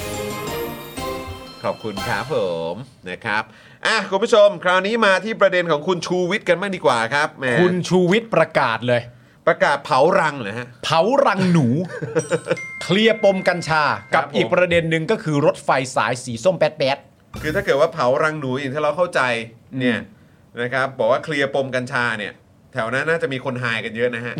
ขอบคุณครับผมนะครับอ่ะคุณผู้ชมคราวนี้มาที่ประเด็นของคุณชูวิทย์กันบ้างดีกว่าครับแหมคุณชูวิทย์ประกาศเลยประกาศเผารังเหรอฮะเผารังหนู เคลียร์ปมกัญชาครักับบ ผมอีกประเด็นหนึ่งก็คือรถไฟสายสีส้มแป๊ดคือถ้าเกิดว่าเผารังหนูอย่างที่เราเข้าใจเนี่ยนะครับบอกว่าเคลียร์ปมกัญชาเนี่ยแถวนั้นน่าจะมีคนหายกันเยอะนะฮะ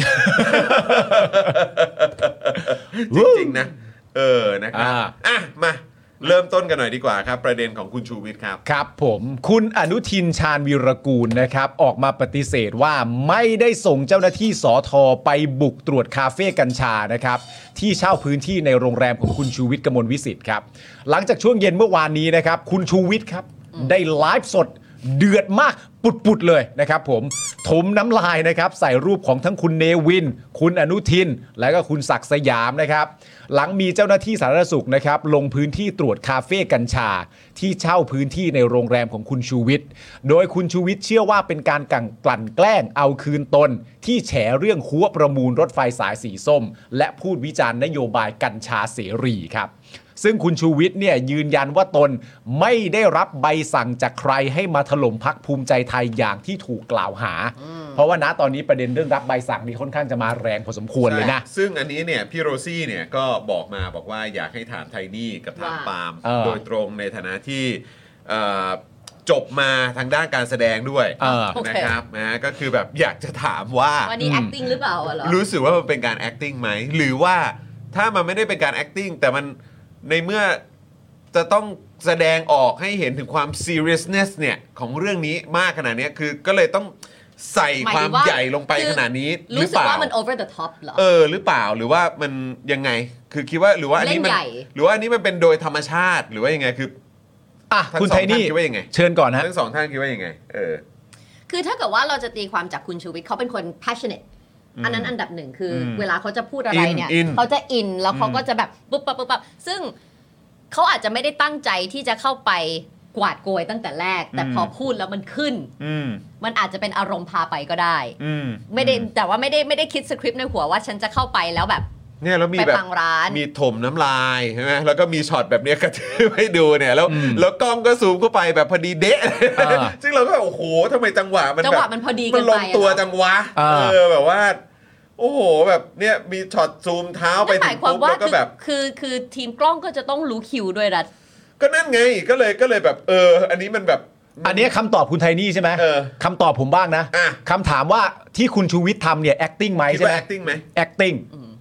จริงๆนะเออนะครับอ่ะมาเริ่มต้นกันหน่อยดีกว่าครับประเด็นของคุณชูวิทย์ครับๆครับผมคุณอนุทินชาญวีรกูลนะครับออกมาปฏิเสธว่าไม่ได้ส่งเจ้าหน้าที่สทไปบุกตรวจคาเฟ่กัญชานะครับที่เช่าพื้นที่ในโรงแรมของคุณชูวิทย์กมลวิสิทธิ์ครับหลังจากช่วงเย็นเมื่อวานนี้นะครับคุณชูวิทย์ครับได้ไลฟ์สดเดือดมากปุดๆเลยนะครับผมถมน้ำลายนะครับใส่รูปของทั้งคุณเนวินคุณอนุทินและก็คุณศักดิ์สยามนะครับหลังมีเจ้าหน้าที่สาธารณสุขนะครับลงพื้นที่ตรวจคาเฟ่กัญชาที่เช่าพื้นที่ในโรงแรมของคุณชูวิทย์โดยคุณชูวิทย์เชื่อว่าเป็นการกลั่นแกล้งเอาคืนตนที่แฉเรื่องหัวประมูลรถไฟสายสีส้มและพูดวิจารณ์นโยบายกัญชาเสรีครับซึ่งคุณชูวิทย์เนี่ยยืนยันว่าตนไม่ได้รับใบสั่งจากใครให้มาถล่มพรรคภูมิใจไทยอย่างที่ถูกกล่าวหาเพราะว่าณตอนนี้ประเด็นเรื่องรับใบสั่งนี่ค่อนข้างจะมาแรงพอสมควรเลยนะซึ่งอันนี้เนี่ยพี่โรซี่เนี่ยก็บอกมาบอกว่าอยากให้ถามไทนี่กับถามปาล์มโดยตรงในฐานะที่จบมาทางด้านการแสดงด้วยนะครับนะก็คือแบบอยากจะถามว่าวันนี้ acting หรือเปล่าเหรอรู้สึกว่ามันเป็นการ acting ไหมหรือว่าถ้ามันไม่ได้เป็นการ acting แต่มันในเมื่อจะต้องแสดงออกให้เห็นถึงความ seriousness เนี่ยของเรื่องนี้มากขนาดนี้คือก็เลยต้องใส่ความใหญ่ลงไปขนาดนี้หรือเปล่ารู้สึกว่ามัน over the top เหรอเออหรือเปล่าหรือว่ามันยังไงคือคิดว่าหรือว่าอันนี้มันหรือว่าอันนี้มันเป็นโดยธรรมชาติหรือว่ายังไงคืออ่ะคุณไทนี่คิดว่ายังไงเชิญก่อนฮะทั้งสองท่านคิดว่ายังไงเออคือถ้าเกิดว่าเราจะตีความจากคุณชูวิทย์เขาเป็นคน passionateอันนั้นอันดับหนึ่งคือเวลาเขาจะพูดอะไรเนี่ยเขาจะอินแล้วเขาก็จะแบบปุ๊บปั๊บปุ๊บปั๊บซึ่งเขาอาจจะไม่ได้ตั้งใจที่จะเข้าไปกวาดโกยตั้งแต่แรกแต่พอพูดแล้วมันขึ้นมันอาจจะเป็นอารมณ์พาไปก็ได้ไม่ได้แต่ว่าไม่ได้ไม่ได้คิดสคริปต์ในหัวว่าฉันจะเข้าไปแล้วแบบเนี่ยแล้วมีแบบมีถมน้ำลายใช่ไหมแล้วก็มีช็อตแบบนี้กระทืบให้ดูเนี่ยแล้วแล้วกล้องก็ซูมเข้าไปแบบพอดีเดะซึ่งเราก็แบบโอ้โหทำไมจังหวะมันจังหวะมันพอดีกันไปมันลงตัวจังวะเออแบบว่าโอ้โหแบบเนี่ยมีช็อตซูมเท้าไปถึงปุ๊บแล้วก็แบบคือคือทีมกล้องก็จะต้องรู้คิวด้วยรัฐก็นั่นไงก็เลยก็เลยแบบเอออันนี้มันแบบอันนี้คำตอบคุณไทนี่ใช่ไหมคำตอบผมบ้างนะคำถามว่าที่คุณชูวิทย์ทำเนี่ย acting ไหมใช่ไหม acting ไหม acting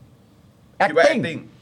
acting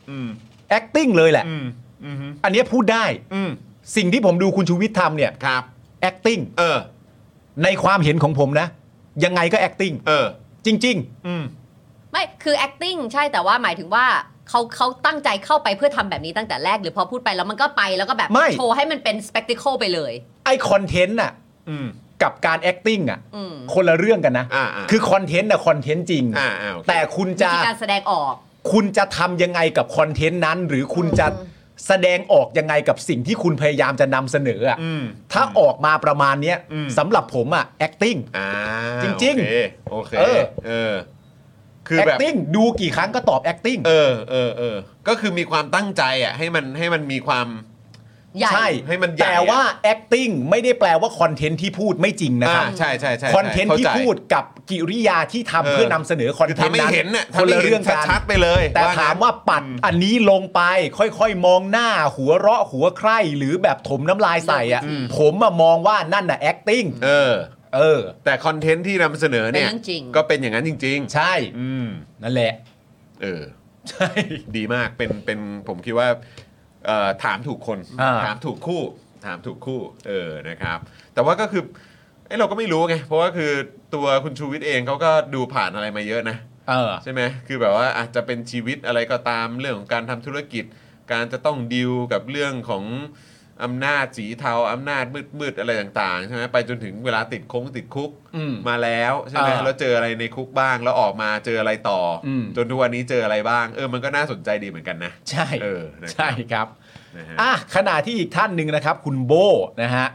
acting เลยแหละอันนี้พูดได้สิ่งที่ผมดูคุณชูวิทย์ทำเนี่ยครับ acting เออในความเห็นของผมนะยังไงก็ acting เออจริงๆไม่คือ acting ใช่แต่ว่าหมายถึงว่าเขาเขาตั้งใจเข้าไปเพื่อทำแบบนี้ตั้งแต่แรกหรือพอพูดไปแล้วมันก็ไปแล้วก็แบบโชว์ให้มันเป็น spectacle ไปเลยไอคอนเทนต์น่ะกับการ acting อ่ะคนละเรื่องกันนะคือคอนเทนต์น่ะคอนเทนต์จริงแต่คุณจะการแสดงออกคุณจะทำยังไงกับคอนเทนต์นั้นหรือคุณจะแสดงออกยังไงกับสิ่งที่คุณพยายามจะนำเสนออ่ะถ้าออกมาประมาณนี้สำหรับผมอ่ะ acting จริงๆโอเคเออคือแบบ acting ดูกี่ครั้งก็ตอบ acting เออเออเออก็คือมีความตั้งใจอ่ะให้มันให้มันมีความใช่ให้มันใหญ่แต่ว่า acting ไม่ได้แปลว่าคอนเทนต์ที่พูดไม่จริงนะครับใช่ใช่ใช่คอนเทนต์ที่พูดกับกิริยาที่ทำเพื่อนำเสนอคอนเทนต์นั้นคนละเรื่องกันชัดไปเลยแต่ถามว่าปัดอันนี้ลงไปค่อยๆมองหน้าหัวเราะหัวใคร่หรือแบบถมน้ำลายใส่อ่ะผมมองว่านั่นน่ะ acting เออเออแต่คอนเทนต์ที่นำเสนอเนี่ยก็เป็นอย่างนั้นจริงๆใช่นั่นแหละเออใช่ดีมากเป็นเป็นผมคิดว่าถามถูกคนถามถูกคู่ถามถูกคู่เออนะครับแต่ว่าก็คือไอ้เราก็ไม่รู้ไงเพราะว่าคือตัวคุณชูวิทย์เองเขาก็ดูผ่านอะไรมาเยอะนะใช่ไหมคือแบบว่าอาจจะเป็นชีวิตอะไรก็ตามเรื่องของการทำธุรกิจการจะต้องดีลกับเรื่องของอำนาจสีเทาอำนาจมืดๆอะไรต่างๆใช่ไหมไปจนถึงเวลาติดคงติดคุกมาแล้วใช่ไหมแล้วเจออะไรในคุกบ้างแล้วออกมาเจออะไรต่อจนทุกวันนี้เจออะไรบ้างเออมันก็น่าสนใจดีเหมือนกันนะใช่เออใช่ครับอ่ะขณะที่อีกท่านหนึ่งนะครับคุณโบนะฮะ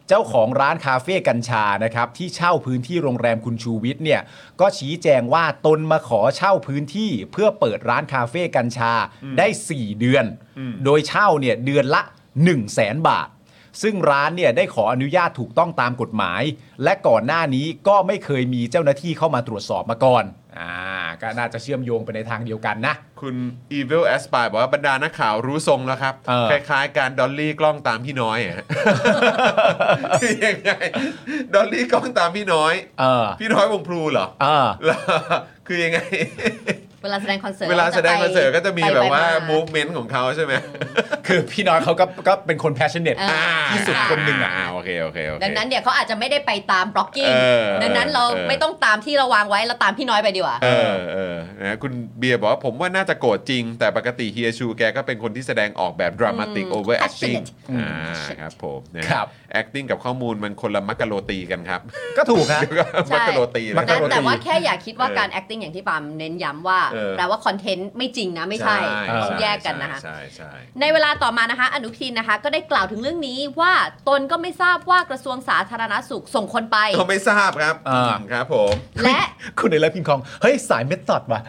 เจ้าของร้านคาเฟ่กัญชานะครับที่เช่าพื้นที่โรงแรมคุณชูวิทย์เนี่ยก็ชี้แจงว่าตนมาขอเช่าพื้นที่เพื่อเปิดร้านคาเฟ่กัญชาได้สี่เดือนโดยเช่าเนี่ยเดือนละ หนึ่งแสน บาทซึ่งร้านเนี่ยได้ขออนุญาตถูกต้องตามกฎหมายและก่อนหน้านี้ก็ไม่เคยมีเจ้าหน้าที่เข้ามาตรวจสอบมาก่อนอ่าก็น่าจะเชื่อมโยงไปในทางเดียวกันนะคุณ Evil Aspire บอกว่าบรรดานักข่าวรู้ทรงแล้วครับคล้ายๆการดอลลี่กล้องตามพี่น้อยอ่ะ คือยังไงดอลลี่กล้องตามพี่น้อยพี่น้อยวงพลูเหรอแล้วคือยังไงเวลาแสดงคอนเสิร์ตเวลาแสดงคอนเสิร์ตก็จะมีแบบว่า movement ของเขาใช่ไหมคือพี่น้อยเขาก็ก็เป็นคน passionate ที่สุดคนหนึ่งอ่ะโอเคโอเคโอเคดังนั้นเดี๋ยวเขาอาจจะไม่ได้ไปตาม blocking ดังนั้นเราไม่ต้องตามที่เราวางไว้เราตามพี่น้อยไปดีกว่าเออเออนะคุณเบียร์บอกว่าผมว่าน่าจะโกรธจริงแต่ปกติเฮียชูแกก็เป็นคนที่แสดงออกแบบ dramatic over acting อ่าครับผมนะครับ acting กับข้อมูลมันคนละมักกะโรตีกันครับก็ถูกครับมักกะโรตีแต่ว่าแค่อย่าคิดว่าการ acting อย่างที่ปาล์มเน้นย้ำว่าแปลว่าคอนเทนต์ไม่จริงนะไม่ใช่ต้องแยกกันนะคะในเวลาต่อมานะคะอนุทินนะคะก็ได้กล่าวถึงเรื่องนี้ว่าตนก็ไม่ทราบว่ากระทรวงสาธารณสุขส่งคนไปก็ไม่ทราบครับครับผมและคุณในเรื่องพิงคองเฮ้ยสายเมทอดว่ะ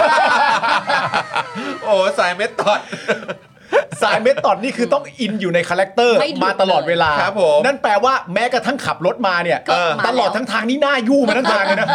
โอ้สายเมทอดสายเมทอดนี่คือต้องอินอยู่ในคาแรคเตอร์มาตลอดเวลานั่นแปลว่าแม้กระทั่งขับรถมาเนี่ยตลอดทั้งทางนี่หน้ายู่มาทั้งทางเลยนะ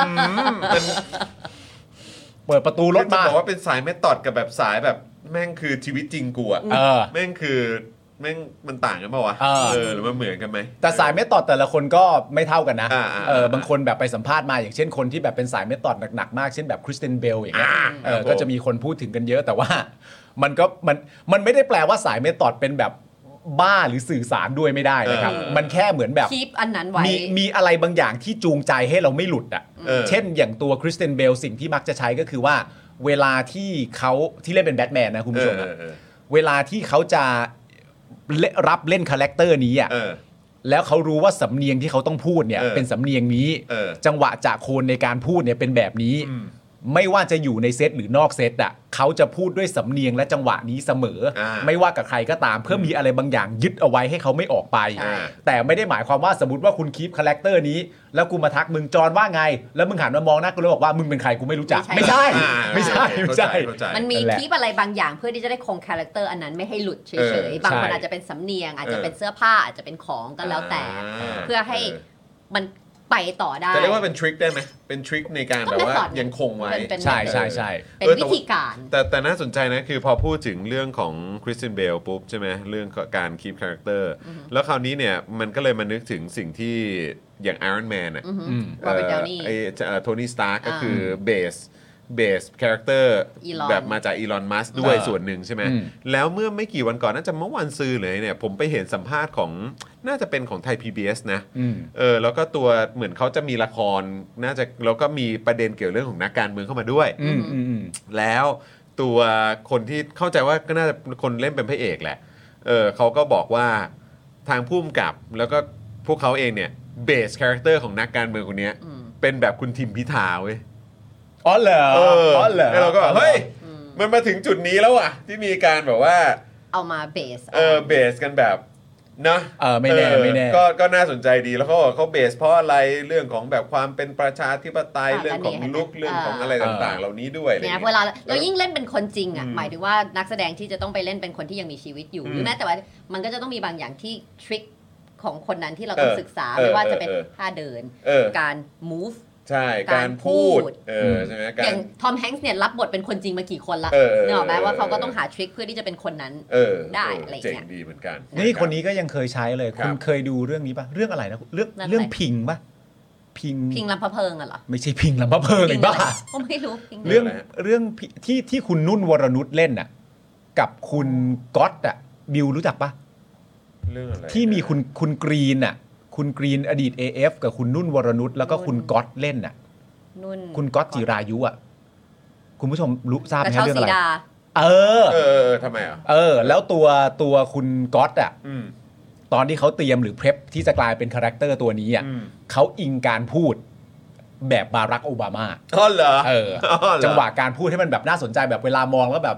เปิดประตูรถมาบอกว่าเป็นสายเมทอดกับแบบสายแบบแม่งคือชีวิตจริงกูอ่ะแม่งคือแม่งมันต่างกันป่าววะเออหรือมันเหมือนกันไหมแต่สายเมทอดแต่ละคนก็ไม่เท่ากันนะเออบางคนแบบไปสัมภาษณ์มาอย่างเช่นคนที่แบบเป็นสายเมทอดหนักๆมากเช่นแบบคริสเตนเบลอย่างเงี้ยเออก็จะมีคนพูดถึงกันเยอะแต่ว่ามันก็มันมันไม่ได้แปลว่าสายเมทอดเป็นแบบบ้าหรือสื่อสารด้วยไม่ได้นะครับมันแค่เหมือนแบบคีปอันนั้นไว้มีมีอะไรบางอย่างที่จูงใจให้เราไม่หลุดอ่ะเช่นอย่างตัวคริสเตนเบลสิ่งที่มักจะใช้ก็คือว่าเวลาที่เขาที่เล่นเป็นแบทแมนนะคุณผู้ชมนะเวลาที่เขาจะรับเล่นคาแรคเตอร์นี้อ่ะแล้วเขารู้ว่าสำเนียงที่เขาต้องพูดเนี่ยเป็นสำเนียงนี้จังหวะจากโคนในการพูดเนี่ยเป็นแบบนี้ไม่ว่าจะอยู่ในเซตหรือนอกเซตอ่ะเขาจะพูดด้วยสำเนียงและจังหวะนี้เสมอไม่ว่ากับใครก็ตามเพื่อมีอะไรบางอย่างยึดเอาไว้ให้เขาไม่ออกไปแต่ไม่ได้หมายความว่าสมมติว่าคุณคีปคาแรคเตอร์นี้แล้วกูมาทักมึงจอนว่าไงแล้วมึงหันมามองหน้ากูแล้วบอกว่ามึงเป็นใครกูไม่รู้จักไม่ใช่ไม่ใช่ไม่ใช่มันมีคีปอะไรบางอย่างเพื่อที่จะได้คงคาแรคเตอร์อันนั้นไม่ให้หลุดเฉยๆบางคนอาจจะเป็นสำเนียงอาจจะเป็นเสื้อผ้าอาจจะเป็นของก็แล้วแต่เพื่อให้มันไปต่อได้จะเรียกว่าเป็นทริคได้ไหมเป็นทริคในการแบบว่ายังคงไว้ใช่ใช่ใช่เป็นวิธีการแต่แต่น่าสนใจนะคือพอพูดถึงเรื่องของคริสเตนเบลปุ๊บใช่ไหมเรื่องการคีปคาแรคเตอร์แล้วคราวนี้เนี่ยมันก็เลยมานึกถึงสิ่งที่อย่าง Iron Man อ่ะไอ้โทนี่สตาร์ก็คือเบสเบสคาแรคเตอร์แบบมาจากอีลอนมัสก์ด้วยส่วนหนึ่งใช่ไหมแล้วเมื่อไม่กี่วันก่อนน่าจะเมื่อวันซืนเลยเนี่ยผมไปเห็นสัมภาษณ์ของน่าจะเป็นของไทย พี บี เอส นะเออแล้วก็ตัวเหมือนเขาจะมีละครน่าจะแล้วก็มีประเด็นเกี่ยวเรื่องของนักการเมืองเข้ามาด้วยแล้วตัวคนที่เข้าใจว่าก็น่าจะคนเล่นเป็นพระเอกแหละเออเขาก็บอกว่าทางผู้กำกับแล้วก็พวกเขาเองเนี่ยเบสคาแรคเตอร์ของนักการเมืองคนนี้เป็นแบบคุณทิมพิธาเว้ยอ๋อเหรออ๋อเหรอเราก็แบบเฮ้ยมันมาถึงจุดนี้แล้วอ่ะที่มีการแบบว่าเอามาเบสเออเบสกันแบบนะเออไม่แน่ไม่แน่ก็ก็น่าสนใจดีแล้วเขาเขาเบสเพราะอะไรเรื่องของแบบความเป็นประชาธิปไตยเรื่องของลุกเรื่องของอะไรต่างๆเหล่านี้ด้วยเนี่ยเวลาเรายิ่งเล่นเป็นคนจริงอ่ะหมายถึงว่านักแสดงที่จะต้องไปเล่นเป็นคนที่ยังมีชีวิตอยู่หรือแม้แต่ว่ามันก็จะต้องมีบางอย่างที่ทริคของคนนั้นที่เราต้องศึกษาไม่ว่าจะเป็นท่าเดินการ move ใช่การพูดเออใช่ไหมอย่างทอมแฮงค์เนี่ยรับบทเป็นคนจริงมากี่คนละนึกออกไหมว่าเขาก็ต้องหาทริคเพื่อที่จะเป็นคนนั้นได้อะไรอย่างเงี้ยเจ๋งดีเหมือนกันนี่คนนี้ก็ยังเคยใช้เลยคุณเคยดูเรื่องนี้ป่ะเรื่องอะไรนะเรื่องเรื่องพิงป่ะพิงพิงลำพะเพิงอะเหรอไม่ใช่พิงลำพะเพิงไอ้บ้าผมไม่รู้เรื่องเรื่องที่ที่คุณนุ่นวรนุชเล่นน่ะกับคุณก๊อตอ่ะบิวรู้จักป่ะเรื่องอะไรที่มีคุณคุณกรีนอ่ะคุณกรีนอดีต เอ เอฟ กับคุณนุ่นวรนุชแล้วก็คุณก๊อตเล่นน่ะนุ่นคุณก๊อตจิรายุอ่ะคุณผู้ชมรู้ทราบไหมเรื่องอะไรเออเออทำไมอ่ะเออแล้วตัวตัวคุณก๊อตอ่ะตอนที่เขาเตรียมหรือเพรพที่จะกลายเป็นคาแรคเตอร์ตัวนี้อ่ะเขาอิงการพูดแบบบารักโอบามาอ๋อเหรอเออจังหวะการพูดให้มันแบบน่าสนใจแบบเวลามองแล้วแบบ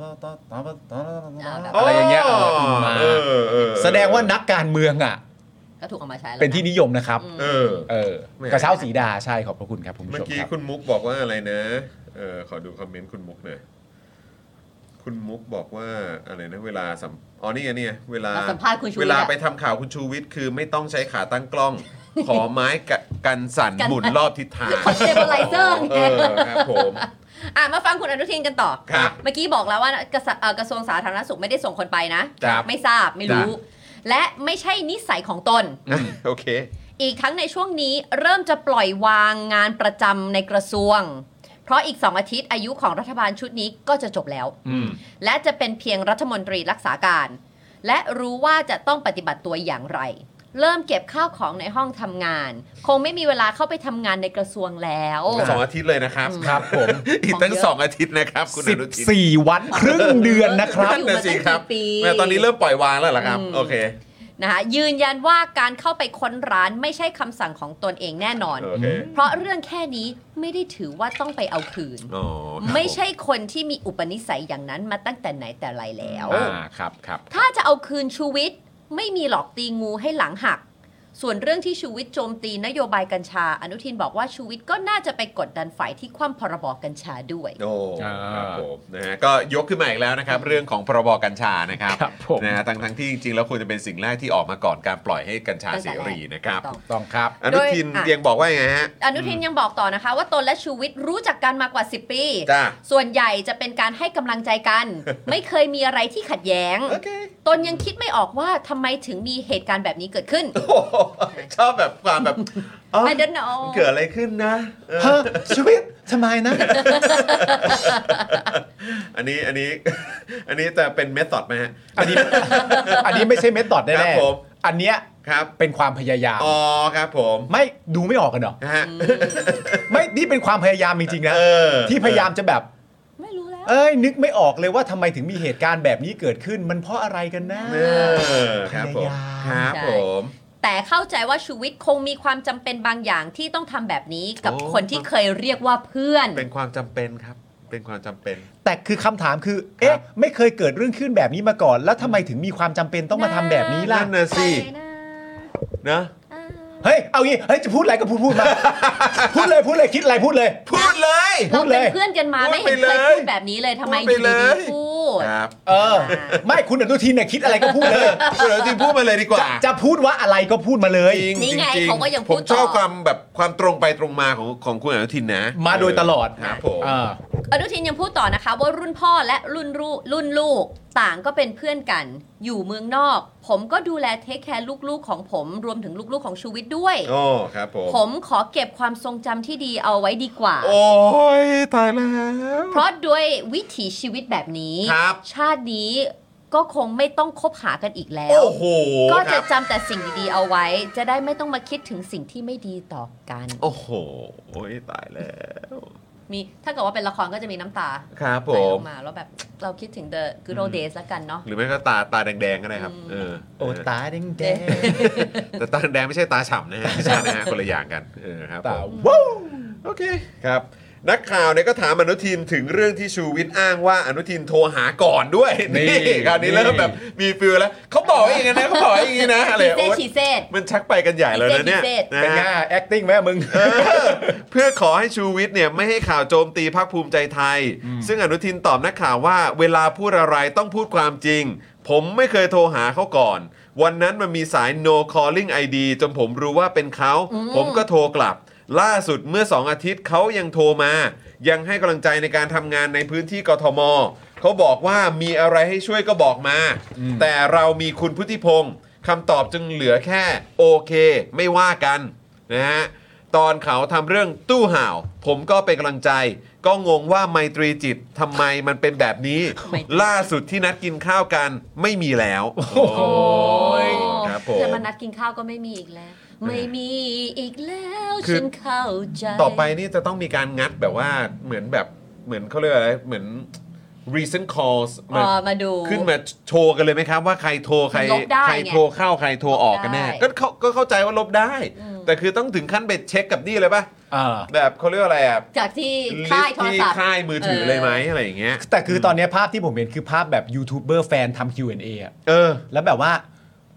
อะไรอย่างเงี้ยมาแสดงว่านักการเมืองอ่ะก็ถูกเอามาใช้แล้วเป็นที่นิยมนะครับเออเออกระเช้าสีดาใช่ขอบพระคุณครับคุณผู้เมื่ชอมกี้ครับคุณมุกบอกว่าอะไรนะเออขอดูคอมเมนต์คุณมุกหน่อยคุณมุกบอกว่าอะไรนะเวลาสัมอ๋อนี่ไงนี่ไงเวลาสัมภาษณ์คุณชูวิทย์เวลาไปทำข่าวคุณชูวิทย์คือไม่ต้องใช้ขาตั้งกล้อง ขอไม้กะกันสั่นหมุนรอบทิศทางคอนเซปต์ไลเซอร์เออครับผมอ่ะมาฟังคุณอนุทินกันต่อครับเมื่อกี้บอกแล้วว่ากระทรวงเอ่อกระทรวงสาธารณสุขไม่ได้ส่งคนไปนะครับไม่ทราบไม่รู้ และไม่ใช่นิสัยของตนโอเคอีกทั้งในช่วงนี้เริ่มจะปล่อยวางงานประจำในกระทรวง เพราะอีกสองอาทิตย์อายุของรัฐบาลชุดนี้ก็จะจบแล้วอืมและจะเป็นเพียงรัฐมนตรีรักษาการ และรู้ว่าจะต้องปฏิบัติตัวอย่างไร เริ่มเก็บข้าวของในห้องทำงาน คงไม่มีเวลาเข้าไปทำงานในกระทรวงแล้วสองอาทิตย์เลยนะครับครับผมอีกตั้งสองอาทิตย์นะครับคุณอสิบนุทินสี่วันครึ่งเดือนนะครับนั่นน่ะสิครับอยู่มาตั้งกี่ปีแม่ตอนนี้เริ่มปล่อยวางแล้วเหรอครับอืมโอเคนะคะยืนยันว่าการเข้าไปค้นร้านไม่ใช่คำสั่งของตนเองแน่นอนโอเคเพราะเรื่องแค่นี้ไม่ได้ถือว่าต้องไปเอาคืนอ๋อครับไม่ใช่คนที่มีอุปนิสัยอย่างนั้นมาตั้งแต่ไหนแต่ไรแล้วอ่าครับครับถ้าจะเอาคืนชูวิทย์ไม่มีหลอกตีงูให้หลังหัก ส่วนเรื่องที่ชูวิทย์โจมตีนโยบายกัญชา อนุทินบอกว่าชูวิทย์ก็น่าจะไปกดดันฝ่ายที่คว่ำพรบกัญชาด้วยโอ้อ่าครับผมนะฮะก็ยกขึ้นมาอีกแล้วนะครับ เรื่องของพรบกัญชานะครับครับผมนะฮะทั้งทั้งที่จริงๆแล้วควรจะเป็นสิ่งแรกที่ออกมาก่อนการปล่อยให้กัญชาตั้งเสแต่แรกรีนะครับถูกต้องต้องครับอนุทินโดยอ่ะยังบอกว่ายังไงฮะอนุทินยังบอกต่อนะคะ ว่าตนและชูวิทย์รู้จักกันมากว่า สิบ ปีจ้ะส่วนใหญ่จะเป็นการให้กำลังใจกัน ไม่เคยมีอะไรที่ขัดแย้งโอเคตนยังคิดไม่ออกว่าทำไมถึงมีเหตุการณ์แบบนี้เกิดขึ้นโอ้โหชอบแบบความแบบอ๋อ I don't know เกิดอะไรขึ้นนะเออเฮ้ยชีวิตทำไมนะอันนี้อันนี้ อันนี้จะเป็นเมธอดไหมฮะอันนี้อันนี้ไม่ใช่เมธอดครัแน่บผมๆอันเนี้ยครับเป็นความพยายามอ๋อครับผมไม่ดูไม่ออกกันเหรอนะฮะไม่นี่เป็นความพยายามจริงๆนะเออที่พยายามจะแบบไม่รู้แล้วเอ้ยนึกไม่ออกเลยว่าทำไมถึงมีเหตุการณ์แบบนี้เกิดขึ้น มันเพราะอะไรกันนะเออครับผมพยายามครับใช่ผมแต่เข้าใจว่าชูวิทย์คงมีความจำเป็นบางอย่างที่ต้องทำแบบนี้กับโอ้คนที่เคยเรียกว่าเพื่อนเป็นความจำเป็นครับ เป็นความจำเป็นแต่คือคำถามคือ เอ๊ะ ไม่เคยเกิดเรื่องขึ้นแบบนี้มาก่อน แล้วทำไมถึงมีความจำเป็นต้องมาทำแบบนี้ล่ะนั่นน่ะสิไปนะนะอ่าเฮ้ย เอางี้ เฮ้ย จะพูดอะไรก็พูดพูดมา พูดเลย พูดเลย คิดอะไรพูดเลยพูดเลยพูเราดเลเป็นยเพื่อนกันมาพูดไม่เห็นไปเคยเลยพูดแบบนี้เลยทำไมอพูดยู่ไปเลดียๆพูดครับเออ ไม่คุณอนุทินเนี่ยคิดอะไรก็พูดเลยคุณอนุทินพูดมาเลยดีกว่าจะพูดว่าอะไรก็พูดมาเลยจริงนี่ไงจริงเขาก็ยังผพูมดชต่ออบความแบบความตรงไปตรงมาของของคุณอนุทินนะมาโดยตลอดครับผมอ่าอนุทินยังพูดต่อนะคะว่ารุ่นพ่อและรุ่นลูกรุ่นลูกต่างก็เป็นเพื่อนกัน อยู่เมืองนอก ผมก็ดูแลเทคแคร์ลูกๆของผมรวมถึงลูกๆของชูวิทย์ด้วยโอ้ครับผมผมขอเก็บความทรงจำที่ดีเอาไว้ดีกว่าโอ้ยตายแล้วเพราะด้วยวิถีชีวิตแบบนี้ครับชาตินี้ก็คงไม่ต้องคบหากันอีกแล้วโอ้โหก็คจะรับจำแต่สิ่งดีๆเอาไว้ จะได้ไม่ต้องมาคิดถึงสิ่งที่ไม่ดีต่อกันโอ้โหโอ้ยตายแล้วมีถ้าเกิดว่าเป็นละครก็จะมีน้ำตาครับผไหลมออกมาแล้วแบบเราคิดถึง the good old days แล้วกันเนาะหรือไม่ก็ตาตาแดงๆก็ได้ครับ เออโอ้ตาแดงแดงแต่ตาแดงไม่ใช่ตาฉ่ำนะฮะไม่ใช่นะฮะคนละอย่างกันเออครับตาผมว้าวโอเคครับ นักข่าวเนี่ยก็ถามอนุทินถึงเรื่องที่ชูวิทย์อ้างว่าอนุทินโทรหาก่อนด้วยนี่คราวนี้เริ่มแบบมีฟิลแล้วเขาบอกว่าอย่างนั้นนะเขาบอกว่าอย่างนี้นะอะไรชีเซโอ๊ยชีเซตมันชักไปกันใหญ่เลยนะเนี่ยพิเศษนะเป็นไงฮะ acting ไหมมึงเออเพื่อขอให้ชูวิทย์เนี่ยไม่ให้ข่าวโจมตีพรรคภูมิใจไทย ซึ่งอนุทินตอบนักข่าวว่าเวลาพูดอะไรต้องพูดความจริง ผมไม่เคยโทรหาเขาก่อน วันนั้นมันมีสาย no calling ไอ ดี จนผมรู้ว่าเป็นเขา ผมก็โทรกลับ ล่าสุดเมื่อสองอาทิตย์เขายังโทรมา ยังให้กำลังใจในการทำงานในพื้นที่กทมเขาบอกว่ามีอะไรให้ช่วยก็บอกมา แต่เรามีคุณพุทธิพงศ์คำตอบจึงเหลือแค่โอเค ไม่ว่ากันนะฮะตอนเขาทำเรื่องตู้ห่าว ผมก็เป็นกำลังใจ ก็งงว่าไมตรีจิตทำไมมันเป็นแบบนี้ ล่าสุดที่นัดกินข้าวกันไม่มีแล้วโอ้ยครับผมจะมานัดกินข้าวก็ไม่มีอีกแล้ว ไม่มีอีกแล้วคือฉันเข้าใจต่อไปนี่จะต้องมีการงัดแบบว่าเหมือนแบบเหมือนเขาเรียกอะไรเหมือน recent calls เออมาดูขึ้นมาโชว์กันเลยไหมครับว่าใครโทรใครลบได้ไงใครโทรเข้าใครโทรออกกันแน่ลบได้ก็เขาก็เข้าใจว่าลบได้ แต่คือต้องถึงขั้นไปเช็คกับนี่เลยป่ะอ่าแบบเขาเรียกว่าอะไรอ่ะจากที่ค่ายโทรที่ศัพท์ค่ายมือถือเลยไหมอะไรอย่างเงี้ยแต่คือตอนเนี้ยภาพที่ผมเห็นคือภาพแบบยูทูบเบอร์แฟนทำ คิว แอนด์ เอ อะเออแล้วแบบว่า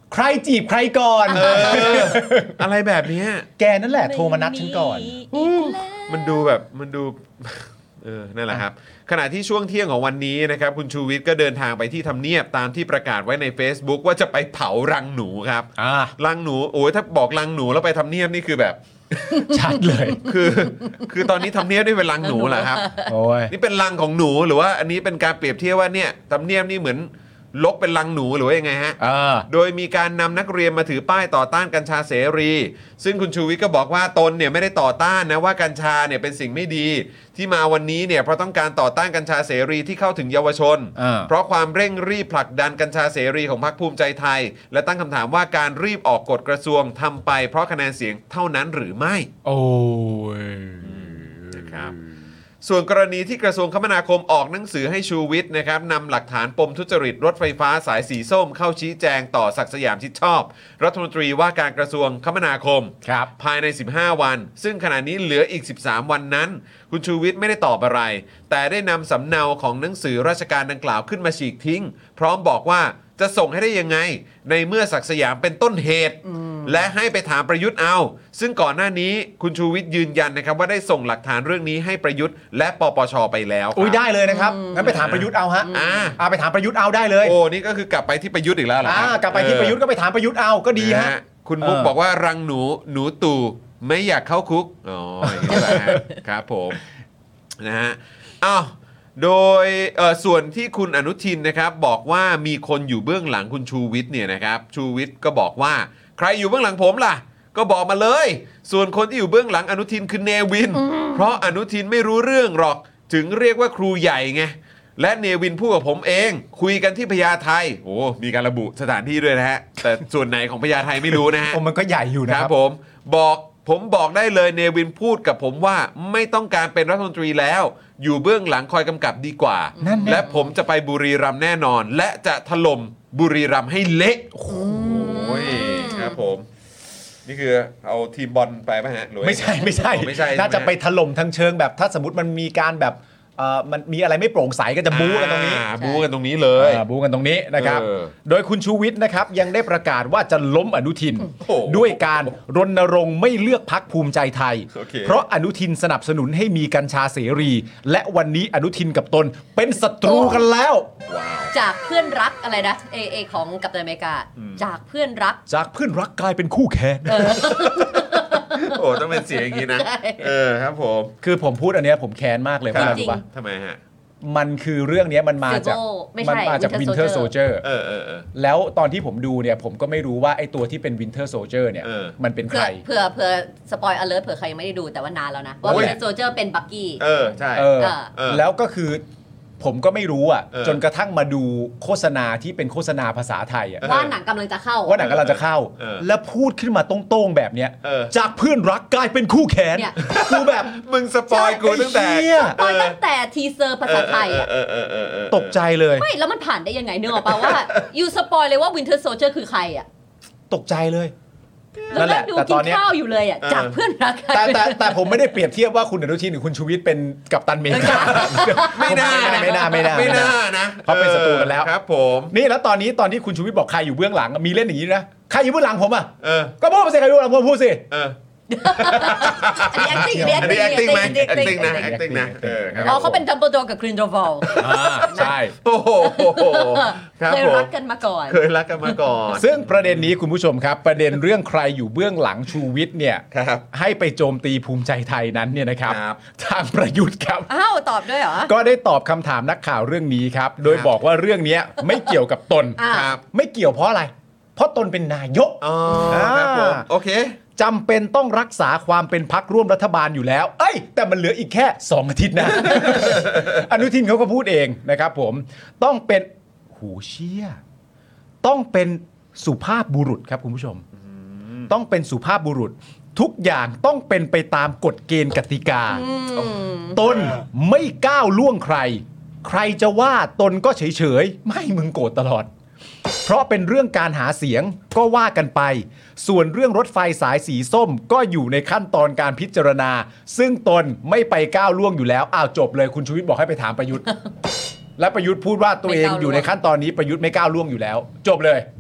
ใครจีบใครก่อนเอออะไรแบบเนี้ยแกนั่นแหละโทรมานัดฉันก่อนมันดูแบบมันดู เออนั่นแหละครับขณะที่ช่วงเที่ยงของวันนี้นะครับคุณชูวิทย์ก็เดินทางไปที่ทำเนียบตามที่ประกาศไว้ใน Facebook ว่าจะไปเผารังหนูครับอ่ารังหนูโอ้ยถ้าบอกรังหนูแล้วไปทำเนียบนี่คือแบบชัดเลยคือคือตอนนี้ทำเนียบนี่เป็นรังหนูเหรอครับโอ้ยนี่เป็นรังของหนูหรือว่าอันนี้เป็นการเปรียบเทียบว่าเนี่ยทำเนียบนี่เหมือนลกเป็นรังหนูหรือว่ายังไงฮะอ่าโดยมีการนำนักเรียนมาถือป้ายต่อต้านกัญชาเสรี ซึ่งคุณชูวิทย์ก็บอกว่าตนเนี่ยไม่ได้ต่อต้านนะว่ากัญชาเนี่ยเป็นสิ่งไม่ดี ที่มาวันนี้เนี่ยเพราะต้องการต่อต้านกัญชาเสรีที่เข้าถึงเยาวชนอ่าเพราะความเร่งรีบผลักดันกัญชาเสรีของพรรคภูมิใจไทย และตั้งคำถามว่าการรีบออกกฎกระทรวงทำไปเพราะคะแนนเสียงเท่านั้นหรือไม่โอ้ยนะครับส่วนกรณีที่กระทรวงคมนาคมออกหนังสือให้ชูวิทย์นะครับนำหลักฐานปมทุจริตรถไฟฟ้าสายสีส้มเข้าชี้แจงต่อศักดิ์สยามชิดชอบรัฐมนตรีว่าการกระทรวงคมนาคมครับภายในสิบห้าวันซึ่งขณะนี้เหลืออีกสิบสามวันนั้นคุณชูวิทย์ไม่ได้ตอบอะไรแต่ได้นำสำเนาของหนังสือราชการดังกล่าวขึ้นมาฉีกทิ้งพร้อมบอกว่าจะส่งให้ได้ยังไงในเมื่อศักดิ์สยามเป็นต้นเหตุและให้ไปถามประยุทธ์เอาซึ่งก่อนหน้านี้คุณชูวิทย์ยืนยันนะครับว่าได้ส่งหลักฐานเรื่องนี้ให้ประยุทธ์และปปชไปแล้วครับอุ้ยได้เลยนะครับงั้นไปถามประยุทธ์เอาฮะอ่าอ่าไปถามประยุทธ์เอาได้เลยโอ้นี่ก็คือกลับไปที่ประยุทธ์อีกแล้วเหรอคอ่ารับกลับไปที่ประยุทธ์ก็ไปถามประยุทธ์เอาก็ดีนะฮะฮะคุณมุกเออบอกว่ารังหนูหนูตู่ไม่อยากเข้าคุกอ๋ออย่างนี้แหละฮะ ครับผมนะฮะอ้าวโดยเอ่อส่วนที่คุณอนุทินนะครับบอกว่ามีคนอยู่เบื้องหลังคุณชูวิทย์เนี่ยนะครับชูวิทย์ก็บอกว่าใครอยู่เบื้องหลังผมล่ะ ก็บอกมาเลย ส่วนคนที่อยู่เบื้องหลังอนุทินคือเนวิน เพราะอนุทินไม่รู้เรื่องหรอกถึงเรียกว่าครูใหญ่ไงและเนวินพูดกับผมเองคุยกันที่พญาไทโอ้มีการระบุสถานที่ด้วยนะฮะแต่ส่วนไหนของพญาไทไม่รู้นะฮะโอ้มันก็ใหญ่อยู่คนะรัคบรับผมบอกผมบอกได้เลยเนวินพูดกับผมว่าไม่ต้องการเป็นรัฐมนตรีแล้ว อยู่เบื้องหลังคอยกำกับดีกว่านั่นแน่และผมจะไปบุรีรัมย์แน่นอน และจะถล่มบุรีรัมย์ให้เละโอ้โหครับผม นี่คือเอาทีมบอลไปป่ะฮะหรือว่าไม่ใช่ไม่ใช่อ๋อไม่ใช่น่าจะไปใช่หมถล่มทางเชิงแบบถ้าสมมติมันมีการแบบเอ่อมันมีอะไรไม่โปร่งใสก็จะบู๊กันตรงนี้อ่าบู๊กันตรงนี้เลยอ่าบู๊กันตรงนี้นะครับเออโดยคุณชูวิทย์นะครับยังได้ประกาศว่าจะล้มอนุทินโอ้โหด้วยการรณรงค์ไม่เลือกพักภูมิใจไทยโอเคเพราะอนุทินสนับสนุนให้มีกัญชาเสรี และวันนี้อนุทินกับตนเป็นศัตรูกันแล้วจากเพื่อนรักอะไรนะเอเอของกัปตันอเมริกา จากเพื่อนรักจากเพื่อนรักกลายเป็นคู่แค้นโอ้ต้องเป็นเสียงอย่างนี้นะใช่เออครับผมคือผมพูดอันเนี้ยผมแค้นมากเลยเพราะอะไรจริงรู้ปะทำไมฮะมันคือเรื่องเนี้ยมันมาจาก Civil ไม่มัใช่มาจาก Winter Winter Soldier Soldier เออเออเออแล้วตอนที่ผมดูเนี่ยผมก็ไม่รู้ว่าไอ้ตัวที่เป็น Winter Soldier เนี่ยเออมันเป็นใคเผื่รอเผื่อเผื่อสปอยอเลิร์เผื่อใครยังไม่ได้ดูแต่ว่านานแล้วนะ ว่าโอ้ยวินเทอร์โซเจอร์เป็นบักกี้เออใช่เออเออเออแล้วก็คือผมก็ไม่รู้อ่ะเออจนกระทั่งมาดูโฆษณาที่เป็นโฆษณาภาษาไทยอ่ะว่าหนังกำลังจะเข้าว่าหนังกำลังจะเข้าเออแล้วพูดขึ้นมาตรงๆแบบเนี้ยเออจากเพื่อนรักกลายเป็นคู่แค้นเนี่ยกูแบบมึงสปอยกูตั้งแต่ไอ้เหี้ยปอยตั้งแต่ทีเซอร์ภาษาไทยอะเออเออเออเออตกใจเลยไม่แล้วมันผ่านได้ยังไงเนื้อป่าว่า ยูสปอยเลยว่าวินเทอร์โซเจอร์คือใครอ่ะตกใจเลยแล้วนั่นแหนั่ละงดูแต่กิตอน นเนี้ยข้าวอยู่เลยอ่ะจากเพื่อนรักแต่แต่แต่ผมไม่ได้เปรียบเทียบว่าคุณอนุทินหรือคุณชูวิทย์เป็นกัปตันอเมริกาไม่น่านะไม่น่าไม่น่าไม่น่านะเขาเป็นศัตรูกันแล้วครับผมนี่แล้วตอนนี้ตอนที่คุณชูวิทย์บอกใครอยู่เบื้องหลังมีเล่นอย่างนี้นะใครอยู่เบื้องหลังผมอ่ะเออก็พูดมาสิใครอยู่เบื้องหลังผมพูดสิเอออันนี้ acting อันนี้ acting ไหม acting นะ acting นะเออครับอ๋อเขาเป็นดัมเบิลดอร์กับกรินโดวอลอ่าใช่โอ้โหครับเคยผมรักกันมาก่อนเคยรักกันมาก่อนซึ่งประเด็นนี้คุณผู้ชมครับ ประเด็นเรื่องใครอยู่เบื้องหลังชูวิทย์เนี่ยครับให้ไปโจมตีภูมิใจไทยนั้นเนี่ยนะครับครับทางประยุทธ์ครับอ้าว ตอบด้วยเหรอก็ได้ตอบคำถามนักข่าวเรื่องนี้ครับ โดยบอกว่าเรื่องนี้ไม่เกี่ยวกับตนอ่าครับไม่เกี่ยวเพราะอะไร เพราะตนเป็นนายกอ๋อครับผมโอเคจำเป็นต้องรักษาความเป็นพักร่วมรัฐบาลอยู่แล้ว เอ้ย แต่มันเหลืออีกแค่สองอาทิตย์นะ อนุทินเขาก็พูดเองนะครับผม ต้องเป็นหูเชี่ยต้องเป็นสุภาพบุรุษครับคุณผู้ชม ต้องเป็นสุภาพบุรุษ ทุกอย่างต้องเป็นไปตามกฎเกณฑ์กติกา ตนไม่ก้าวล่วงใคร ใครจะว่าตนก็เฉยๆ ไม่มึงโกรธตลอด เพราะเป็นเรื่องการหาเสียงก็ว่ากันไป ส่วนเรื่องรถไฟสายสีส้มก็อยู่ในขั้นตอนการพิจารณา ซึ่งตนไม่ไปก้าวล่วงอยู่แล้วอ้าวจบเลยคุณชูวิทย์บอกให้ไปถามประยุทธ์ และประยุทธ์พูดว่าตัวเองอยู่ในขั้นตอนนี้ประยุทธ์ไม่ก้าวล่วงอยู่แล้ว จบเลย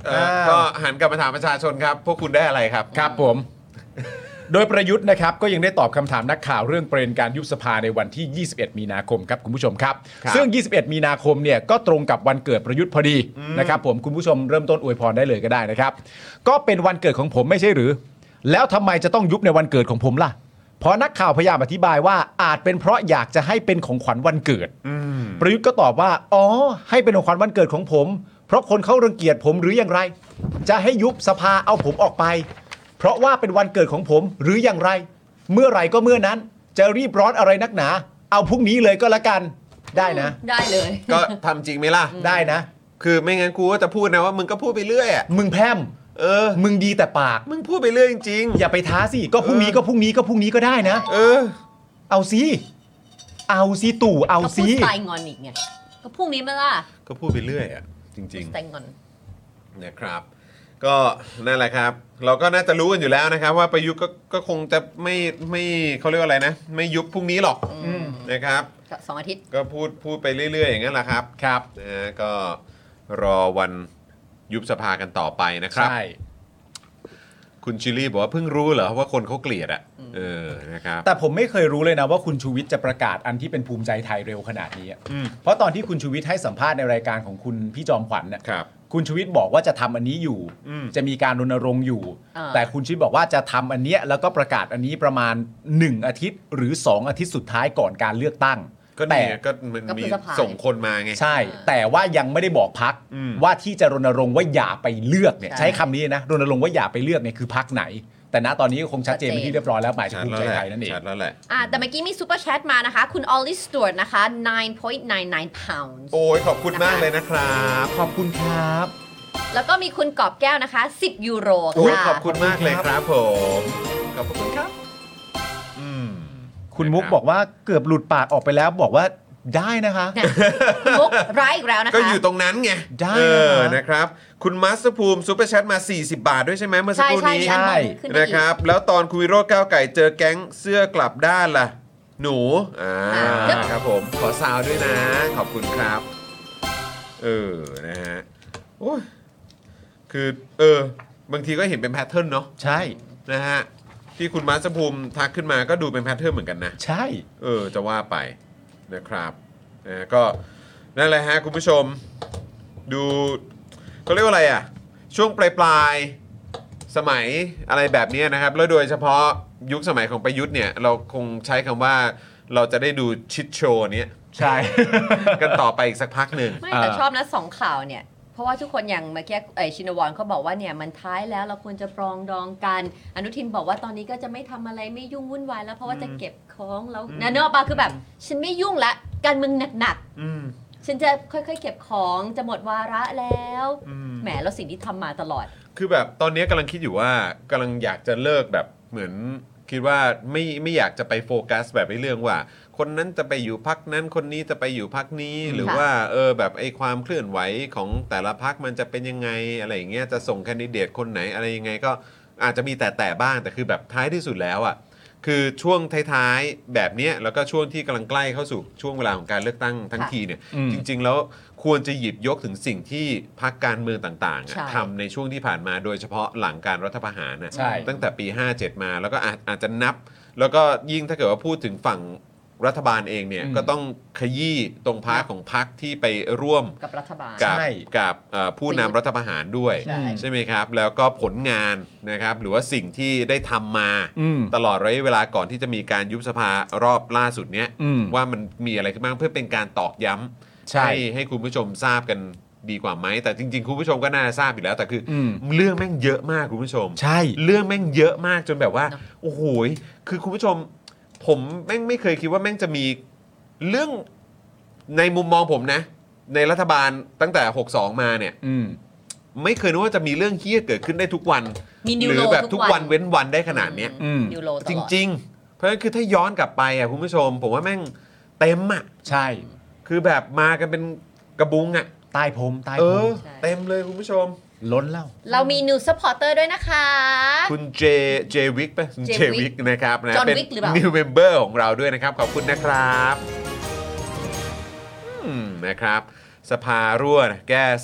เอ่อก็หันกลับมาถามประชาชนครับพวกคุณได้อะไรครับครับผม โดยประยุทธ์นะครับก็ยังได้ตอบคำถามนักข่าวเรื่องประเด็นการยุบสภาในวันที่ ยี่สิบเอ็ด มีนาคมครับคุณผู้ชมครับครับซึ่ง ยี่สิบเอ็ด มีนาคมเนี่ยก็ตรงกับวันเกิดประยุทธ์พอดีนะครับผมคุณผู้ชมเริ่มต้นอวยพรได้เลยก็ได้นะครับก็เป็นวันเกิดของผมไม่ใช่หรือแล้วทำไมจะต้องยุบในวันเกิดของผมล่ะเพราะนักข่าวพยายามอธิบายว่าอาจเป็นเพราะอยากจะให้เป็นของขวัญวันเกิดประยุทธ์ก็ตอบว่าอ๋อให้เป็นของขวัญวันเกิดของผมเพราะคนเขารังเกียจผมหรืออย่างไรจะให้ยุบสภาเอาผมออกไปเพราะว่าเป็นวันเกิดของผมหรืออย่างไรเมื่อไหร่ก็เมื่อนั้นจะรีบร้อนอะไรนักหนาเอาพรุ่งนี้เลยก็แล้วกันได้นะได้เลยก็ทำจริงไหมล่ะได้นะคือไม่งั้นกูก็จะพูดนะว่ามึงก็พูดไปเรื่อยอะมึงแพร่มเออมึงดีแต่ปากมึงพูดไปเรื่อยจริงอย่าไปท้าสิก็พรุ่งนี้ก็พรุ่งนี้ก็พรุ่งนี้ก็ได้นะๆเออเอาสิเอาสิตู่เอาก็พูสิดสไตล์งอนอีกไงก็พรุ่งนี้มาล่ะก็พูดไปเรื่อยอ่ะจริงสไตล์งอนๆนะครับ ก็นั่นแหละครับ เราก็น่าจะรู้กันอยู่แล้วนะครับ ว่าประยุทธ์ก็ก็คงจะไม่ไม่เขาเรียกว่าอะไรนะ ไม่ยุบพรุ่งนี้หรอกนะครับสองอาทิตย์ก็พูดพูดไปเรื่อยๆอย่างนั้นแหละครับครับนะฮะก็รอวันยุบสภากันต่อไปนะครับใช่คุณชิลลี่บอกว่าเพิ่งรู้เหรอว่าคนเขาเกลียดอ่ะเออนะครับแต่ผมไม่เคยรู้เลยนะว่าคุณชูวิทย์จะประกาศอันที่เป็นภูมิใจไทยเร็วขนาดนี้อะอืมเพราะตอนที่คุณชูวิทย์ให้สัมภาษณ์ในรายการของคุณพี่จอมขวัญเนี่ยครับคุณชูวิทย์บอกว่าจะทำอันนี้อยู่อืมจะมีการรณรงค์อยู่อ่าแต่คุณชูวิทย์บอกว่าจะทำอันเนี้ยแล้วก็ประกาศอันนี้ประมาณหนึ่งอาทิตย์ หรือสองอาทิตย์สุดท้ายก่อนการเลือกตั้งก็แต่เนี่ยก็มันก็มีพฤษภาส่งคนมาไงใช่ แต่ว่ายังไม่ได้บอกพักอืมว่าที่จะรณรงค์ว่าอย่าไปเลือกเนี่ยใช่ใช้คำนี้นะรณรงค์ว่าอย่าไปเลือกเนี่ยคือพักไหน แต่ณตอนนี้ก็คงชัดเจนชัดเจนเป็นที่เรียบร้อยแล้วหมายถึงชัดภูมิแล้วใจแหไทละยนั่นเองชัดแล้วแหละอ่ะแต่เมื่อกี้มีซูเปอร์แชทมานะคะ คุณออลลี่สต u ว r ร์นะคะ nine point nine nine pounds โอ้ยขอบคุณมากเลยนะครับขอบคุณครับแล้วก็มีคุณกอบแก้วนะคะสิบยูโรโอ้ยค่ะขอบคุณมากเลยครับผม ขอบคุณครับ อืมคุณมุกบอกว่าเกือบหลุดปากออกไปแล้วบอกว่าได้นะคะเนี่ยคุณมุกร้ายอีกแล้วนะคะก็อยู่ตรงนั้นไงได้เออนะนะครับ คุณมัสภูมิซูเปอร์แชทมา สี่สิบบาทด้วยใช่ไหมเมื่อสักใช่ครู่ใช่นี้อันนั้นขึ้นได้นะอีกครับ แล้วตอนคุณวิโรจน์ก้าวไก่เจอแก๊งเสื้อกลับด้านล่ะ หนู อ่าอ่าครับผม ขอซาวด้วยนะ ขอบคุณครับ เออ นะฮะ โอ้ย คือ เออ บางทีก็เห็นเป็นแพทเทิร์นเนาะใช่นะฮะ ที่คุณมัสภูมิทักขึ้นมาก็ดูเป็นแพทเทิร์นเหมือนกันนะใช่เออ จะว่าไปนะครับนะก็นั่นแหละฮะคุณผู้ชมดูเขาเรียกว่าอะไรอ่ะ ช่วงปลายปลายๆสมัยอะไรแบบนี้นะครับ แล้วโดยเฉพาะยุคสมัยของประยุทธ์เนี่ย เราคงใช้คำว่าเราจะได้ดูชิดโชว์เนี้ยใช่กันต่อไปอีกสักพักหนึ่งไม่แต่เออชอบนะสองข่าวเนี่ย เพราะว่าทุกคนอย่างเมื่อกี้ไอชินวรเขาบอกว่าเนี่ยมันท้ายแล้วเราควรจะปรองดองกัน อนุทินบอกว่าตอนนี้ก็จะไม่ทำอะไรไม่ยุ่งวุ่นวายแล้วเพราะว่าจะเก็บของแล้วนะเนอะปะคือแบบ ฉันไม่ยุ่งละการเมืองหนักอืมๆฉันจะค่อยๆเก็บของจะหมดวาระแล้วอืมแหมแล้วสิ่งที่ทำมาตลอดคือแบบตอนนี้กำลังคิดอยู่ว่ากำลังอยากจะเลิกแบบเหมือนคิดว่าไม่ไม่อยากจะไปโฟกัสแบบในเรื่องว่า คนนั้นจะไปอยู่พักนั้นคนนี้จะไปอยู่พักนี้ หรือค่ะว่าเออแบบไอ้ความเคลื่อนไหวของแต่ละพักมันจะเป็นยังไงอะไรอย่างเงี้ยจะส่งแคนดิเดตคนไหนอะไรยังไงก็อาจจะมีแต่แต่บ้างแต่คือแบบท้ายที่สุดแล้วอ่ะคือช่วงท้ายๆแบบเนี้ยแล้วก็ช่วงที่กำลังใกล้เข้าสู่ช่วงเวลาของการเลือกตั้งทั้งค่ะทีเนี่ยอืมจริง ๆ แล้วควรจะหยิบยกถึงสิ่งที่พรรคการเมืองต่างๆอะใช่ทำในช่วงที่ผ่านมาโดยเฉพาะหลังการรัฐประหารนะใช่ตั้งแต่ปี ห้าเจ็ด มาแล้วก็อาจอาจจะนับ แล้วก็ยิ่งถ้าเกิดว่าพูดถึงฝั่งรัฐบาลเองเนี่ยอืมก็ต้องขยี้ตรงพาร์ทของพรรคที่ไปร่วมกับรัฐบาลกับใช่กับเอ่อผู้นำรัฐประหารด้วยใช่ใช่ไหมครับ แล้วก็ผลงานนะครับหรือว่าสิ่งที่ได้ทำมาอืมตลอดระยะเวลาก่อนที่จะมีการยุบสภารอบล่าสุดเนี้ยอืมว่ามันมีอะไรขึ้นบ้างเพื่อเป็นการตอกย้ำใช่ให้ให้คุณผู้ชมทราบกันดีกว่าไหมแต่จริงๆ คุณผู้ชมก็น่าจะทราบอยู่แล้วแต่คืออมเรื่องแม่งเยอะมากคุณผู้ชมใช่เรื่องแม่งเยอะมากจนแบบว่าเนอะโอ้โหยคือคุณผู้ชม ผมแม่งไม่เคยคิดว่าแม่งจะมีเรื่องในมุมมองผมนะ ในรัฐบาลตั้งแต่หกสองมาเนี่ยอืมไม่เคยนึกว่าจะมีเรื่องเฮี้ยเกิดขึ้นได้ทุกวันมีหนิวรืโลแบบทุทุกกวัวัน นเว้นวันได้ขนาดเนี้ยอืมนิวโลตจลอดริง ๆ เพราะฉะนั้นคือถ้าย้อนกลับไปอ่ะคุณผู้ชม ผมว่าแม่งเต็มอ่ะใช่คือแบบมากันเป็นกระบุงอ่ะใต้ผมใต้เอผอมใช่เต็มเลยคุณผู้ชมล้นแล้วเรามีนิวซัพพอร์เตอร์ด้วยนะคะคุณเจเจวิกป่ะเจ J วิกนะครับนะ John เป็น Wick หรือเปล่านิวเมมเบอร์ของเราด้วยนะครับ ขอบคุณนะครับอืมนะครับ สภารั่วนะแก้เสร็จ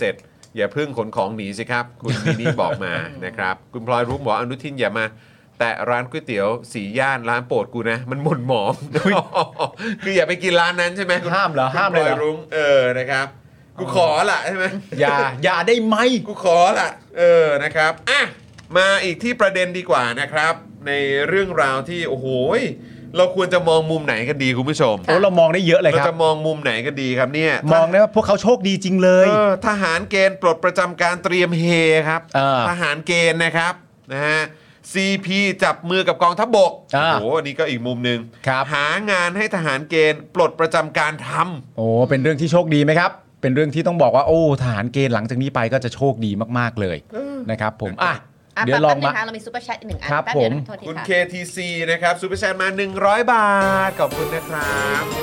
อย่าเพิ่งขนของหนีสิครับ คุณมินี่บอกมา นะครับคุณพลอยรุ้งบอกอนุทินอย่ามาแต่ร้านก๋วยเตี๋ยวสีย่านร้านโปรดกูนะ มันหม่นหมอง คืออย่าไปกินร้านนั้นใช่ไหมห้ามเหรอห้ามเลยเหรอคุณพลอยรุ้งเออนะครับกูขอละใช่ไหมอย่าอย่าได้ไหมกูขอละเออนะครับอ่ะมาอีกที่ประเด็นดีกว่านะครับ ในเรื่องราวที่โอ้โหเราควรจะมองมุมไหนกันดีคุณผู้ชมโอ้เรามองได้เยอะเลยคเรารับจะมองมุมไหนกันดีครับเนี่ยมองได้ว่าพวกเขาโชคดีจริงเลยเออทหารเกณฑ์ปลดประจำการเตรียมเฮครับเออทหารเกณฑ์นะครับนะฮะ ซี พี จับมือกับกองทัพบกอ่าโอ้โหอันนี้ก็อีกมุมหนึ่งครับหางานให้ทหารเกณฑ์ปลดประจำการทำโอ้เป็นเรื่องที่โชคดีไหมครับ เป็นเรื่องที่ต้องบอกว่าโอ้ทหารเกณฑ์หลังจากนี้ไปก็จะโชคดีมากๆเลยนะครับผมอ่ะอ่ะเดี๋ยวแป๊บลองนึมางค่ะเรามีซูเปอร์แชทอีกหนึ่งอันครับแป๊บเดียวผมนะโทษทีคุณค่ะเค ที ซี นะครับซูเปอร์แชทมาหนึ่งร้อยบาทขอบคุณนะครับ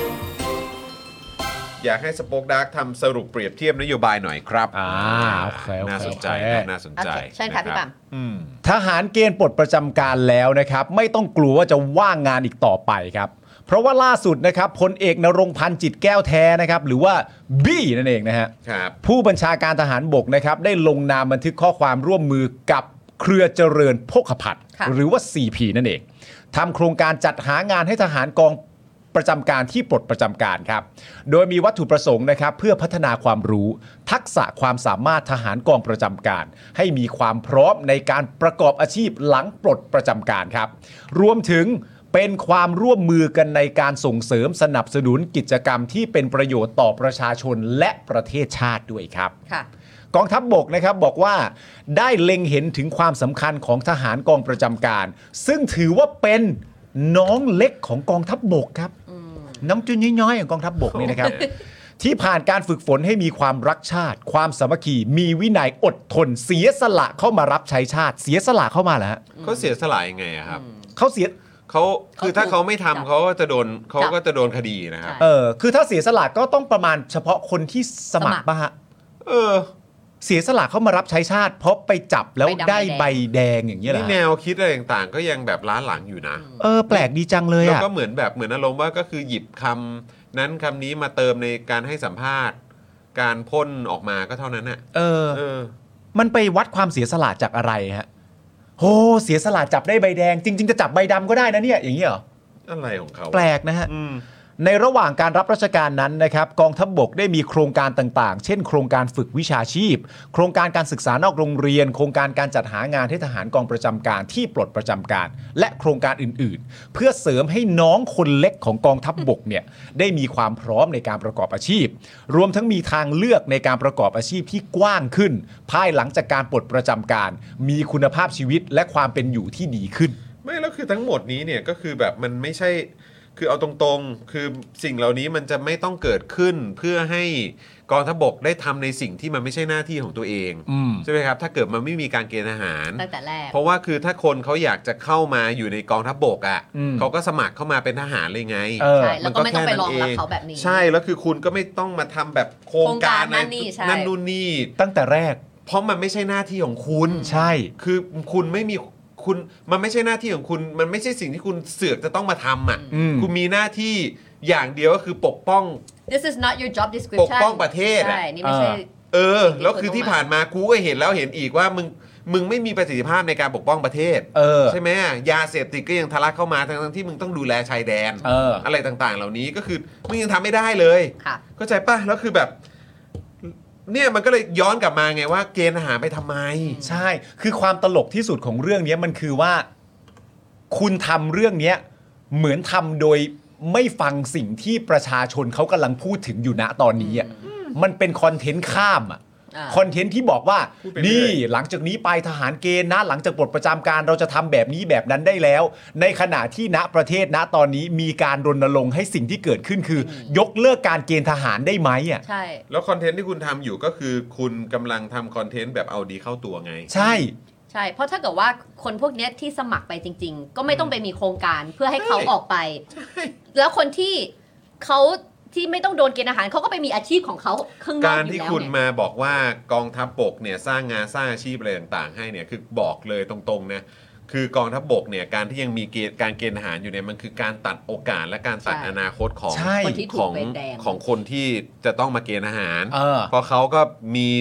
อยากให้สป็อคดาร์กทำสรุปเปรียบเทียบนโยบายหน่อยครับอ่าโอเคโอเคน่าสนใจโอเคนะน่าสนใจโอเคเชิญค่ะพี่ปั๊มอืมทหารเกณฑ์ปลดประจำการแล้วนะครับไม่ต้องกลัวว่าจะว่างงานอีกต่อไปครับเพราะว่าล่าสุดนะครับพลเอกนรงค์พันธ์จิตแก้วแท้นะครับหรือว่าบี้นั่นเองนะฮะครับผู้บัญชาการทหารบกนะครับได้ลงนามบันทึกข้อความร่วมมือกับเครือเจริญโภคภัณฑ์ค่ะหรือว่า ซี พี นั่นเองทำโครงการจัดหางานให้ทหารกองประจำการที่ปลดประจำการครับโดยมีวัตถุประสงค์นะครับเพื่อพัฒนาความรู้ทักษะความสามารถทหารกองประจำการให้มีความพร้อมในการประกอบอาชีพหลังปลดประจำการครับรวมถึงเป็นความร่วมมือกันในการส่งเสริมสนับสนุนกิจกรรมที่เป็นประโยชน์ต่อประชาชนและประเทศชาติด้วยครับค่ะกองทัพบบกนะครับบอกว่าได้เล็งเห็นถึงความสำคัญของทหารกองประจำการ ซึ่งถือว่าเป็นน้องเล็กของกองทัพบบกครับน้ำจุนน้อยๆของกองทัพบบกนี่นะครับ ที่ผ่านการฝึกฝนให้มีความรักชาติ ความสามัคคีมีวินัยอดทนเสียสละเข้ามารับใช้ชาติ เสียสละเข้ามาแล้วฮะเขาเสียสละยังไงอะครับเขาเสียเขาคือถ้าเขาไม่ทำจับเขาก็จะโดนเขาจับก็จะโดนคดีนะครับใช่เออคือถ้าเสียสละก็ต้องประมาณเฉพาะคนที่สมัคสมัรครป่ะฮะเออเสียสละเข้ามารับใช้ชาติ เพราะไปจับแล้วใบดำได้ใบใบแดงแดงอย่างเงี้ยเหรอนี่แนวคิดอะไรต่างๆ ก็ยังแบบล้าหลังอยู่นะเออแปลกดีจังเลยแล้วอ่ะก็เหมือนแบบเหมือนอารมณ์ว่าก็คือหยิบคำนั้นคำนี้มาเติมในการให้สัมภาษณ์ การพ่นออกมาก็เท่านั้นน่ะเออเออมันไปวัดความเสียสละจากอะไรฮะโหเสียสละจับได้ใบแดง จริง ๆ จะจับใบดำก็ได้นะเนี่ยอย่างเงี้ยเหรออะไรของเขาแปลกนะฮะอืมในระหว่างการรับราชการนั้นนะครับกองทัพบกได้มีโครงการต่างๆ เช่น โครงการฝึกวิชาชีพ โครงการการศึกษานอกโรงเรียน โครงการการจัดหางานให้ทหารกองประจำการที่ปลดประจำการ และโครงการอื่นๆ เพื่อเสริมให้น้องคนเล็กของกองทัพบกเนี่ยได้มีความพร้อมในการประกอบอาชีพ รวมทั้งมีทางเลือกในการประกอบอาชีพที่กว้างขึ้น ภายหลังจากการปลดประจำการ มีคุณภาพชีวิตและความเป็นอยู่ที่ดีขึ้นไม่แล้วคือทั้งหมดนี้เนี่ยก็คือแบบมันไม่ใช่คือเอาตรงๆ คือสิ่งเหล่านี้มันจะไม่ต้องเกิดขึ้นเพื่อให้กองทัพบกได้ทำในสิ่งที่มันไม่ใช่หน้าที่ของตัวเองอืมใช่ไหมครับถ้าเกิดมันไม่มีการเกณฑ์ทหารตั้งแต่แรกเพราะว่าคือถ้าคนเขาอยากจะเข้ามาอยู่ในกองทัพบกอ่ะอืมเขาก็สมัครเข้ามาเป็นทหารเลยไงเออใช่แล้วก็ไม่ต้องไปรองรับเขาแบบนี้ใช่แล้วคือคุณก็ไม่ต้องมาทำแบบโครงการโครงการนั่นนี่ใช่นั่นนู่นนี่ตั้งแต่แรกเพราะมันไม่ใช่หน้าที่ของคุณใช่คือคุณไม่มีคุณมันไม่ใช่หน้าที่ของคุณ มันไม่ใช่สิ่งที่คุณเสือกจะต้องมาทำอ่ะอืมคุณมีหน้าที่อย่างเดียวก็คือปกป้อง This is not your job ป description กป้องประเทศอะใช่ นี่ไม่ใช่เออ แล้วคือที่ผ่านมากูก็เห็นแล้วเห็นอีกว่ามึงมึงไม่มีประสิทธิภาพในการปกป้องประเทศเออใช่ไหมยาเสพติดก็ยังทะลักเข้ามาทั้งๆที่มึงต้องดูแลชายแดนเอออะไรต่างๆ เหล่านี้ก็คือมึงยังทำไม่ได้เลยค่ะเข้าใจป่ะแล้วคือแบบ เนี่ยมันก็เลยย้อนกลับมาไงว่าเกณฑ์ทหารไปทำไมใช่ คือความตลกที่สุดของเรื่องนี้มันคือว่า คุณทำเรื่องนี้เหมือนทำโดยไม่ฟังสิ่งที่ประชาชนเขากำลังพูดถึงอยู่ณตอนนี้อ่ะมันเป็นคอนเทนต์ข้ามอ่ะอ่าคอนเทนต์ที่บอกว่าพูดไปเรื่อยนี่หลังจากนี้ไปทหารเกณฑ์นะ หลังจากปลดประจำการเราจะทำแบบนี้แบบนั้นได้แล้ว ในขณะที่ณประเทศณตอนนี้มีการรณรงค์ให้สิ่งที่เกิดขึ้นคือ ยกเลิกการเกณฑ์ทหารได้ไหมอ่ะใช่แล้วคอนเทนต์ที่คุณทำอยู่ก็คือคุณกำลังทำคอนเทนต์แบบเอาดีเข้าตัวไงใช่ใช่ เพราะถ้าเกิดว่าคนพวกเนี้ยที่สมัครไปจริง ๆ ก็ไม่ต้องไปมีโครงการเพื่อให้เขาออกไป แล้วคนที่เขาที่ไม่ต้องโดนเกณฑ์อาหารเขาก็ไปมีอาชีพของเขาข้างนอกการอยู่ที่แล้วคุณเนี่ยมาบอกว่ากองทัพบกเนี่ยสร้างงานสร้างอาชีพอะไรต่างๆ ให้เนี่ยคือบอกเลยตรงๆนะคือกองทัพบกเนี่ยการที่ยังมีเกณฑ์การเกณฑ์ทหารอยู่เนี่ยมันคือการตัดโอกาสและการตัดใช่อนาคตของใช่คนที่ถูขกองใบแดงของคนที่จะต้องมาเกณฑ์ทหารเออเพราะเขาก็มี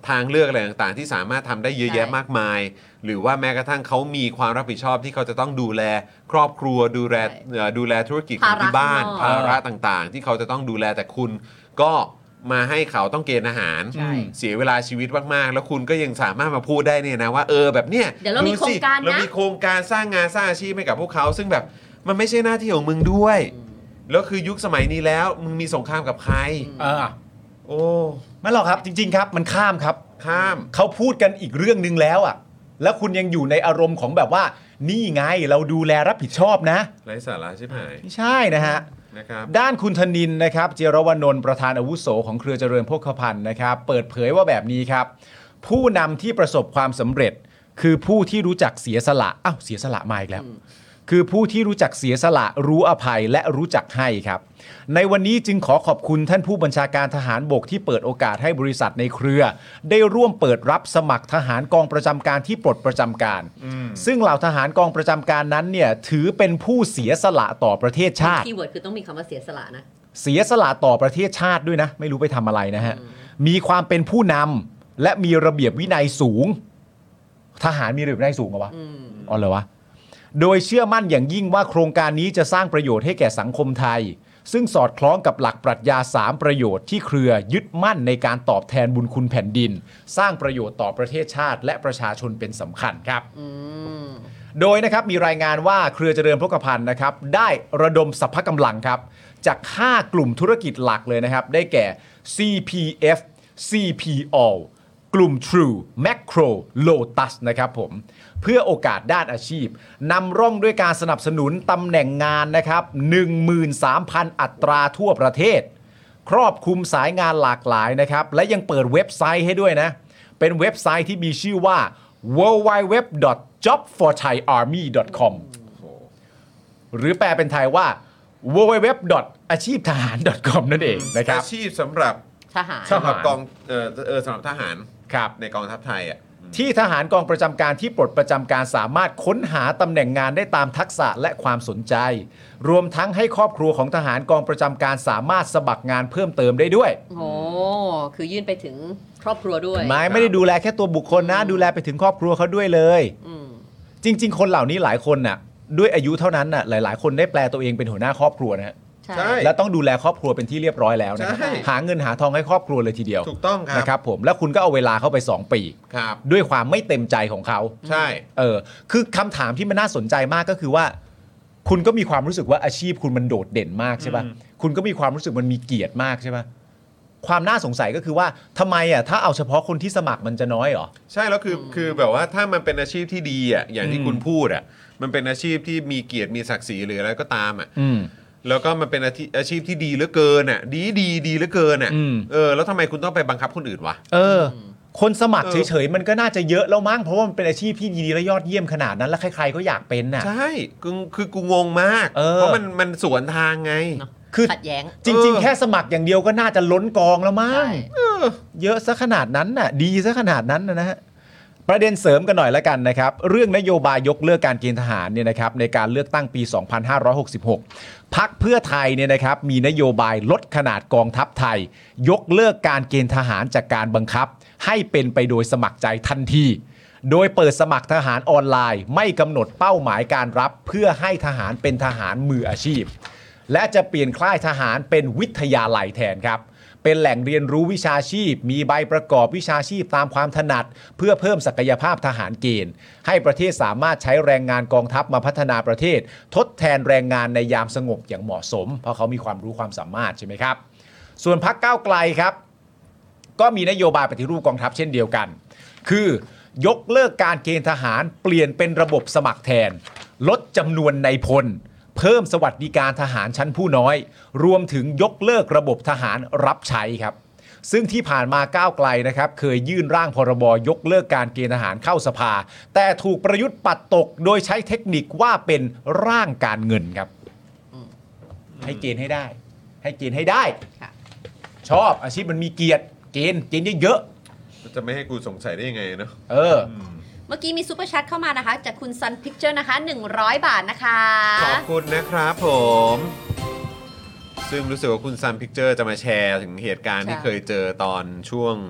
ทางเลือกอะไรต่างๆที่สามารถทำได้เยอะแยะมากมาย หรือว่าแม้กระทั่งเขามีความรับผิดชอบที่เขาจะต้องดูแลครอบครัวดูแลเอ่อดูแลธุรกิจของที่บ้านภาระต่างๆ ที่เขาจะต้องดูแลแต่คุณก็มาให้เขาต้องเกณฑ์อาหารใช่เสียเวลาชีวิตมากๆแล้วคุณก็ยังสามารถมาพูดได้เนี่ยนะว่าเออแบบเนี้ยเดี๋ยวเรามีโครงการนะเรามีโครงการสร้างงานสร้างอาชีพให้กับพวกเขาซึ่งแบบมันไม่ใช่หน้าที่ของมึงด้วยแล้วคือยุคสมัยนี้แล้วมึงมีสงครามกับใครอ่าโอ้ไม่หรอกครับจริง ๆ ครับมันข้ามครับข้ามเขาพูดกันอีกเรื่องนึงแล้วอ่ะแล้วคุณยังอยู่ในอารมณ์ของแบบว่านี่ไงเราดูแลรับผิดชอบนะไร้สาระใช่ไหมไม่ใช่นะฮะนะครับด้านคุณธนินนะครับเจรวนนท์ประธานอาวุโสของเครือเจริญโภคภัณฑ์นะครับเปิดเผยว่าแบบนี้ครับผู้นำที่ประสบความสำเร็จคือผู้ที่รู้จักเสียสละอ้าวเสียสละมาอีกแล้วคือผู้ที่รู้จักเสียสละรู้อภัยและรู้จักให้ครับในวันนี้จึงขอขอบคุณท่านผู้บัญชาการทหารบกที่เปิดโอกาสให้บริษัทในเครือได้ร่วมเปิดรับสมัครทหารกองประจำการที่ปลดประจำการซึ่งเหล่าทหารกองประจำการนั้นเนี่ยถือเป็นผู้เสียสละต่อประเทศชาติคีย์เวิร์ดคือต้องมีคำว่าเสียสละนะเสียสละต่อประเทศชาติด้วยนะไม่รู้ไปทำอะไรนะฮะมีความเป็นผู้นำและมีระเบียบวินัยสูงทหารมีระเบียบวินัยสูงเหรอวะอ๋อเหรอวะโดยเชื่อมั่นอย่างยิ่งว่าโครงการนี้จะสร้างประโยชน์ให้แก่สังคมไทยซึ่งสอดคล้องกับหลักปรัชญาสามประโยชน์ที่เครือยึดมั่นในการตอบแทนบุญคุณแผ่นดินสร้างประโยชน์ต่อประเทศชาติและประชาชนเป็นสำคัญครับโดยนะครับมีรายงานว่าเครือเจริญโภคภัณฑ์นะครับได้ระดมสรรพกำลังครับจากห้ากลุ่มธุรกิจหลักเลยนะครับได้แก่ ซี พี เอฟ ซี พี All กลุ่ม True Macro Lotus นะครับผมเพื่อโอกาสด้านอาชีพนำร่องด้วยการสนับสนุนตำแหน่งงานนะครับ หนึ่งหมื่นสามพัน อัตราทั่วประเทศครอบคลุมสายงานหลากหลายนะครับและยังเปิดเว็บไซต์ให้ด้วยนะเป็นเว็บไซต์ที่มีชื่อว่า ดับเบิลยู ดับเบิลยู ดับเบิลยู ดอท จ็อบ ฟอร์ ไทย อาร์มี่ ดอท คอม หรือแปลเป็นไทยว่า ดับเบิลยู ดับเบิลยู ดับเบิลยู ดอท อาชีพทหาร ดอท คอม นั่นเองนะครับอาชีพสำหรับทหารสำหรับกองเออเออสำหรับทหารครับในกองทัพไทยอ่ะที่ทหารกองประจำการที่ปลดประจำการสามารถค้นหาตำแหน่งงานได้ตามทักษะและความสนใจรวมทั้งให้ครอบครัวของทหารกองประจำการสามารถสมัครงานเพิ่มเติมได้ด้วยโอ้คือยื่นไปถึงครอบครัวด้วยไม่ไม่ได้ดูแลแค่ตัวบุคคลนะดูแลไปถึงครอบครัวเขาด้วยเลยอืมจริง ๆ คนเหล่านี้หลายคนน่ะด้วยอายุเท่านั้นน่ะหลาย ๆ คนได้แปลตัวเองเป็นหัวหน้าครอบครัวนะฮะใช่ใช่และต้องดูแลครอบครัวเป็นที่เรียบร้อยแล้วนะใช่หาเงินหาทองให้ครอบครัวเลยทีเดียวถูกต้องครับนะครับผมแล้วคุณก็เอาเวลาเข้าไปสองปีครับด้วยความไม่เต็มใจของเขาใช่เออคือคำถามที่มันน่าสนใจมากก็คือว่า คุณก็มีความรู้สึกว่าอาชีพคุณมันโดดเด่นมากใช่ป่ะคุณก็มีความรู้สึกมันมีเกียรติมากใช่ป่ะความน่าสงสัยก็คือว่าทำไมอ่ะถ้าเอาเฉพาะคนที่สมัครมันจะน้อยเหรอใช่แล้วคือคือแบบว่าถ้ามันเป็นอาชีพที่ดีอ่ะอย่างที่อืมคุณพูดอ่ะมันเป็นอาชีพที่มีเกียรติมีศักดิ์ศรีหรืออะไรก็ตามอ่ะอืมแล้วก็มันเป็นอาชีพอาชีพที่ดีเหลือเกินอ่ะดีดีดีเหลือเกินอ่ะอืมเออแล้วทำไมคุณต้องไปบังคับคนอื่นวะเออ คนสมัครเออเฉยๆมันก็น่าจะเยอะแล้วมั้งเพราะว่ามันเป็นอาชีพที่ดีและยอดเยี่ยมขนาดนั้นแล้วใครๆก็อยากเป็นน่ะใช่คือคือกูงงมากเออเพราะมันมันสวนทางไงเนอะคือขัดแย้งจริง ๆ แค่สมัครอย่างเดียวก็น่าจะล้นกองแล้วมั้งใช่เยอะซะขนาดนั้นน่ะดีซะขนาดนั้นนะนะฮะประเด็นเสริมกันหน่อยละกันนะครับเรื่องนโยบายยกเลิกการเกณฑ์ทหารเนี่ยนะครับในการเลือกตั้งปี สองพันห้าร้อยหกสิบหก พรรคเพื่อไทยเนี่ยนะครับมีนโยบายลดขนาดกองทัพไทย ยกเลิกการเกณฑ์ทหารจากการบังคับ ให้เป็นไปโดยสมัครใจทันทีโดยเปิดสมัครทหารออนไลน์ไม่กำหนดเป้าหมายการรับเพื่อให้ทหารเป็นทหารมืออาชีพและจะเปลี่ยนค่ายทหารเป็นวิทยาลัยแทนครับเป็นแหล่งเรียนรู้วิชาชีพมีใบประกอบวิชาชีพตามความถนัดเพื่อเพิ่มศักยภาพทหารเกณฑ์ให้ประเทศสามารถใช้แรงงานกองทัพมาพัฒนาประเทศทดแทนแรงงานในยามสงบอย่างเหมาะสมเพราะเขามีความรู้ความสามารถใช่ไหมครับส่วนพรรคก้าวไกลครับก็มีนโยบายปฏิรูปกองทัพเช่นเดียวกันคือยกเลิกการเกณฑ์ทหารเปลี่ยนเป็นระบบสมัครแทนลดจำนวนนายพลเพิ่มสวัสดิการทหารชั้นผู้น้อยรวมถึงยกเลิกระบบทหารรับใช้ครับซึ่งที่ผ่านมาก้าวไกลนะครับเคยยื่นร่างพรบยกเลิกการเกณฑ์ทหารเข้าสภาแต่ถูกประยุทธ์ปัดตกโดยใช้เทคนิคว่าเป็นร่างการเงินครับให้เกณฑ์ให้ได้ให้เกณฑ์ให้ได้ค่ะชอบอาชีพมันมีเกียรติเกณฑ์เกณฑ์เยอะจะไม่ให้กูสงสัยได้ยังไงเนาะๆเออเมื่อกี้มีซูเปอร์แชทเข้ามานะคะ จากคุณ Sun Picture นะคะ หนึ่งร้อย บาทนะคะขอบคุณนะครับผม ซึ่งรู้สึกว่าคุณซันพิกเจอร์จะมาแชร์ถึงเหตุการณ์ที่ใช่เคยเจอตอนช่วง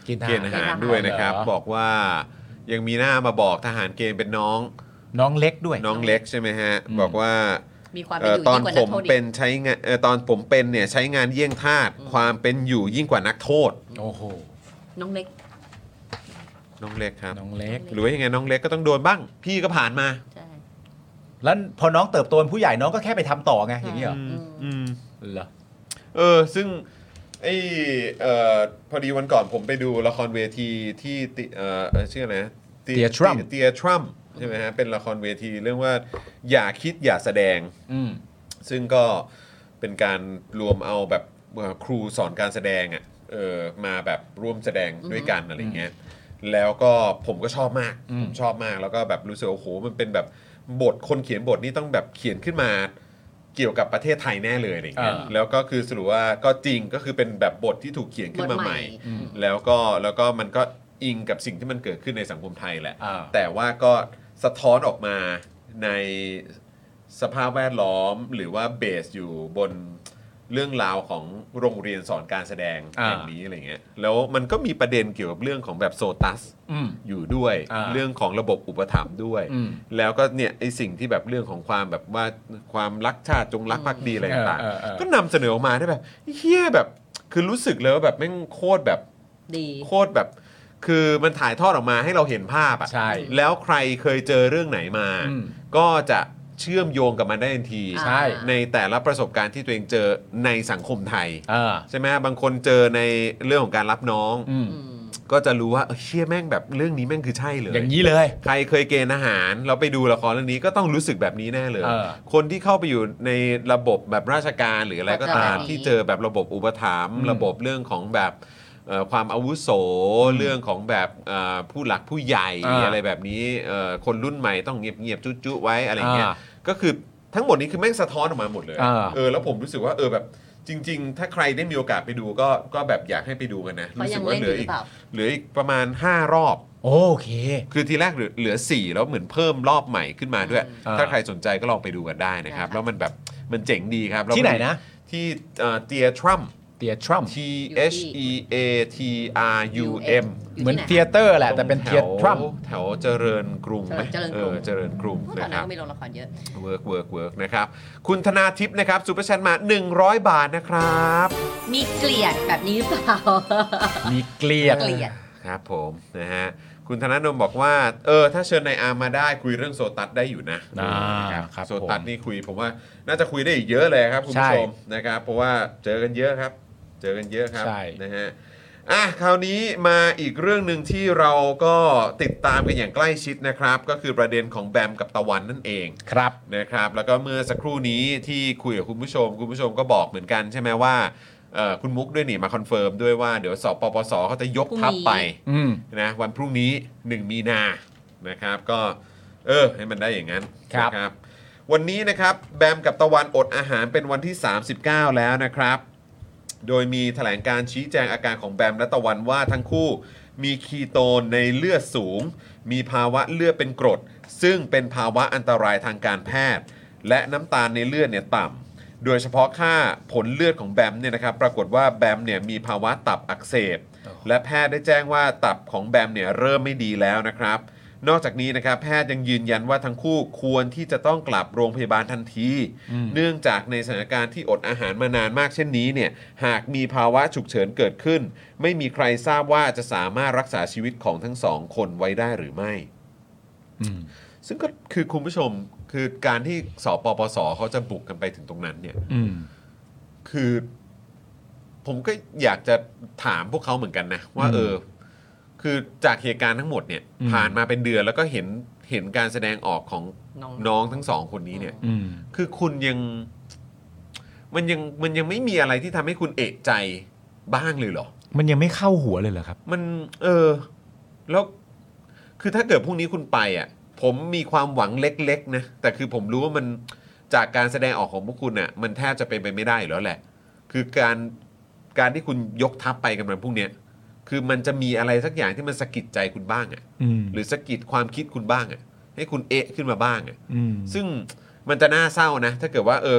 เกณฑ์ทเกหารณฑ์อาหารด้วยนะครับเหรอบอกว่ายังมีหน้ามาบอกทหารเกณฑ์เป็นน้องน้องเล็กด้วยน้องเล็กใช่ไหมฮะอืมบอกว่ามีความเอ่เป็นออยู่ตอนยิ่งกว่าผนักมโทษอีเป็นกใช้งานเอ่อตอนผมเป็นเนี่ยใช้งานเยี่ยงทาสความเป็นอยู่ยิ่งกว่านักโทษโอ้โหน้องเล็กน้องเล็กครับน้องเล็กหรือว่ายังไงน้องเล็กก็ต้องโดนบ้าง พี่ก็ผ่านมาใช่แล้วพอน้องเติบโตเป็นผู้ใหญ่น้องก็แค่ไปทำต่อไงอย่างนี้เหรออืมอืมเหรอเออซึ่งไอเอ่อพอดีวันก่อนผมไปดูละครเวทีที่ติเอ่อเอ่อชื่ออะไรนะ Dear Trump เตียทรัมป์ใช่ไหมฮะเป็นละครเวทีเรื่องว่าอย่าคิดอย่าแสดงอืมซึ่งก็เป็นการรวมเอาแบบเอ่อครูสอนการแสดงอ่ะเออมาแบบร่วมแสดงด้วยกันอะไรเงี้ยแล้วก็ผมก็ชอบมากอืมผมชอบมากแล้วก็แบบรู้สึกว่าโอ้โหมันเป็นแบบบทคนเขียนบทนี่ต้องแบบเขียนขึ้นมาเกี่ยวกับประเทศไทยแน่เลยอะไรเงี้ยอ่าแล้วก็คือสรุปว่าก็จริงก็คือเป็นแบบบทที่ถูกเขียนขึ้นมาใหม่อืมแล้วก็แล้วก็มันก็อิงกับสิ่งที่มันเกิดขึ้นในสังคมไทยแหละอ่าแต่ว่าก็สะท้อนออกมาในสภาพแวดล้อมหรือว่าเบสอยู่บนเรื่องราวของโรงเรียนสอนการแสดงอ่าแห่งนี้อะไรเงี้ยแล้วมันก็มีประเด็นเกี่ยวกับเรื่องของแบบโซตัสอืมอยู่ด้วยอ่าเรื่องของระบบอุปถัมภ์ด้วยอืมแล้วก็เนี่ยไอสิ่งที่แบบเรื่องของความแบบว่าความรักชาติจงรักภักดีอะไรต่างเออเออเออๆก็นำเสนอออกมาได้แบบเฮี้ยแบบคือรู้สึกเลยว่าแบบแม่งโคตรแบบดีโคตรแบบ คือมันถ่ายทอดออกมาให้เราเห็นภาพอ่ะใช่แล้วใครเคยเจอเรื่องไหนมาอืมก็จะเชื่อมโยงกับมันได้ทันทีใช่ในแต่ละประสบการณ์ที่ตัวเองเจอในสังคมไทยอ่าใช่ไหมบางคนเจอในเรื่องของการรับน้องอืมอืมก็จะรู้ว่าเออเชี่ยแม่งแบบเรื่องนี้แม่งคือใช่เลยอย่างนี้เลยใครเคยเกณฑ์อาหารเราไปดูละครเรื่องนี้ก็ต้องรู้สึกแบบนี้แน่เลยเออคนที่เข้าไปอยู่ในระบบแบบราชการหรืออะไรก็ตามก็จะแบบนี้ที่เจอแบบระบบอุปถัมภ์อืมระบบเรื่องของแบบเอ่อความอาวุโสเรื่องของแบบเอ่อผู้หลักผู้ใหญ่อ่าอะไรแบบนี้เอ่อคนรุ่นใหม่ต้องเงียบเงียบๆจุ๊ๆไว้อะไรเงี้ยอ่าก็คือทั้งหมดนี้คือแม่งสะท้อนออกมาหมดเลยอ่าเออแล้วผมรู้สึกว่าเออแบบจริง ๆ ถ้าใครได้มีโอกาสไปดูก็ก็แบบอยากให้ไปดูกันนะเขารู้ยัสึงกว่าเล่นเหอลืยู่อหรือเปล่าอีกเหลืออีกประมาณห้ารอบโอเคคือทีแรกเหลือเหลือสี่แล้วเหมือนเพิ่มรอบใหม่ขึ้นมาด้วยอ่าถ้าใครสนใจก็ลองไปดูกันได้นะครับได้ค่ะแล้วมันแบบมันเจ๋งดีครับแล้วที่ไหนนะที่เตียทรัมเตียทรัม T H E A T R U M เหมือนเทียเตอร์แหละแต่เป็นเทียทรัมแถวเจริญกรุงไหมเจริญเอกรุอง เจริญกรุงเพราะตอนนะคนั้นรับก็มีโรงละครเยอะเวิร์กเวิร์กเวิร์กนะครับคุณธนาทิพย์นะครับซูเปอร์แชทมา หนึ่งร้อย บาทนะครับมีเกลียดแบบนี้หรือเปล่ามีเกลียดเกลียดครับผมนะฮะคุณธนาโนมบอกว่าเออถ้าเชิญนายอาร์มมาได้คุยเรื่องโซตัสได้อยู่นะอ่านะครับครับโซตัสผมนี่คุยผมว่าน่าจะคุยได้อีกเยอะเลยครับคุณผู้ชมใช่นะครับเพราะว่าเจอกันเยอะครับ เจอกันเยอะครับใช่นะฮะอ่ะคราวนี้มาอีกเรื่องหนึ่งที่เราก็ติดตามกันอย่างใกล้ชิดนะครับ ก็คือประเด็นของแบมกับตะวันนั่นเองครับนะครับแล้วก็เมื่อสักครู่นี้ที่คุยกับคุณผู้ชม คุณผู้ชมก็บอกเหมือนกันใช่ไหมว่าเอ่อคุณมุกด้วยนี่มาคอนเฟิร์มด้วยว่าเดี๋ยวสปปสเขาจะยกทัพไปอืมนะวันพรุ่งนี้หนึ่งมีนานะครับก็เออให้มันได้อย่างนั้นครับนะครับวันนี้นะครับแบมกับตะวันอดอาหารเป็นวันที่ สามสิบเก้า แล้วนะครับโดยมีแถลงการชี้แจงอาการของแบมและตะวันว่าทั้งคู่มีคีโตนในเลือดสูง มีภาวะเลือดเป็นกรด ซึ่งเป็นภาวะอันตรายทางการแพทย์ และน้ำตาลในเลือดเนี่ยต่ำโดยเฉพาะค่าผลเลือดของแบมเนี่ยนะครับปรากฏว่าแบมเนี่ยมีภาวะตับอักเสบ และแพทย์ได้แจ้งว่าตับของแบมเนี่ยเริ่มไม่ดีแล้วนะครับ นอกจากนี้นะครับแพทย์ยังยืนยันว่าทั้งคู่ควรที่จะต้องกลับโรงพยาบาลทันที เนื่องจากในสถานการณ์ที่อดอาหารมานานมากเช่นนี้เนี่ยหากมีภาวะฉุกเฉินเกิดขึ้น ไม่มีใครทราบว่าจะสามารถรักษาชีวิตของทั้งสองคนไว้ได้หรือไม่อืมซึ่งก็คือคุณผู้ชมคือการที่สปปสเขาจะบุกกันไปถึงตรงนั้นเนี่ยอืมคือผมก็อยากจะถามพวกเขาเหมือนกันนะว่าอืมเออ คือจากเหตุการณ์ทั้งหมดเนี่ยอืมผ่านมาเป็นเดือนแล้วก็เห็นเห็นการแสดงออกของน้องน้องทั้งสองคนนี้เนี่ยอืมคือคุณยังมันยังมันยังไม่มีอะไรที่ทำให้คุณเอะใจบ้างเลยเหรอมันยังไม่เข้าหัวเลยเหรอครับมันเออ แล้วคือถ้าเกิดพรุ่งนี้คุณไปอ่ะ ผมมีความหวังเล็กๆนะแต่คือผมรู้ว่ามันจากการแสดงออกของพวกคุณอ่ะมันแทบจะเป็นไปไม่ได้อยู่แล้วแหละ คือการการที่คุณยกทัพไปกันวันพรุ่งเนี้ยคือมันจะมีอะไรสักอย่างที่มันสะกิดใจคุณบ้างอ่ะอืมหรือสะกิดความคิดคุณบ้างอ่ะให้คุณเอะขึ้นมาบ้างอ่ะอืมซึ่งมันจะน่าเศร้านะ ถ้าเกิดว่าเออ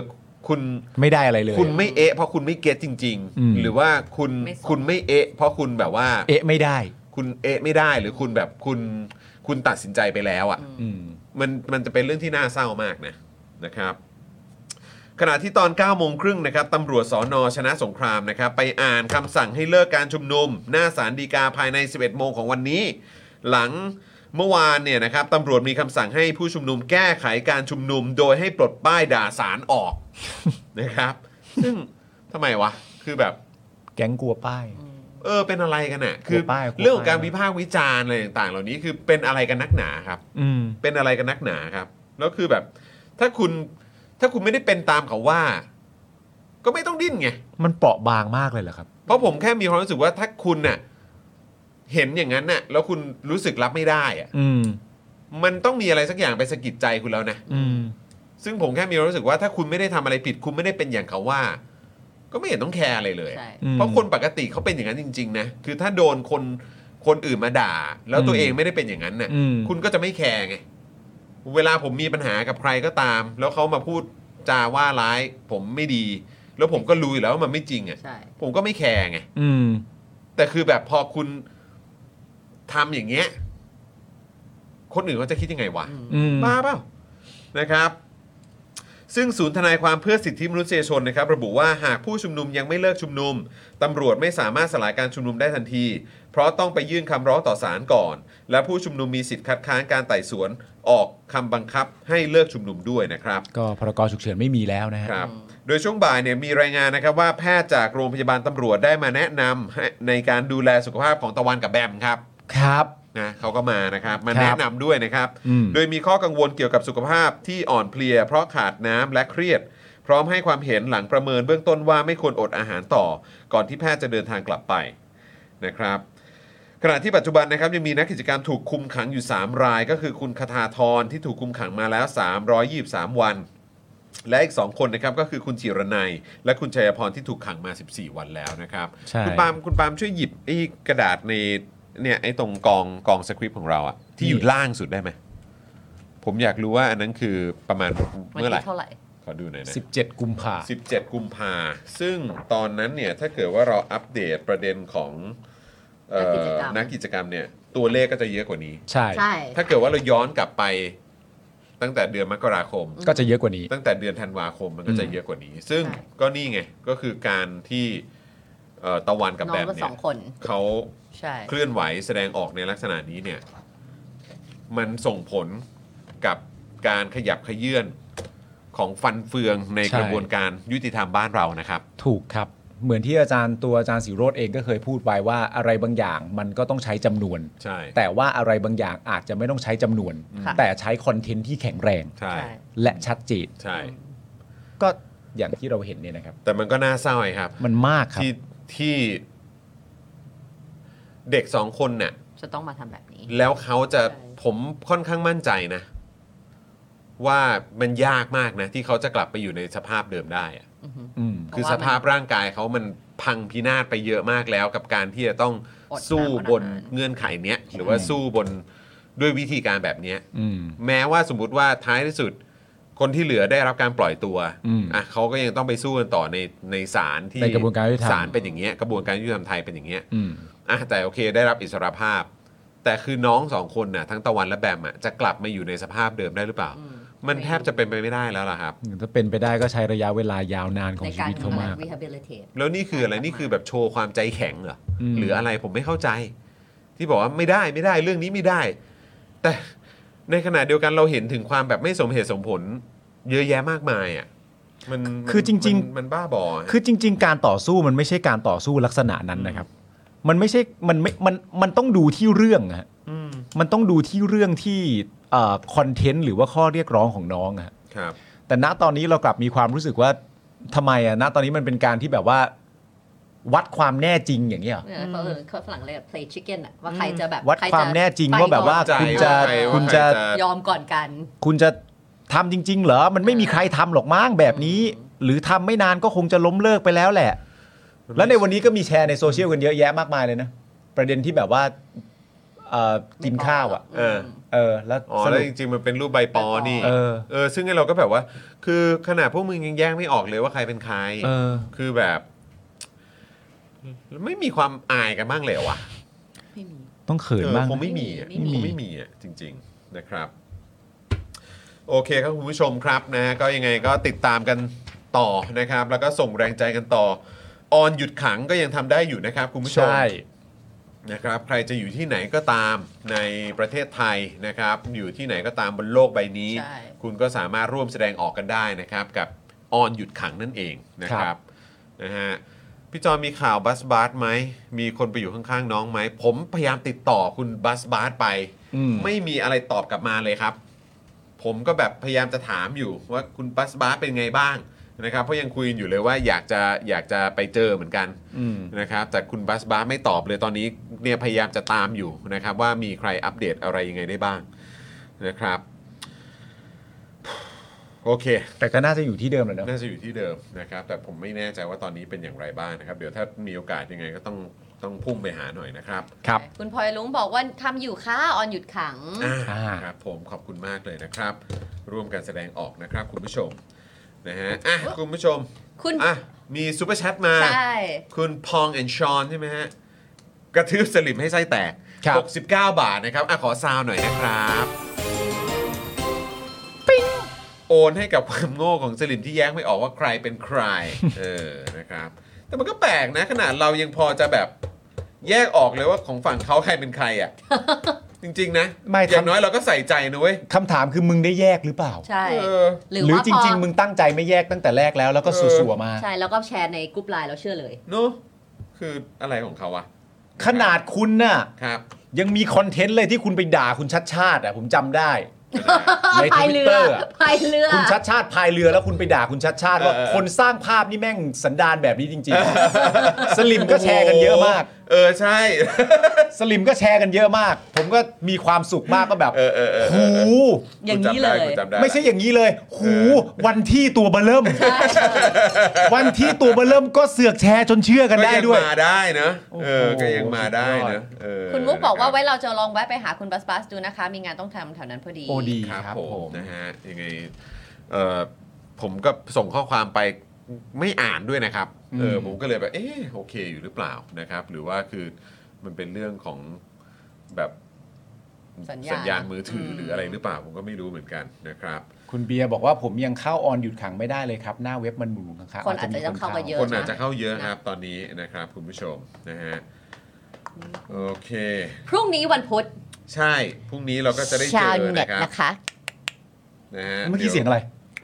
คุณไม่ได้อะไรเลยคุณไม่เอะเพราะคุณไม่เก็ตจริงอืมๆ หรือว่าคุณคุณไม่เอะเพราะคุณแบบว่าเอะไม่ได้คุณเอะไม่ได้หรือคุณแบบคุณคุณตัดสินใจไปแล้วอ่ะอืมมันมันจะเป็นเรื่องที่น่าเศร้ามากนะนะครับขณะที่ตอนเก้าโมงครึ่งนะครับตำรวจสนชนะสงครามนะครับไปอ่านคำสั่งให้เลิกการชุมนุมหน้าศาลฎีกาภายในสิบเอ็ดโมงของวันนี้หลังเมื่อวานเนี่ยนะครับตำรวจมีคำสั่งให้ผู้ชุมนุมแก้ไขการชุมนุมโดยให้ปลดป้ายด่าศาลออก นะครับซึ่งทำไมวะคือแบบแก๊งกลัวป้ายเออเป็นอะไรกันน่ะคือกลัวป้ายกลัวป้ายเรื่องของการวิพากษ์วิจารณ์อะไรต่างๆ เหล่านี้คือเป็นอะไรกันนักหนาครับอืมเป็นอะไรกันนักหนาครับแล้วคือแบบถ้าคุณถ้าคุณไม่ได้เป็นตามเขาว่า ก็ไม่ต้องดิ้นไงมันเปราะบางมากเลยเหรอครับเพราะผมแค่มีความรู้สึกว่าถ้าคุณน่ะเห็นอย่างนั้นน่ะแล้วคุณรู้สึกรับไม่ได้อะอืมมันต้องมีอะไรสักอย่างไปสะกิดใจคุณแล้วนะอืมซึ่งผมแค่มีความรู้สึกว่าถ้าคุณไม่ได้ทำอะไรผิด คุณไม่ได้เป็นอย่างเขาว่า ก็ไม่เห็นต้องแคร์อะไรเลยใช่อืมเพราะคนปกติเขาเป็นอย่างนั้นจริงๆนะคือถ้าโดนคนคนอื่นมาด่า แล้วตัวอืมเองไม่ได้เป็นอย่างนั้นน่ะอืมคุณก็จะไม่แคร์ไงเวลาผมมีปัญหากับใครก็ตาม แล้วเขามาพูดจาว่าร้าย ผมไม่ดี แล้วผมก็รู้อยู่แล้วว่ามันไม่จริงอ่ะใช่ผมก็ไม่แคร์ไงอืมแต่คือแบบพอคุณทำอย่างเงี้ยคนอื่นเขาจะคิดยังไงวะอืมบ้าเปล่านะครับ ซึ่งศูนย์ทนายความเพื่อสิทธิมนุษยชนนะครับระบุว่าหากผู้ชุมนุมยังไม่เลิกชุมนุมตำรวจไม่สามารถสลายการชุมนุมได้ทันที เพราะต้องไปยื่นคำร้องต่อศาลก่อน และผู้ชุมนุมมีสิทธิ์คัดค้านการไต่สวนออกคำบังคับให้เลิกชุมนุมด้วยนะครับก็พรกฉุกเฉินไม่มีแล้วนะฮะครับโดยช่วงบ่ายเนี่ยมีรายงานนะครับว่าแพทย์จากโรงพยาบาลตำรวจได้มาแนะนำให้ในการดูแลสุขภาพของตะวันกับแบมครับครับนะเขาก็มานะครับมาครับแนะนำด้วยนะครับอืมโดยมีข้อกังวลเกี่ยวกับสุขภาพที่อ่อนเพลีย เพราะขาดน้ำและเครียด พร้อมให้ความเห็นหลังประเมินเบื้องต้นว่าไม่ควรอดอาหารต่อ ก่อนที่แพทย์จะเดินทางกลับไปนะครับขณะที่ปัจจุบันนะครับยังมีนักกิจกรรมถูกคุมขังอยู่สามราย ก็คือคุณคทาธรที่ถูกคุมขังมาแล้วสามร้อยยี่สิบสามวัน และอีกสองคนนะครับก็คือคุณจิรนัยและคุณชัยพรที่ถูกขังมาสิบสี่วันแล้วนะครับใช่คุณปาล์มคุณปาล์มช่วยหยิบไอ้กระดาษในเนี่ยไอ้ตรงกองกองสคริปต์ของเราอะที่อยู่ล่างสุดได้ไหมผมอยากรู้ว่าอันนั้นคือประมาณวันเมื่อไหร่ที่เท่าไหร่ขอดูหน่อยนะสิบเจ็ดกุมภาสิบเจ็ดกุมภาซึ่งตอนนั้นเนี่ยถ้าเกิดว่าเราอัปเดตประเด็นของเอ่อนักกิจกรรมเนี่ยตัวเลขก็จะเยอะกว่านี้ใช่ใช่ถ้าเกิดว่าเราย้อนกลับไปตั้งแต่เดือนมกราคมก็จะเยอะกว่านี้ตั้งแต่เดือนธันวาคมมันก็จะอืมเยอะกว่านี้ ซึ่งก็นี่ไงก็คือการที่เอ่อตะวันกับน้อแบงมก็เนี่สยองคนเขาใช่เคลื่อนไหวแสดงออกในลักษณะนี้เนี่ยมันส่งผลกับการขยับเขยื่อนของฟันเฟืองในใช่กระบวนการยุติธรรมบ้านเรานะครับถูกครับ เหมือนที่อาจารย์ตัวอาจารย์สิโรจน์เองก็เคยพูดไว้ว่าอะไรบางอย่างมันก็ต้องใช้จำนวนใช่แต่ว่าอะไรบางอย่างอาจจะไม่ต้องใช้จำนวนค่ะแต่ใช้คอนเทนต์ที่แข็งแรงใช่ใช่และชัดเจนใช่ก็อย่างที่เราเห็นเนี่ยนะครับแต่มันก็น่าเศร้าไงครับมันมากครับที่ที่เด็กสองคนเนี่ยจะต้องมาทำแบบนี้แล้วเขาจะใช่ผมค่อนข้างมั่นใจนะ ว่ามันยากมากนะ ที่เขาจะกลับไปอยู่ในสภาพเดิมได้อะอืมคือเพราะว่าสภาพร่างกายเขามันพังพินาศไปเยอะมากแล้ว กับการที่จะต้องอดสู้น้ำอดบนอาหารเงื่อนไขเนี้ยหรือว่าสู้บนด้วยวิธีการแบบเนี้ยอืมแม้ว่าสมมุติว่าท้ายที่สุด คนที่เหลือได้รับการปล่อยตัวอืมอ่ะเขาก็ยังต้องไปสู้กันต่อในในศาลที่ในกระบวนการยุติธรรมศาลเป็นอย่างเงี้ยกระบวนการยุติธรรมไทยเป็นอย่างเงี้ยอืมอ่ะแต่โอเคได้รับอิสรภาพ แต่คือน้องสองคนน่ะทั้งตะวันและแบมอ่ะจะกลับมาอยู่ในสภาพเดิมได้หรือเปล่า มันแทบจะเป็นไปไม่ได้แล้วล่ะครับถ้าเป็นไปได้ก็ใช้ระยะเวลายาวนานขอในงชีการวิตเขามาก rehabilitate แล้วนี่คืออะไรนี่คือแบบโชว์ความใจแข็งเหรออมหรืออะไรผมไม่เข้าใจ ที่บอกว่าไม่ได้ไม่ได้เรื่องนี้ไม่ได้ แต่ในขณะเดียวกันเราเห็นถึงความแบบไม่สมเหตุสมผล เยอะแยะมากมายอ่ะมันมันคือจริงๆมันมันบ้าบออะคือจริง ๆ การต่อสู้มันไม่ใช่การต่อสู้ลักษณะนั้นนะครับ มันไม่ใช่ มันไม่ มัน มันต้องดูที่เรื่องอะฮะมันต้องดูที่เรื่องที่เอ่อคอนเทนต์หรือว่าข้อเรียกร้องของน้องอะฮะครับแต่ณตอนนี้เรากลับมีความรู้สึกว่าทำไมอะณตอนนี้มันเป็นการที่แบบว่า วัดความแน่จริงอย่างนี้ยเหรอเนี่ยเขาเออเขาฝรั่งเรียก play chicken อะว่าใครจะแบบวัดใรจะความแน่จริงว่าแบบว่าไปก่อนคุณจะใจว่าคุณจะใครจะยอมก่อนกันคุณจะทำจริง ๆ เหรอ มันไม่มีใครทำหรอกมั้งแบบนี้ หรือทำไม่นานก็คงจะล้มเลิกไปแล้วแหละ แล้วในวันนี้ก็มีแชร์ในโซเชียลกันเยอะแยะมากมายเลยนะ ประเด็นที่แบบว่าเอ่อกินข้าวอ่ะเออเออแล้วอ๋อสแล้วรุปจริงๆมันเป็นรูปใบปอนี่เออเออซึ่งไอ้เราก็แบบว่า คือขนาดพวกมึงยังแยกไม่ออกเลยว่าใครเป็นใครเออคือแบบไม่มีความอายกันบ้างเลยเหรอวะไม่มีต้องเขินเออบ้างคงไม่มีอะไม่มีคงไม่มีอ่ะจริง ๆนะครับ โอเคครับคุณผู้ชมครับนะ ก็ยังไงก็ติดตามกันต่อนะครับ แล้วก็ส่งแรงใจกันต่อออนหยุดขังก็ยังทำได้อยู่นะครับคุณผู้ชมใช่นะครับใครจะอยู่ที่ไหนก็ตามในประเทศไทยนะครับอยู่ที่ไหนก็ตามบนโลกใบนี้ใช่คุณก็สามารถร่วมแสดงออกกันได้นะครับกับออนหยุดขังนั่นเองนะครับนะฮะพี่จอมีข่าวบัสบาร์ไหมมีคนไปอยู่ข้างๆน้องไหมผมพยายามติดต่อคุณบัสบาร์ไปอืมไม่มีอะไรตอบกลับมาเลยครับ ผมก็แบบพยายามจะถามอยู่ว่าคุณบัสบาร์เป็นไงบ้างนะครับเพราะยังคุยอยู่เลยว่าอยากจะอยากจะไปเจอเหมือนกันอืมนะครับแต่คุณบัสบาร์ไม่ตอบเลยตอนนี้เนี่ยพยายามจะตามอยู่นะครับว่ามีใครอัปเดตอะไรยังไงได้บ้างนะครับโอเคแต่ก็น่าจะอยู่ที่เดิมแหละเนอะน่าจะอยู่ที่เดิมนะครับแต่ผมไม่แน่ใจว่าตอนนี้เป็นอย่างไรบ้างนะครับเดี๋ยวถ้ามีโอกาสยังไงก็ต้องต้องพุ่งไปหาหน่อยนะครับครับคุณพลอยลุงบอกว่าทำอยู่ค่ะออนหยุดขังอ่าอ่าครับผมขอบคุณมากเลยนะครับ ร่วมกันแสดงออกนะครับคุณผู้ชมนะฮะอ่ะคุณผู้ชมคุณอ่ะมีซูเปอร์แชทมาใช่คุณพองแอนชอนใช่ไหมฮะ กระทืบสลิมให้ไส้แตกครับหกสิบเก้า บาทนะครับอ่ะขอซาวหน่อยนะครับปิ๊งโอนให้กับความโง่ของสลิมที่แยกไม่ออกว่าใครเป็นใคร เออนะครับแต่มันก็แปลกนะขนาดเรายังพอจะแบบแยกออกเลยว่าของฝั่งเขาใครเป็นใครอ่ะ จริงๆนะไม่อย่างน้อยเราก็ใส่ใจนะเว้ยคำถามคือมึงได้แยกหรือเปล่าใช่เออหรือหรือว่าจพอริง ๆ มึงตั้งใจไม่แยกตั้งแต่แรกแล้วแล้วก็เออสัวๆมาใช่แล้วก็แชร์ในกลุ่มไลน์เราเชื่อเลยเนอะคืออะไรของเขาวะขนาดคุณน่ะครับยังมีคอนเทนต์เลยที่คุณไปด่าคุณชัดชาติอ่ะผมจำได้ ในพายเรือ Twitter อะพายเรือคุณชัดชาติพายเรือแล้วคุณไปด่าคุณชัดชาติว่าเออคนสร้างภาพนี่แม่งสันดานแบบนี้จริงๆ สลิมก็แชร์กันเยอะมากเออใช่สลิมก็แชร์กันเยอะมาก ผมก็มีความสุขมากก็แบบเออเออเออหูอย่างนี้เลยกูจำด้ไม่ใช่อย่างนี้เลย หูวันที่ตัวเบอร์เริ่ม วันที่ตัวเบอร์เริ่มก็เสือกแชร์จนเชื่อกันได้ด้วยก็งมาได้เนอะโอ้โหเออก็ยังมาได้เนอะเออคุณมุกบอกว่านะรับไว้เราจะลองแวะไปหาคุณบัสบัสดูนะคะ มีงานต้องทำแถวนั้นพอดีโอ้ดีครับครับผผม มนะฮะยังไงเออผมก็ส่งข้อความไปไม่อ่านด้วยนะครับเออผมก็เลยแบบเออโอเคอยู่หรือเปล่านะครับ หรือว่าคือมันเป็นเรื่องของแบบสัญญาณสัญญาณมือถือหรืออะไรหรือเปล่าผมก็ไม่รู้เหมือนกันนะครับคุณเบียร์บอกว่าผมยังเข้าออนหยุดขังไม่ได้เลยครับ หน้าเว็บมันหมุนครับคนอาจจะต้องเข้ามาเยอะคนอาจจะเข้าเยอะครับตอนนี้นะครับคุณผู้ชมนะฮะโอเคพรุ่งนี้วันพุธใช่พรุ่งนี้เราก็จะได้เจชาวอเน็ตนะครับนะคะนะฮะเมื่อกี้เสียงอะไร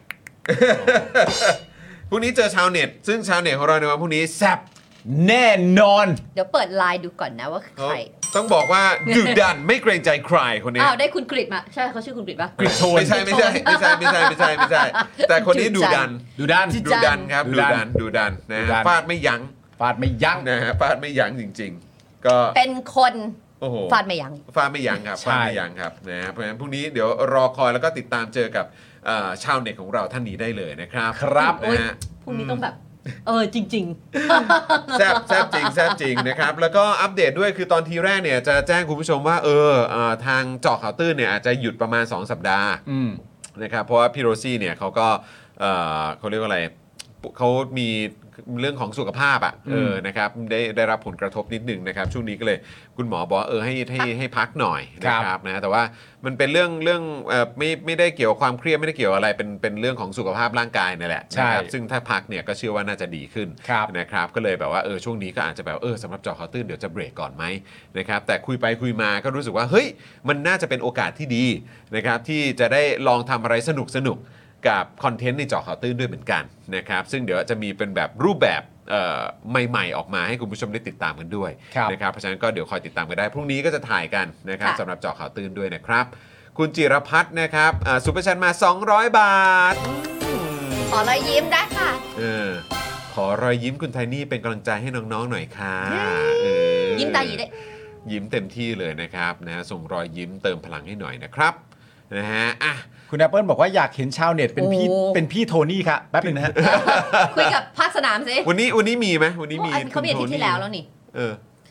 พรุ่งนี้เจอชาวเน็ต ซึ่งชาวเน็ตของเราในวันพรุ่งนี้แซ่บแน่นอนเดี๋ยวเปิดไลน์ดูก่อนนะว่าใครต้องบอกว่าดุดันไม่เกรงใจใครคนนี้อ้าวได้คุณกริดมา ใช่เขาชื่อคุณกริดปะกริดโชนไม่ใช่ไม่ใช่ไม่ใช่ไม่ใช่ไม่ใช่ไม่ใช่ แต่คนนี้ดุดันดูด้านจิตดุดันครับดุดุดันดันดุดันนะดุดัฮะนฟาดไม่ยั้งฟาดไม่ยั้งนะฮะฟาดไม่ยั้งจริง ๆ ก็เป็นคนโอ้โหฟาดไม่ยั้งฟาดไม่ยั้งครับใช่ฟาดไม่ยั้งครับนะฮะเพราะฉะนั้นพรุ่งนี้เดี๋ยวรอคอยแล้วก็ติดตามเจอกับเอ่อชาวเน็ตของเราท่านนี้ได้เลยนะครับครับนะฮะพรุ่งนี้ต้องแบบ เออจริงแซบแซบจริงแซบจริงนะครับแล้วก็อัปเดตด้วยคือตอนทีแรกเนี่ยจะแจ้งคุณผู้ชมว่าเออเอ่อทางเจาะข่าวตื้นเนี่ยอาจจะหยุดประมาณ สอง สัปดาห์อืมนะครับเพราะว่าพี่โรซี่เนี่ยเขาก็เอ่อเขาเรียกว่าอะไรเขามีเรื่องของสุขภาพอ่ะเออนะครับได้ได้รับผลกระทบนิดนึงนะครับช่วงนี้ก็เลยคุณหมอบอกว่าเออให้ให้ให้พักหน่อยนะครับนะแต่ว่ามันเป็นเรื่องเรื่องเอ่อไม่ไม่ได้เกี่ยวกับความเครียดไม่ได้เกี่ยวอะไรเป็นเป็นเรื่องของสุขภาพร่างกายนี่แหละใช่นะครับซึ่งถ้าพักเนี่ยก็เชื่อว่าน่าจะดีขึ้นครับนะครับก็เลยแบบว่าเออช่วงนี้ก็อาจจะแบบเออสำหรับเจาะข่าวตื้นเดี๋ยวจะเบรกก่อนไหมนะครับแต่คุยไปคุยมาก็รู้สึกว่าเฮ้ยมันน่าจะเป็นโอกาสที่ดีนะครับที่จะได้ลองทำอะไรสนุกสนุกกับคอนเทนต์ในเจาะข่าวตื้นด้วยเหมือนกันนะครับซึ่งเดี๋ยวจะมีเป็นแบบรูปแบบเอ่อใหม่ๆออกมาให้คุณผู้ชมได้ติดตามกันด้วยครับนะครับเพราะฉะนั้นก็เดี๋ยวคอยติดตามกันได้พรุ่งนี้ก็จะถ่ายกันนะครับค่ะสำหรับเจาะข่าวตื้นด้วยนะครับคุณจิรพัฒน์นะครับอ่าซุปเปอร์แชทมาสองร้อยบาทๆ ขอรอยยิ้มได้ค่ะเออขอรอยยิ้มคุณไทนี่เป็นกำลังใจให้น้องๆหน่อยค่ะเออยิ้มตาหยีได้ยิ้มเต็มที่เลยนะครับนะฮะส่งรอยยิ้มเติมพลังให้หน่อยนะครับนะฮะอ่ะคุณแอปเปิลบอกว่าอยากเห็นชาวเน็ตเป็นพี่โอ้เป็นพี่โทนี่ครับแป๊บหนึงนะฮะคุยกับภาคสนามสิวันนี้วันนี้มีไหมวันนี้มีอันเขามีอาทิตย์ที่แล้วแล้วนี่เออ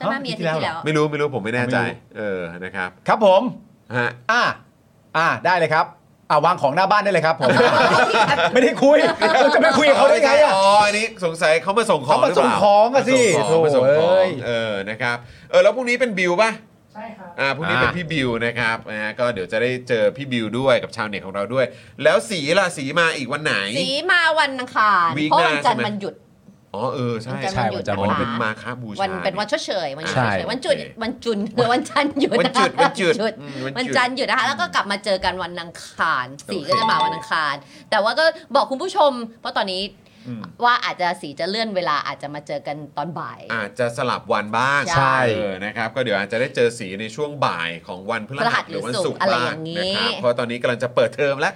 ใช่ไหมมีอาทิตย์ที่แล้วไม่รู้ไม่รู้ผมไม่แน่ใจเออนะครับครับผมฮะอ่าอ่าได้เลยครับอ่าวางของหน้าบ้านได้เลยครับผมไม่ได้คุยเราจะไม่คุยกับเขาได้ไงอ๋ออันนี้สงสัยเขามาส่งของหรือเปล่าเขามาส่งของอะสิโทรมาส่งของเออนะครับเออแล้วพรุ่งนี้เป็นบิวป่ะใช่ครับอ่าพรุ่งนี้เป็นพี่บิวนะครับนะฮะก็เดี๋ยวจะได้เจอพี่บิวด้วยกับชาวเน็ตของเราด้วยแล้วสีล่ะสีมาอีกวันไหนสีมาวันอังคารเพราะวันจันทร์มันหยุดอ๋อเออใช่ใช่วันจันทร์วันเป็นมาค้าบูชาวันเป็นวันชดเชยวันชดเชยวันจุดวันจุนวันจันทร์หยุดวันจุดวันจุดวันจันทร์หยุดนะคะแล้วก็กลับมาเจอกันวันอังคารสีก็จะมาวันอังคารแต่ว่าก็บอกคุณผู้ชมเพราะตอนนี้ว่าอาจจะสีจะเลื่อนเวลาอาจจะมาเจอกันตอนบ่ายอาจจะสลับวันบ้างใช่นะครับก็เดี๋ยวอาจจะได้เจอสีในช่วงบ่ายของวันพฤหัสหรือวันศุกร์บ้างนะครับเพราะตอนนี้กำลังจะเปิดเทอมแล้ว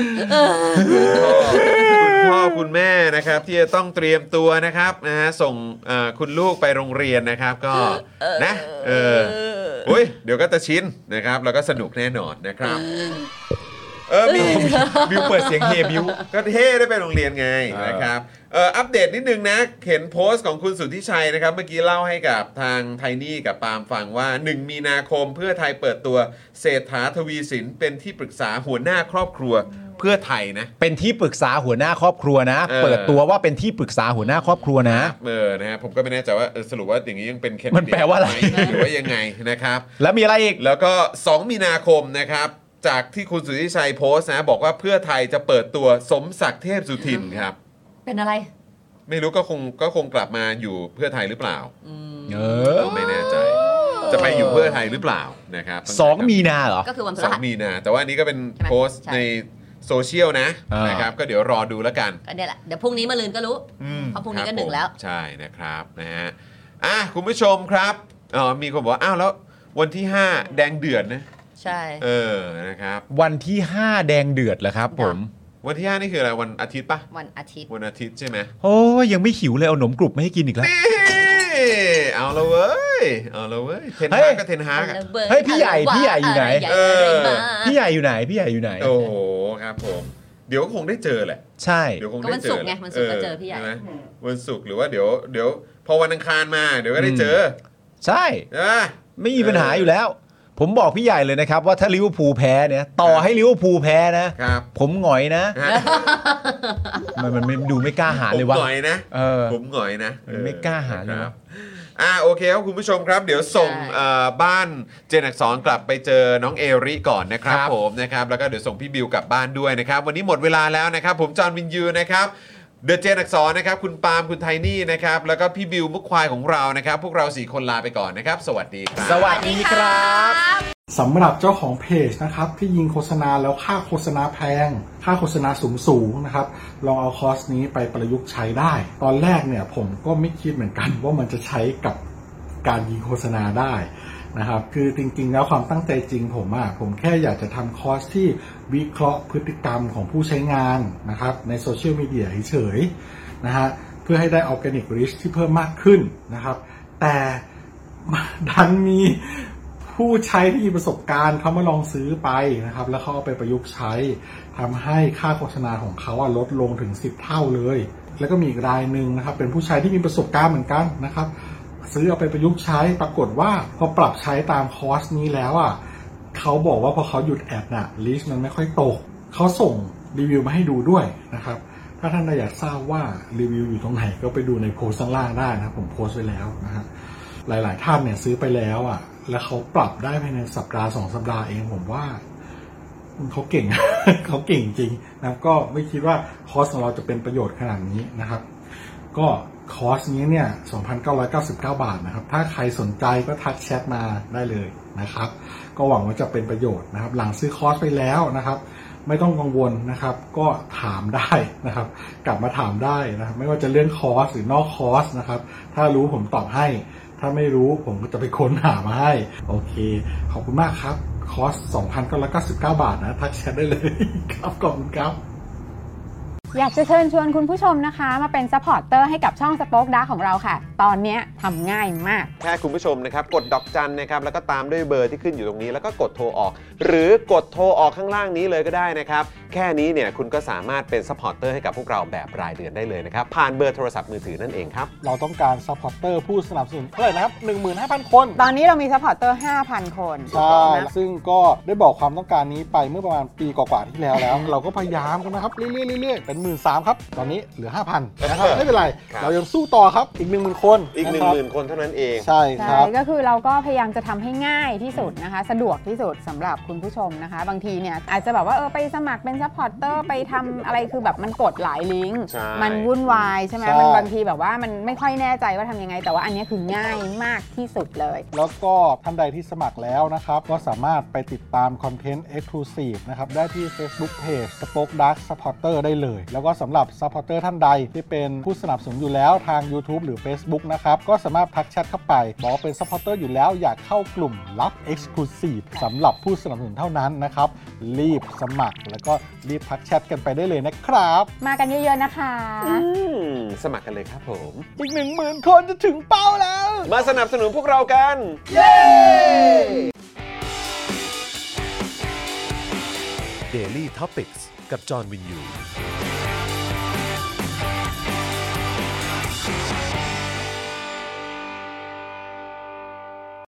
คุณพ่อคุณแม่นะครับที่จะต้องเตรียมตัวนะครับนะฮะส่งคุณลูกไปโรงเรียนนะครับก็นะเอออุ้ยเดี๋ยวก็จะชินนะครับแล้วก็สนุกแน่นอนนะครับเออมีบิวเปิดเสียงเฮบิวก็เท่ได้ไปโรงเรียนไงนะครับเอออัปเดตนิดนึงนะเห็นโพสต์ของคุณสุทธิชัยนะครับเมื่อกี้เล่าให้กับทางไทนี่กับปาล์มฟังว่าหนึ่งมีนาคมเพื่อไทยเปิดตัวเศรษฐาทวีสินเป็นที่ปรึกษาหัวหน้าครอบครัวเพื่อไทยนะเป็นที่ปรึกษาหัวหน้าครอบครัวนะเปิดตัวว่าเป็นที่ปรึกษาหัวหน้าครอบครัวนะเออนะฮะผมก็ไม่แน่ใจว่าสรุปว่าอย่างนี้ยังเป็นแคนดิเดตมันแปลว่าอะไรหรือว่ายังไงนะครับแล้วมีอะไรอีกแล้วก็สองมีนาคมนะครับจากที่คุณสุทธิชัยโพสต์นะบอกว่าเพื่อไทยจะเปิดตัวสมศักดิ์เทพสุทินครับเป็นอะไรไม่รู้ก็คงก็คงกลับมาอยู่เพื่อไทยหรือเปล่าเออไม่แน่ใจจะไปอยู่เพื่อไทยหรือเปล่านะครับสองมีนาเหรอก็คือวันพฤหัสสองมีนาแต่ว่าอันนี้ก็เป็นโพสต์ในโซเชียลนะนะครับก็เดี๋ยวรอดูแล้วกันก็เนี่ยแหละเดี๋ยวพรุ่งนี้มะรืนก็รู้เพราะพรุ่งนี้ก็หนึ่งแล้วใช่นะครับนะฮะอ่ะคุณผู้ชมครับอ๋อมีคนบอกว่าอ้าวแล้ววันที่ห้าแดงเดือดนะใช่เออนะครับวันที่ห้าแดงเดือดเหรอครับผมวันที่ห้านี่คืออะไรวันอาทิตย์ปะวันอาทิตย์วันอาทิตย์ใช่ไหมโอ้ยังไม่หิวเลยเอาหนมกรุบมาให้กินอีกแล้วเอาละเว้ยเอาละเว้ยเทนฮากก็เทนฮากเฮ้ยพี่ใหญ่พี่ใหญ่อยู่ไหนพี่ใหญ่อยู่ไหนพี่ใหญ่อยู่ไหนโอ้โหครับผมเดี๋ยวคงได้เจอแหละใช่เดี๋ยวคงได้เจอวันศุกร์ไงวันศุกร์ก็เจอพี่ใหญ่วันศุกร์หรือว่าเดี๋ยวเดี๋ยวพอวันอังคารมาเดี๋ยวก็ได้เจอใช่ไม่มีปัญหาอยู่แล้วผมบอกพี่ใหญ่เลยนะครับว่าถ้าลิเวอร์พูลแพ้เนี่ยต่อให้ลิเวอร์พูลแพ้นะผมหงอยนะมันมันไม่ดูไม่กล้าหาเลยว่าผมหงอยนะผมหงอยนะไม่กล้าหาเลยอ่าโอเคครับคุณผู้ชมครับเดี๋ยวส่งบ้านเจนอักษรกลับไปเจอน้องเอริก่อนนะครับผมนะครับแล้วก็เดี๋ยวส่งพี่บิวกลับบ้านด้วยนะครับวันนี้หมดเวลาแล้วนะครับผมจอห์นวินยูนะครับเดอะเจนอักษรนะครับคุณปาล์มคุณไทนี่นะครับแล้วก็พี่บิวมุกควายของเรานะครับพวกเราสี่คนลาไปก่อนนะครับสวัสดีครับสวัสดีครับสำหรับเจ้าของเพจนะครับที่ยิงโฆษณาแล้วค่าโฆษณาแพงค่าโฆษณาสูงสูงนะครับลองเอาคอร์สนี้ไปประยุกต์ใช้ได้ตอนแรกเนี่ยผมก็ไม่คิดเหมือนกันว่ามันจะใช้กับการยิงโฆษณาได้นะครับคือจริงๆแล้วความตั้งใจจริงผมอะผมแค่อยากจะทำคอร์สที่วิเคราะห์พฤติกรรมของผู้ใช้งานนะครับในโซเชียลมีเดียเฉยๆนะฮะเพื่อให้ได้ออร์แกนิกรีชที่เพิ่มมากขึ้นนะครับแต่ดันมีผู้ใช้ที่มีประสบการณ์เขามาลองซื้อไปนะครับแล้วเขาเอาไปประยุกต์ใช้ทำให้ค่าโฆษณาของเขาลดลงถึงสิบเท่าเลยแล้วก็มีอีกรายหนึ่งนะครับเป็นผู้ใช้ที่มีประสบการณ์เหมือนกันนะครับซื้อเอาไปประยุกต์ใช้ปรากฏว่าพอปรับใช้ตามคอร์สนี้แล้วอ่ะเขาบอกว่าพอเขาหยุดแอดน่ะลิสต์มันไม่ค่อยตกเขาส่งรีวิวมาให้ดูด้วยนะครับถ้าท่านอยากทราบว่ารีวิวอยู่ตรงไหนก็ไปดูในโพสต์ข้างล่างได้นะผมโพสต์ไว้แล้วนะฮะหลายๆท่านเนี่ยซื้อไปแล้วอ่ะแล้วเขาปรับได้ภายในสัปดาห์สองสัปดาห์เองผมว่าเขาเก่ง เขาเก่งจริงนะก็ไม่คิดว่าคอร์สของเราจะเป็นประโยชน์ขนาดนี้นะครับก็คอร์สนี้เนี่ย สองพันเก้าร้อยเก้าสิบเก้า บาทนะครับถ้าใครสนใจก็ทักแชทมาได้เลยนะครับก็หวังว่าจะเป็นประโยชน์นะครับหลังซื้อคอร์สไปแล้วนะครับไม่ต้องกังวลนะครับก็ถามได้นะครับกลับมาถามได้นะครับไม่ว่าจะเรื่องคอร์สหรือนอกคอร์สนะครับถ้ารู้ผมตอบให้ถ้าไม่รู้ผมก็จะไปค้นหามาให้โอเคขอบคุณมากครับคอร์ส สองพันเก้าร้อยเก้าสิบเก้า บาทนะทักแชทได้เลยครับขอบคุณครับอยากจะเชิญชวนคุณผู้ชมนะคะมาเป็นซัพพอร์ตเตอร์ให้กับช่องสป็อคดาร์กของเราค่ะตอนนี้ทำง่ายมากแค่คุณผู้ชมนะครับกดดอกจันนะครับแล้วก็ตามด้วยเบอร์ที่ขึ้นอยู่ตรงนี้แล้วก็กดโทรออกหรือกดโทรออกข้างล่างนี้เลยก็ได้นะครับแค่นี้เนี่ยคุณก็สามารถเป็นซัพพอร์ตเตอร์ให้กับพวกเราแบบรายเดือนได้เลยนะครับผ่านเบอร์โทรศัพท์มือถือนั่นเองครับเราต้องการซัพพอร์ตเตอร์ผู้สนับสนุนเท่าไหร่นะครับ หนึ่งหมื่นห้าพัน คนตอนนี้เรามีซัพพอร์ตเตอร์ ห้าพัน คนใช่ซึ่งก็ได้บอกความต้องการนี้ไปเมื่อประมาณปีกว่าๆที่แล้วแล้ว เราก็พยายามกันนะครับเรื่อยๆเรื่อยๆเป็น หนึ่งหมื่นสามพัน ครับตอนนี้เหลือ ห้าพัน นะครับไม่เป็นไรเรายังสู้ต่อครับอีก หนึ่งหมื่น คนอีก หนึ่งหมื่น คนเท่านั้นเองใช่ครับก็คือเราก็พยายามจะทำให้ง่ายที่สุดนะคะสะดวกที่สุดสำหรับคุณผู้ชมนะคะบางทีเนี่ยอาจจะแบบว่าเออไปสมัครเป็นซัพพอร์ตเตอร์ไปทำอะไรคือแบบมันกดหลายลิงก์มันวุ่นวายใช่ไหมมันบางทีแบบว่ามันไม่ค่อยแน่ใจว่าทำยังไงแต่ว่าอันนี้คือง่ายมากที่สุดเลยแล้วก็ท่านใดที่สมัครแล้วนะครับก็สามารถไปติดตามคอนเทนต์ Exclusive นะครับได้ที่ Facebook Page Spoke Dark Supporter ได้เลยแล้วก็สำหรับ Supporter ท่านใดที่เป็นผู้สนับสนุนอยู่แล้วทาง YouTube หรือ Facebook นะครับก็สามารถทักแชทเข้าไปบอกว่าเป็น Supporter อยู่แล้วอยากเข้ากลุ่มลับ Exclusive สำหรับผู้สนับสนุนเท่านั้นนะครับรีบสมัครแล้วก็รีบทักแชทกันไปได้เลยนะครับมากันเยอะๆนะคะสมัครกันเลยครับผมอีก หนึ่งหมื่น คนจะถึงเป้าแล้วมาสนับสนุนพวกเรากันเย้ Daily Topics กับจอห์นวินยู